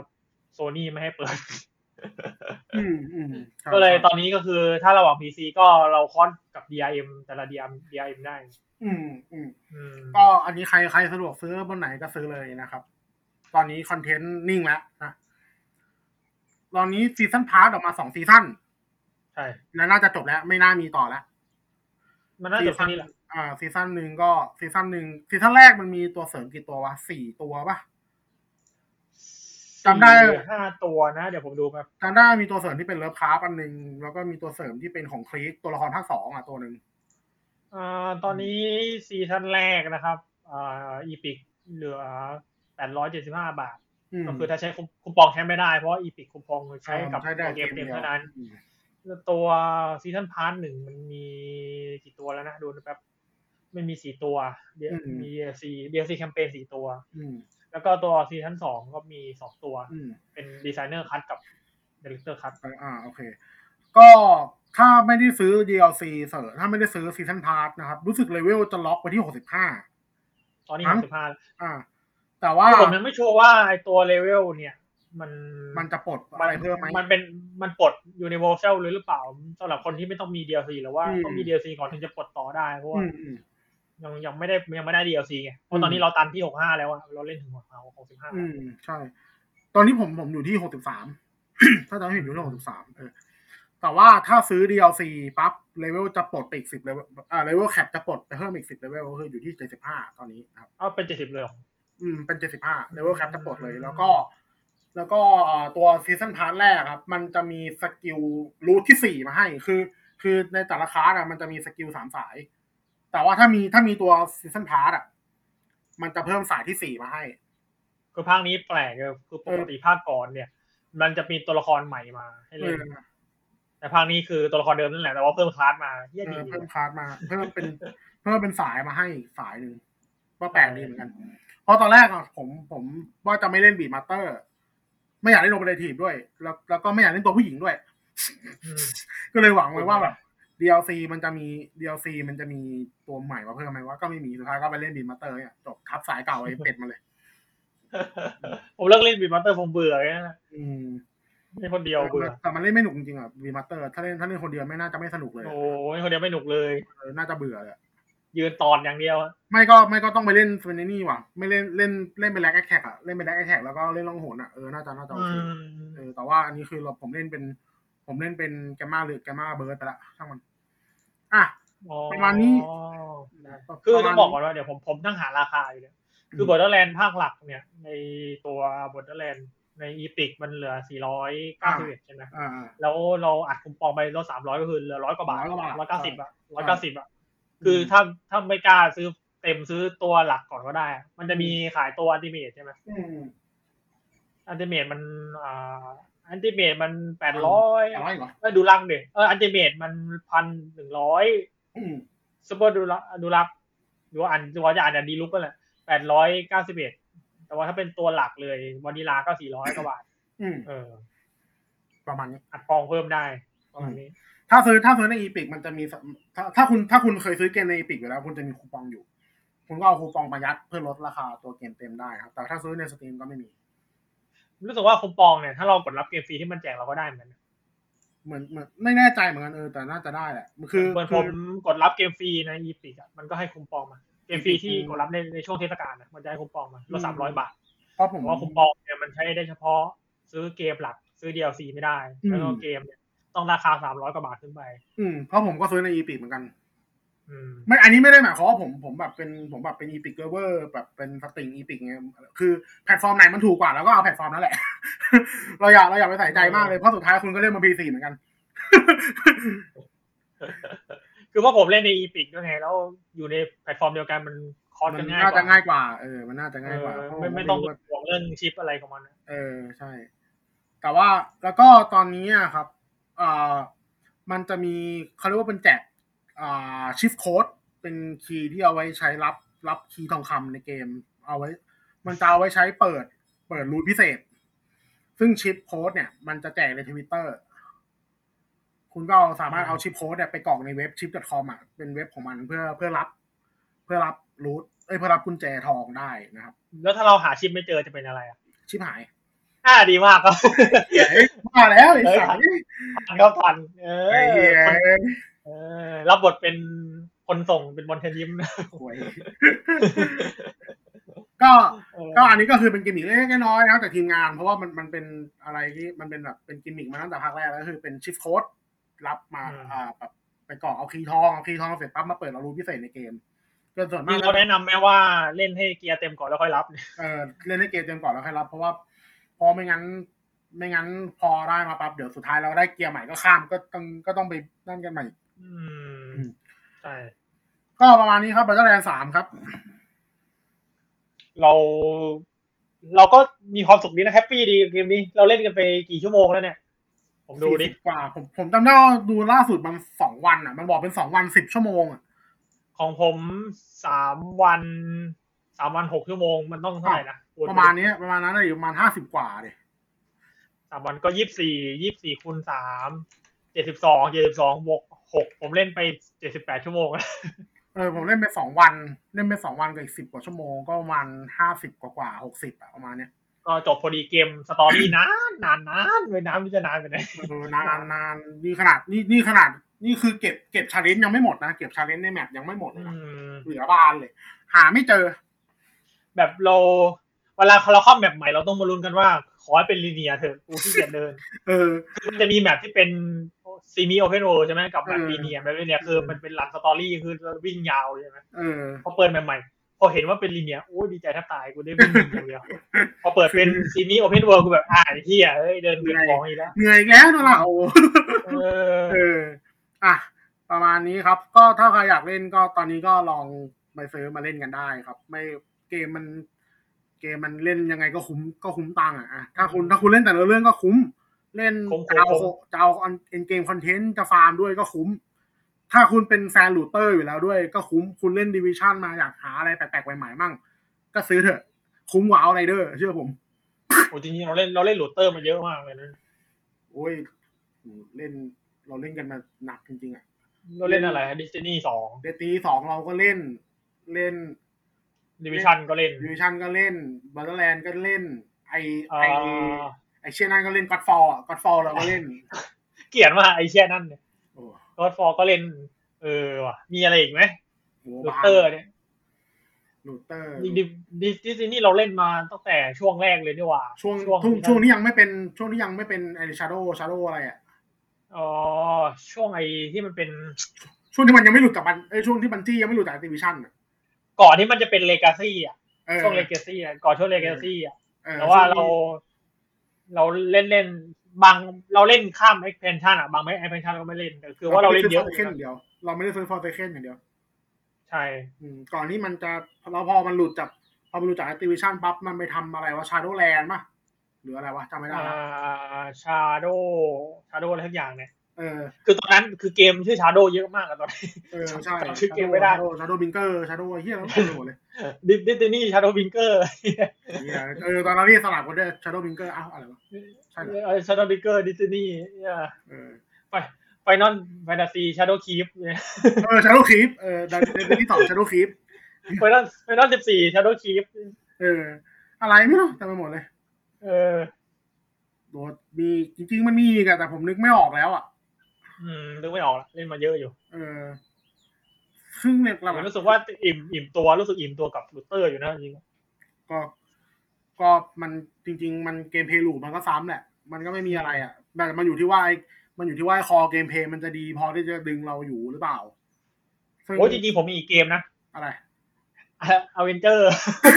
Sony ไม่ให้เปิดก็เลยตอนนี้ก็คือถ้าระหว่าง พี ซี ก็เราคอร์สกับ ดี อาร์ เอ็ม แต่ละ ดี อาร์ เอ็ม ได้อืมอืมก็อันนี้ใครใครสะดวกซื้อบนไหนก็ซื้อเลยนะครับตอนนี้คอนเทนต์นิ่งแล้วนะตอนนี้ซีซั่นพาร์ทออกมาสองซีซั่นใช่แล้วน่าจะจบแล้วไม่น่ามีต่อแล้วมันน่าจะแค่นี้แหละอ่าซีซั่นหนึ่งก็ซีซั่นหนึ่งซีซั่นแรกมันมีตัวเสริมกี่ตัววะสี่ตัวป่ะจำได้ห้าตัวนะเดี๋ยวผมดูครับจำได้มีตัวเสริมที่เป็นเลิฟคราฟอันนึงแล้วก็มีตัวเสริมที่เป็นของคลีกตัวละครภาคสองอ่ะตัวนึงอ่าตอนนี้ซีซั่นแรกนะครับอ่า Epic เหลือแปดร้อยเจ็ดสิบห้าบาทก็คือถ้าใช้คูปองใช้ไม่ได้เพราะ Epic คูปองใช้กับเกมเต็มเท่านั้นตัวซีซั่นพาร์ทหนึ่งมันมีกี่ตัวแล้วนะดูแป๊บมันมีสี่ตัวมี ดี แอล ซี ดี แอล ซี แคมเปญสี่ตัวแล้วก็ตัวซีซั่นสองก็มีสองตัวเป็นดีไซเนอร์คัทกับดีเรคเตอร์คัทอ่าโอเคก็ถ้าไม่ได้ซื้อ ดี แอล ซี เสริมถ้าไม่ได้ซื้อซีซั่นพาสนะครับรู้สึกเลเวลจะล็อกไปที่หกสิบห้าตอนนี้หกสิบห้าอ่าแต่ว่าผมยังไม่ชัวร์ว่าไอตัวเลเวลเนี่ยมันมันจะปลดอะไรเพิ่มไหมมันเป็นมันปลด Universal หรือเปล่าสำหรับคนที่ไม่ต้องมี ดี แอล ซี หรือว่าต้องมี ดี แอล ซี ก่อนถึงจะปลดต่อได้เพราะว่ายังยังไม่ได้ยังไม่ได้ ดี แอล ซี ไงเพราะตอนนี้เราตันที่หกสิบห้าแล้วอะเราเล่นถึงหกสิบห้าอืมใช่ตอนนี้ผมผมอยู่ที่หกสิบสามถ้าจำไม่ผิดอยู่ที่หกสิบสามเออแต่ว่าถ้าซื้อ ดี แอล ซี ปั๊บเลเวลจะปลดอีกสิบเลเวลอ่าเลเวลแคปจะปลดไปเพิ่มอีกสิบเลเวลก็คืออยู่ที่เจ็ดสิบห้าตอนนี้ครับอ้าวเป็นเจ็ดสิบเลยอืมเป็นเจ็ดสิบห้าเลเวลแคปจะปลดเลยแล้วก็แล้วก็ตัวซีซั่นพาร์ทแรกครับมันจะมีสกิลรูทที่สี่มาให้คือคือในแต่ละคลาสอ่ะมันจะมีสกิลสามสายแต่ว่าถ้ามีถ้ามีตัวซีซั่นพาร์ทอ่ะมันจะเพิ่มสายที่สี่มาให้คือภาคนี้แปลกเลยคือปกติภาคก่อนเนี่ยมันจะมีตัวละครใหม่มาให้เล่นแต่ภาคนี้คือตัวละครเดิมนั่นแหละแต่ว่าเพิ่มคลาสมาเยี่ยดีเพิ่มคลาสมาเพิ่มเป็นเพิ่มเป็นสายมาให้สายนึงก็แปลกดีเหมือนกันเพราะตอนแรกอ่ะผมผมว่าจะไม่เล่นบีทมาสเตอร์ไม่อยากเล่นโอเปอเรทีฟด้วยแล้วแล้วก็ไม่อยากเล่นตัวผู้หญิงด้วยก็เลยหวังไว้ว่าแบบ ดี แอล ซี มันจะมี ดี แอล ซี มันจะมีตัวใหม่มาเพิ่มไหมว่าก็ไม่มีสุดท้ายก็ไปเล่นบีทมาสเตอร์เนี่ยจบทับสายเก่าไอ้เป็ดมาเลยผมเลิกเล่นบีทมาสเตอร์ผมเบื่อเนี่ยอืมเล่นคนเดียวเบื่อแต่มันเล่นไม่หนุกจริงๆอ่ะบีทมาสเตอร์ถ้าเล่นถ้าเล่นคนเดียวไม่น่าจะไม่สนุกเลยโอ้ยคนเดียวไม่หนุกเลยเออน่าจะเบื่อเลยยืนตอนอย่างเดียวไม่ก็ไม่ก็ต้องไปเล่นเฟรนนี่ว่ะไม่เล่นเล่นเล่นเป็นแร็กแอคแท็กอ่ะเล่นเป็นแร็กแอคแท็กแล้วก็เล่นล่องหนอ่ะเออน่าจะน่าจะโอเคเออแต่ว่าอันนี้คือเราผมเล่นเป็นผมเล่นเป็นแกมมาหรือแกมมาเบิร์ดไปละช่างมันอ่ะประมาณนี้คือต้องบอกก่อนว่าเดี๋ยวผมผมนั่งหาราคาอยู่เนี่ยคือ Borderlands ภาคหลักเนี่ยในตัว Borderlands ใน Epic มันเหลือสี่ร้อยเก้าสิบเอ็ดใช่มั้ยแล้วเราอัดคูปองไปลดสามร้อยก็คือเหลือร้อยกว่าบาทหนึ่งร้อยเก้าสิบอ่ะหนึ่งร้อยเก้าสิบอ่ะคือถ้าถ้าไม่กล้าซื้อเต็มซื้อตัวหลักก่อนก็ได้มันจะมีขายตัวอัลติเมทใช่มั้ยอืมอัลติเมทมันอ่าอัลติเมทมันแปดร้อยเอ้ยดูลักดิเอออัลติเมทมัน หนึ่งพันหนึ่งร้อยอืมซุปเปอร์ดูลักดูลักหรือว่าอันตัวจะอ่านดีลุกก็แหละแปดร้อยเก้าสิบเอ็ดแต่ว่าถ้าเป็นตัวหลักเลยวานิลาก็สี่ร้อยกว่าบาทอืมเออประมาณนี้อัดปองเพิ่มได้ประมาณนี้ถ้าซื้อถ้าซื้อใน Epic มันจะมีถ้าถ้าคุณถ้าคุณเคยซื้อเกมใน Epic อยู่แล้วคุณจะมีคูปองอยู่คุณก็เอาคูปองมายัดเพื่อลดราคาตัวเกมเต็มได้ครับแต่ถ้าซื้อใน Steam ก็ไม่มีรู้สึกว่าคูปองเนี่ยถ้าเรากดรับเกมฟรีที่มันแจกเราก็ได้เหมือนกันเหมือนเหมือนไม่แน่ใจเหมือนกันเออแต่น่าจะได้แหละคือเหมือนผมกดรับเกมฟรีใน Epic อ่ะมันก็ให้คูปองมาเกมฟรีที่กดรับในในช่วงเทศกาลนะมันจะให้คูปองมาลดสามร้อยบาทเพราะผมว่าคูปองเนี่ยมันใช้ได้เฉพาะซื้อเกมหลักซื้อ ดี แอล ซี ไม่ได้แล้วก็เกมเนี่ยต้องราคาสามร้อยกว่าบาทขึ้นไปอืมเพราะผมก็ซื้อใน Epic เหมือนกันอืมไม่อันนี้ไม่ได้หมายความว่าผมผมแบบเป็นผมแบบเป็น Epic Lover แบบเป็นสติง Epic เงี้ยคือแพลตฟอร์มไหนมันถูกกว่าแล้วก็เอาแพลตฟอร์มนั้นแหละเราอย่าเราอย่าไปใส่ใจมากเลยเพราะสุดท้ายคุณก็เล่นมา พี โฟร์ เหมือนกันคือว่าผมเล่นใน Epic ด้วยไงแล้วอยู่ในแพลตฟอร์มเดียวกันมันคอร์สกันง่ายกว่าน่าจะง่ายกว่าเออมันน่าจะง่ายกว่าไม่ไม่ต้องห่วงเรื่องชิปอะไรของมันเออใช่แต่ว่าแล้วก็ตอนนี้อ่ะครับอ่ามันจะมีเขาเรียกว่าเป็นแจกอ่าชิฟโค้ดเป็นคีย์ที่เอาไว้ใช้รับรับคีย์ทองคำในเกมเอาไว้มันจะเอาไว้ใช้เปิดเปิดรูทพิเศษซึ่งชิปโค้ดเนี่ยมันจะแจกใน Twitter คุณก็สามารถเอาชิปโค้ดเนี่ยไปกรอกในเว็บ ชิป ดอท คอม อ่ะเป็นเว็บของมันเพื่อเพื่อรับเพื่อรับรูทเอ้ยเพื่อรับกุญแจทองได้นะครับแล้วถ้าเราหาชิปไม่เจอจะเป็นอะไรอ่ะชิปหายอ่าดีมากครับมาแล้วไอ้สัสทันเข้าทันเออเออรับบทเป็นคนส่งเป็นบอลเทนยิ้มก็ก็อันนี้ก็คือเป็นกิมมิคเล็กน้อยนะครับจากทีมงานเพราะว่ามันมันเป็นอะไรที่มันเป็นแบบเป็นกิมมิคมาตั้งแต่ภาคแรกแล้วคือเป็นชิปโค้ดรับมาอ่าแบบไปกรอกเอาคีย์ทองเอาคีย์ทองเสร็จปั๊บมาเปิดเรารู้พิเศษในเกมก็ส่วนมากเราแนะนำแม้ว่าเล่นให้เกียร์เต็มก่อนแล้วค่อยรับเออเล่นให้เกียร์เต็มก่อนแล้วค่อยรับเพราะว่าพอไม่งั้นไม่งั้นพอได้มาปั๊บเดี๋ยวสุดท้ายเราได้เกียร์ใหม่ก็ข้ามก็ต้องก็ต้องไปนั่นกันใหม่อืมใช่ก็ประมาณนี้ครับ Borderlands สามครับเราเราก็มีความสุขดีนะแฮปปี้ดีเกมนี้เราเล่นกันไปกี่ชั่วโมงแล้วเนี่ยผมดูดิกว่าผมผมจำได้ดูล่าสุดมันสองวันอ่ะมันบอกเป็นสองวันสิบชั่วโมงอ่ะของผมสามวันสามวันหกชั่วโมงมันต้องเท่าไหร่นะประมาณนี้ประมาณนั้นเลยประมาณห้าสิบกว่าเลยสามวันก็ยี่สิบสี่ยี่สิบสี่คูณสามเจ็ดสิบสองเจ็ดสิบสองบวกหกผมเล่นไปเจ็ดสิบแปดชั่วโมงเออผมเล่นไปสองวันเล่นไปสองวันกับอีกสิบกว่าชั่วโมงก็ประมาณห้าสิบกว่ากว่าหกสิบอะประมาณเนี้ยก็จบพอดีเกมสตอรี่นานนานนานเลยน้ำมันจะนานไปไหนเออนานนานนี่ขนาดนี่นี่ขนาดนี่คือเก็บเก็บชาเลนจ์ยังไม่หมดนะเก็บชาเลนจ์ในแมปยังไม่หมดเลยนะเหลือบานเลยหาไม่เจอแบบเราเวลาเราเข้าแมปใหม่เราต้องมาลุ้นกันว่าขอให้เป็นลีเนียร์เถอะกูขี้เกียจเดินเออมันจะมีแมปที่เป็นซีมีโอเพนเวิลด์ใช่ไหมกับแบบลีเนียร์แบบลีเนียร์คือมันเป็นหลังสตอรี่คือวิ่งยาวใช่ไหมเออพอเปิดใหม่ๆพอเห็นว่าเป็นลีเนียร์โอ้ดีใจแทบตายกูได้วิ่งอย่างเดียวพอเปิดเป็นซีมีโอเพนเวิลด์กูแบบอ่าไอ้เหี้ยเฮ้ยเดินเก็บของอีกแล้วเหนื่อยแล้วนะเราเออเอออ่ะประมาณนี้ครับก็ถ้าใครอยากเล่นก็ตอนนี้ก็ลองไปซื้อมาเล่นกันได้ครับไม่เกมมันเกมมันเล่นยังไงก็คุ้มก็คุ้มตังค์อ่ะถ้าคุณถ้าคุณเล่นแต่ละเรื่องก็คุ้มเล่นจะเอาจะเอาเอ็นเกมคอนเทนต์จะฟาร์มด้วยก็คุ้มถ้าคุณเป็นแฟนลูเตอร์อยู่แล้วด้วยก็คุ้มคุณเล่นดิวิชั่นมาอยากหาอะไรแปลกๆใหม่ๆมั่งก็ซื้อเถอะคุ้มกว่าเอาไรเดอร์เชื่อผมโอ้จริงๆเราเล่นเราเล่นลูเตอร์มาเยอะมากเลยนะโอ้ยเล่นเราเล่นกันมาหนักจริงๆอ่ะเราเล่นอะไรดิสตินีสองเดตีสองเราก็เล่นเล่นดิวิชั่นก็เล่นดิวิชั่นก็เล่นบัตเตอร์แลนด์ก็เล่นไอไอไอเชี่ยนั่นก็เล่นก็อดฟอร์อ่ะก็อดฟอร์เราก็เล่นเกลียดมากไอเชี่ยนั่นเนี่ยก็อดฟอร์ก็เล่นเออว่ะมีอะไรอีกไหมลูเตอร์เนี่ยลูเตอร์ดิดิดิสนีย์เราเล่นมาตั้งแต่ช่วงแรกเลยนี่ว่าช่วงช่วงช่วงที่ยังไม่เป็นช่วงที่ยังไม่เป็นไอชาโดว์ชาโดว์อะไรอ่ะอ๋อช่วงไอที่มันเป็นช่วงที่มันยังไม่หลุดจากบันเอ้ยช่วงที่บันจี้ยังไม่หลุดจากดิวิชั่นอ่ะก่อนที่มันจะเป็นเลกาซี่อ่ะช่วงเลกาซี่อ่ะก่อนช่วงเลกาซี่อ่ะแต่ว่าเราเราเล่นเล่นบางเราเล่นข้าม expansion อ่ะบางไม่ expansion ก็ไม่เล่นแต่คือว่าเราเล่นเยอะแค่อย่างเดียวเราไม่ได้ซื้อ for second อย่างเดียวใช่ก่อนที่มันจะเราพอมันหลุดจากพอมันหลุดจาก Activision ปั๊บมันไปทำอะไรวะ Shadowland ป่ะหรืออะไรวะจำไม่ได้อ่า Shadow Shadow อะไรทุกอย่างเนี่ยเออคือตอนนั้นคือเกมชื่อ Shadow เยอะมากอะตอนนี้เออใช่ชื่อเกมไม่ได้ Shadow Binker Shadow เหี้ยแล้วหมดเลย Destiny Shadow Binker เออตอนนั้นนี่สลับกันด้วย Shadow Binker อ้าวอะไรวะใช่เหรอ Shadow Binker Destiny เออไปFinal Fantasy Shadow Keep เออ Shadow Keep เออในในที่สอง Shadow Keep Final Final สิบสี่ Shadow Keep เอออะไรไม่รู้แต่ไปหมดเลยเออโดดมีจริงๆมันมีอีกแต่ผมนึกไม่ออกแล้วอ่ะอืมนึกไม่ออกเล่นมาเยอะอยู่เออซึ่งเนี่ยเรารู้สึกว่าอิ่มอิ่มตัวรู้สึกอิ่มตัวกับลูเตอร์อยู่นะจริงก็ก็มันจริงๆมันเกมเพลย์ลูปมันก็ซ้ำแหละมันก็ไม่มีอะไรอ่ะแต่มันอยู่ที่ว่ามันอยู่ที่ว่าคอเกมเพลย์มันจะดีพอที่จะดึงเราอยู่หรือเปล่าโอ้จริงๆผมมีอีกเกมนะอะไรอเวนเจอร์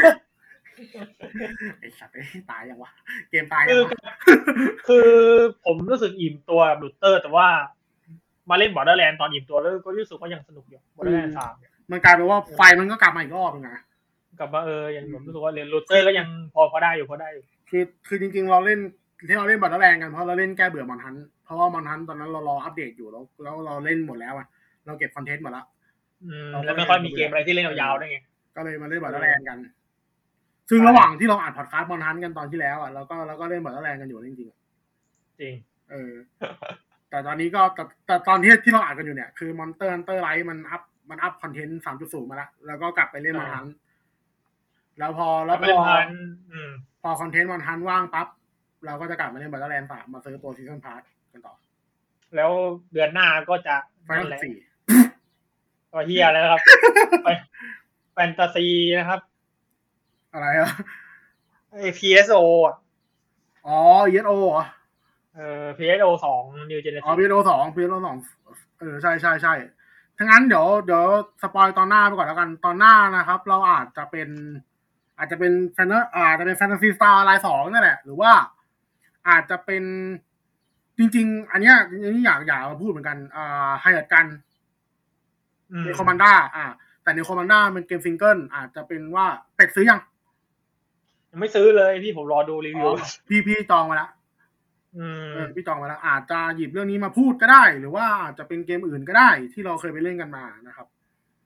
ไอ้สัตว์ตายยังวะเกมตายยังวะคือผมรู้สึกอิ่มตัวกับลูเตอร์แต่ว่ามาเล่นบอร์เดอร์แลนด์ตอนอิ่มตัวแล้วก็รู้สึกว่ายังสนุกอยู่บอร์เดอร์แลนด์สามเนี่ยมันกลายเป็นว่าไฟมันก็กลับมาอีกรอบนึงนะกลับมาเออยังผมรู้สึกว่าเล่นลูเตอร์ก็ยังพอพอได้อยู่พอได้อยู่คือคือจริงๆเราเล่นที่เราเล่นบอร์เดอร์แลนด์กันเพราะเราเล่นแก้เบื่อมอนฮันเพราะว่ามอนฮันตอนนั้นเรารออัปเดตอยู่แล้วแล้วเราเล่นหมดแล้วอ่ะเราเก็บคอนเทนต์หมดแล้วแล้วไม่ค่อยมีเกมอะไรที่เล่นยาวๆได้ไงก็เลยมาเล่นบอร์เดอร์แลนด์กันซึ่งระหว่างที่เราอ่านพอดคาสต์มอนฮันกันตอนที่แล้วอ่ะเราก็เราก็เล่นบอร์เดอร์แลนด์กันอยู่จริงๆจริงเออแต่ตอนนี้ก็แต่แต่ตอนที่ที่เราอ่านกันอยู่เนี่ยคือมอนเตอร์ฮันเตอร์ไลท์มันอัพมันอัพคอนเทนต์ สามจุดศูนย์ มาแล้วแล้วก็กลับไปเล่นมอนฮันแล้วพอแล้วพอพอคอนเทนต์มอนฮันว่างปั๊บเราก็จะกลับมาเล่นบอร์เดอร์แลนด์สามมาซื้อตัวซีซั่นพาสกันต่อแล้วเดือนหน้าก็จะไฟนอลสี่ก็เฮียแล้วครับไปแฟนตาซีนะครับอะไรอ่ะไอ้ พี เอส โอ อ่ะอ๋อ อี เอส โอ เหรอเออ พี เอส โอ สอง New Generation อ๋อ พี เอส โอ สอง พี เอส โอ สองเออใช่ๆๆถ้างั้นเดี๋ยวเดี๋ยวสปอยตอนหน้าไปก่อนแล้วกันตอนหน้านะครับเราอาจจะเป็นอาจจะเป็นแฟนอาจจะเป็นแฟนตาซีสตาร์ไลน์สองนั่นแหละหรือว่าอาจจะเป็นจริงๆอันเนี้ยนี่อยากอยากมาพูดเหมือนกันอ่าไฮไลท์กันในคอมมานด้าอ่าแต่ในคอมมานด้ามันเกมซิงเกิลอาจจะเป็นว่าเป็ดซื้อยังยังไม่ซื้อเลยพี่ผมรอดูรีวิวพี่พี่จองมาแล้วอืมพี่จองมาแล้วอาจจะหยิบเรื่องนี้มาพูดก็ได้หรือว่าอาจจะเป็นเกมอื่นก็ได้ที่เราเคยไปเล่นกันมานะครับ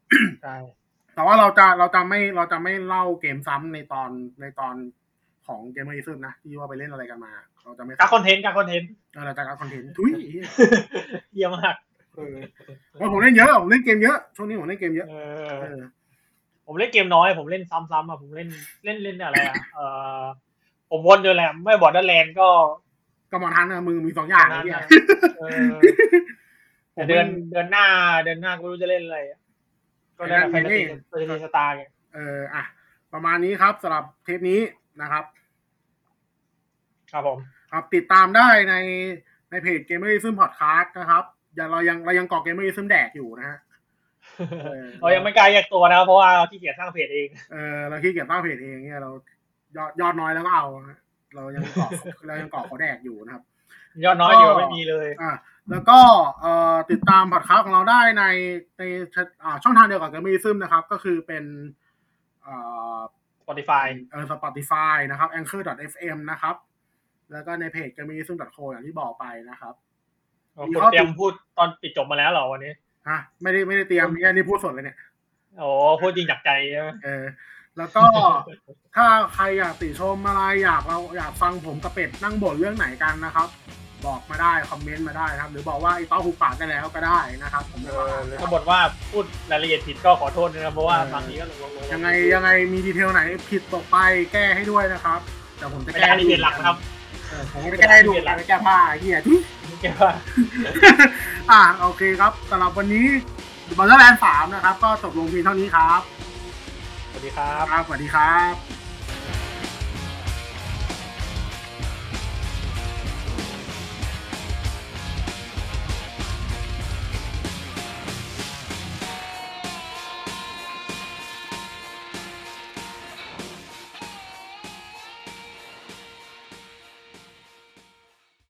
ใช่แต่ว่าเราจะเราจะไม่เราจะไม่เล่าเกมซ้ำในตอนในตอนของเกมเมอร์อีซึมนะที่ว่าไปเล่นอะไรกันมาเราจะไม่การคอนเทนต์การคอนเทนต์เออเราจะการคอนเทนต์ทุยเยี่ยมมากเออว่าผมเล่นเยอะผมเล่นเกมเยอะช่วงนี้ผมเล่นเกมเยอะเอเอออผมเล่นเกมน้อยผมเล่นซ้ำๆอ่ะผมเล่นเล่นเล่นอะไรอ่ะเออผมวนอยู่แหละไม่บอร์ดเดอร์แลนด์ก็ก็มอนทันนะมึงมีสองอย่างนั้นนี่นะเออแต่เดือนเดือนหน้าเดือนหน้าก็ไม่รู้จะเล่นอะไรอะก็ได้แฟนตาซีแฟนตาซีสตาร์ไงเอออ่ะประมาณนี้ครับสำหรับเทปนี้นะครับครับผมครับติดตามได้ในในเพจ Gamerism Podcast นะครับอย่าเรายังเรายังเกาะ Gamerism แดกอยู่นะฮะ เออเรายังไม่กล้าแยกตัวนะเพราะว่าเราขี้เกียจสร้างเพจเองเออเราขี้เกียจสร้างเพจเองเนี่ยเรายอดยอดน้อยแล้วก็เอาฮะเรายังเกาะ เรายังเกาะเขาแดกอยู่นะครับยอดน้อยอยู่ไม่มีเลยอ่ะแล้วก็เอ่อติดตามพอดคาสต์ของเราได้ในในอ่าช่องทางเดียวกับ Gamerism นะครับก็คือเป็นเอ่อ Spotify เออ Spotify นะครับ anchor ดอท เอฟ เอ็ม นะครับแล้วก็ในเพจ gamerism ดอท co อย่างที่บอกไปนะครับคุณเตรียมพูดตอนปิดจบมาแล้วเหรอวันนี้ฮะไม่ได้ไม่ได้เตรียมแค่นี้พูดสดเลยเนี่ยโอ้พูดจริงจากใจใช่ไหมเออแล้วก็ถ้าใครอยากติชมอะไรอยากเราอยากฟังผมกับเป็ดนั่งบ่นเรื่องไหนกันนะครับบอกมาได้คอมเมนต์มาได้นะครับหรือบอกว่าไอ้ต้อหูปากได้แล้วก็ได้นะครับผมเออหรือถ้าบอกว่าพูดรายละเอียดผิดก็ขอโทษนะครับเพราะว่าบางทีก็ลงๆยังไงยังไงมีดีเทลไหนผิดตกไปแก้ให้ด้วยนะครับแต่ผมจะแก้รายละเอียดหลักนะครับผมจะแก้ให้ดูไม่แก้ผ้าเหี้ยทุยแก้ผ้าอ่าโอเคครับสำหรับวันนี้บอลเลอร์แลนด์สามนะครับก็จบลงเพียงเท่านี้ครับสวัสดีครับครับสวัสดีครับ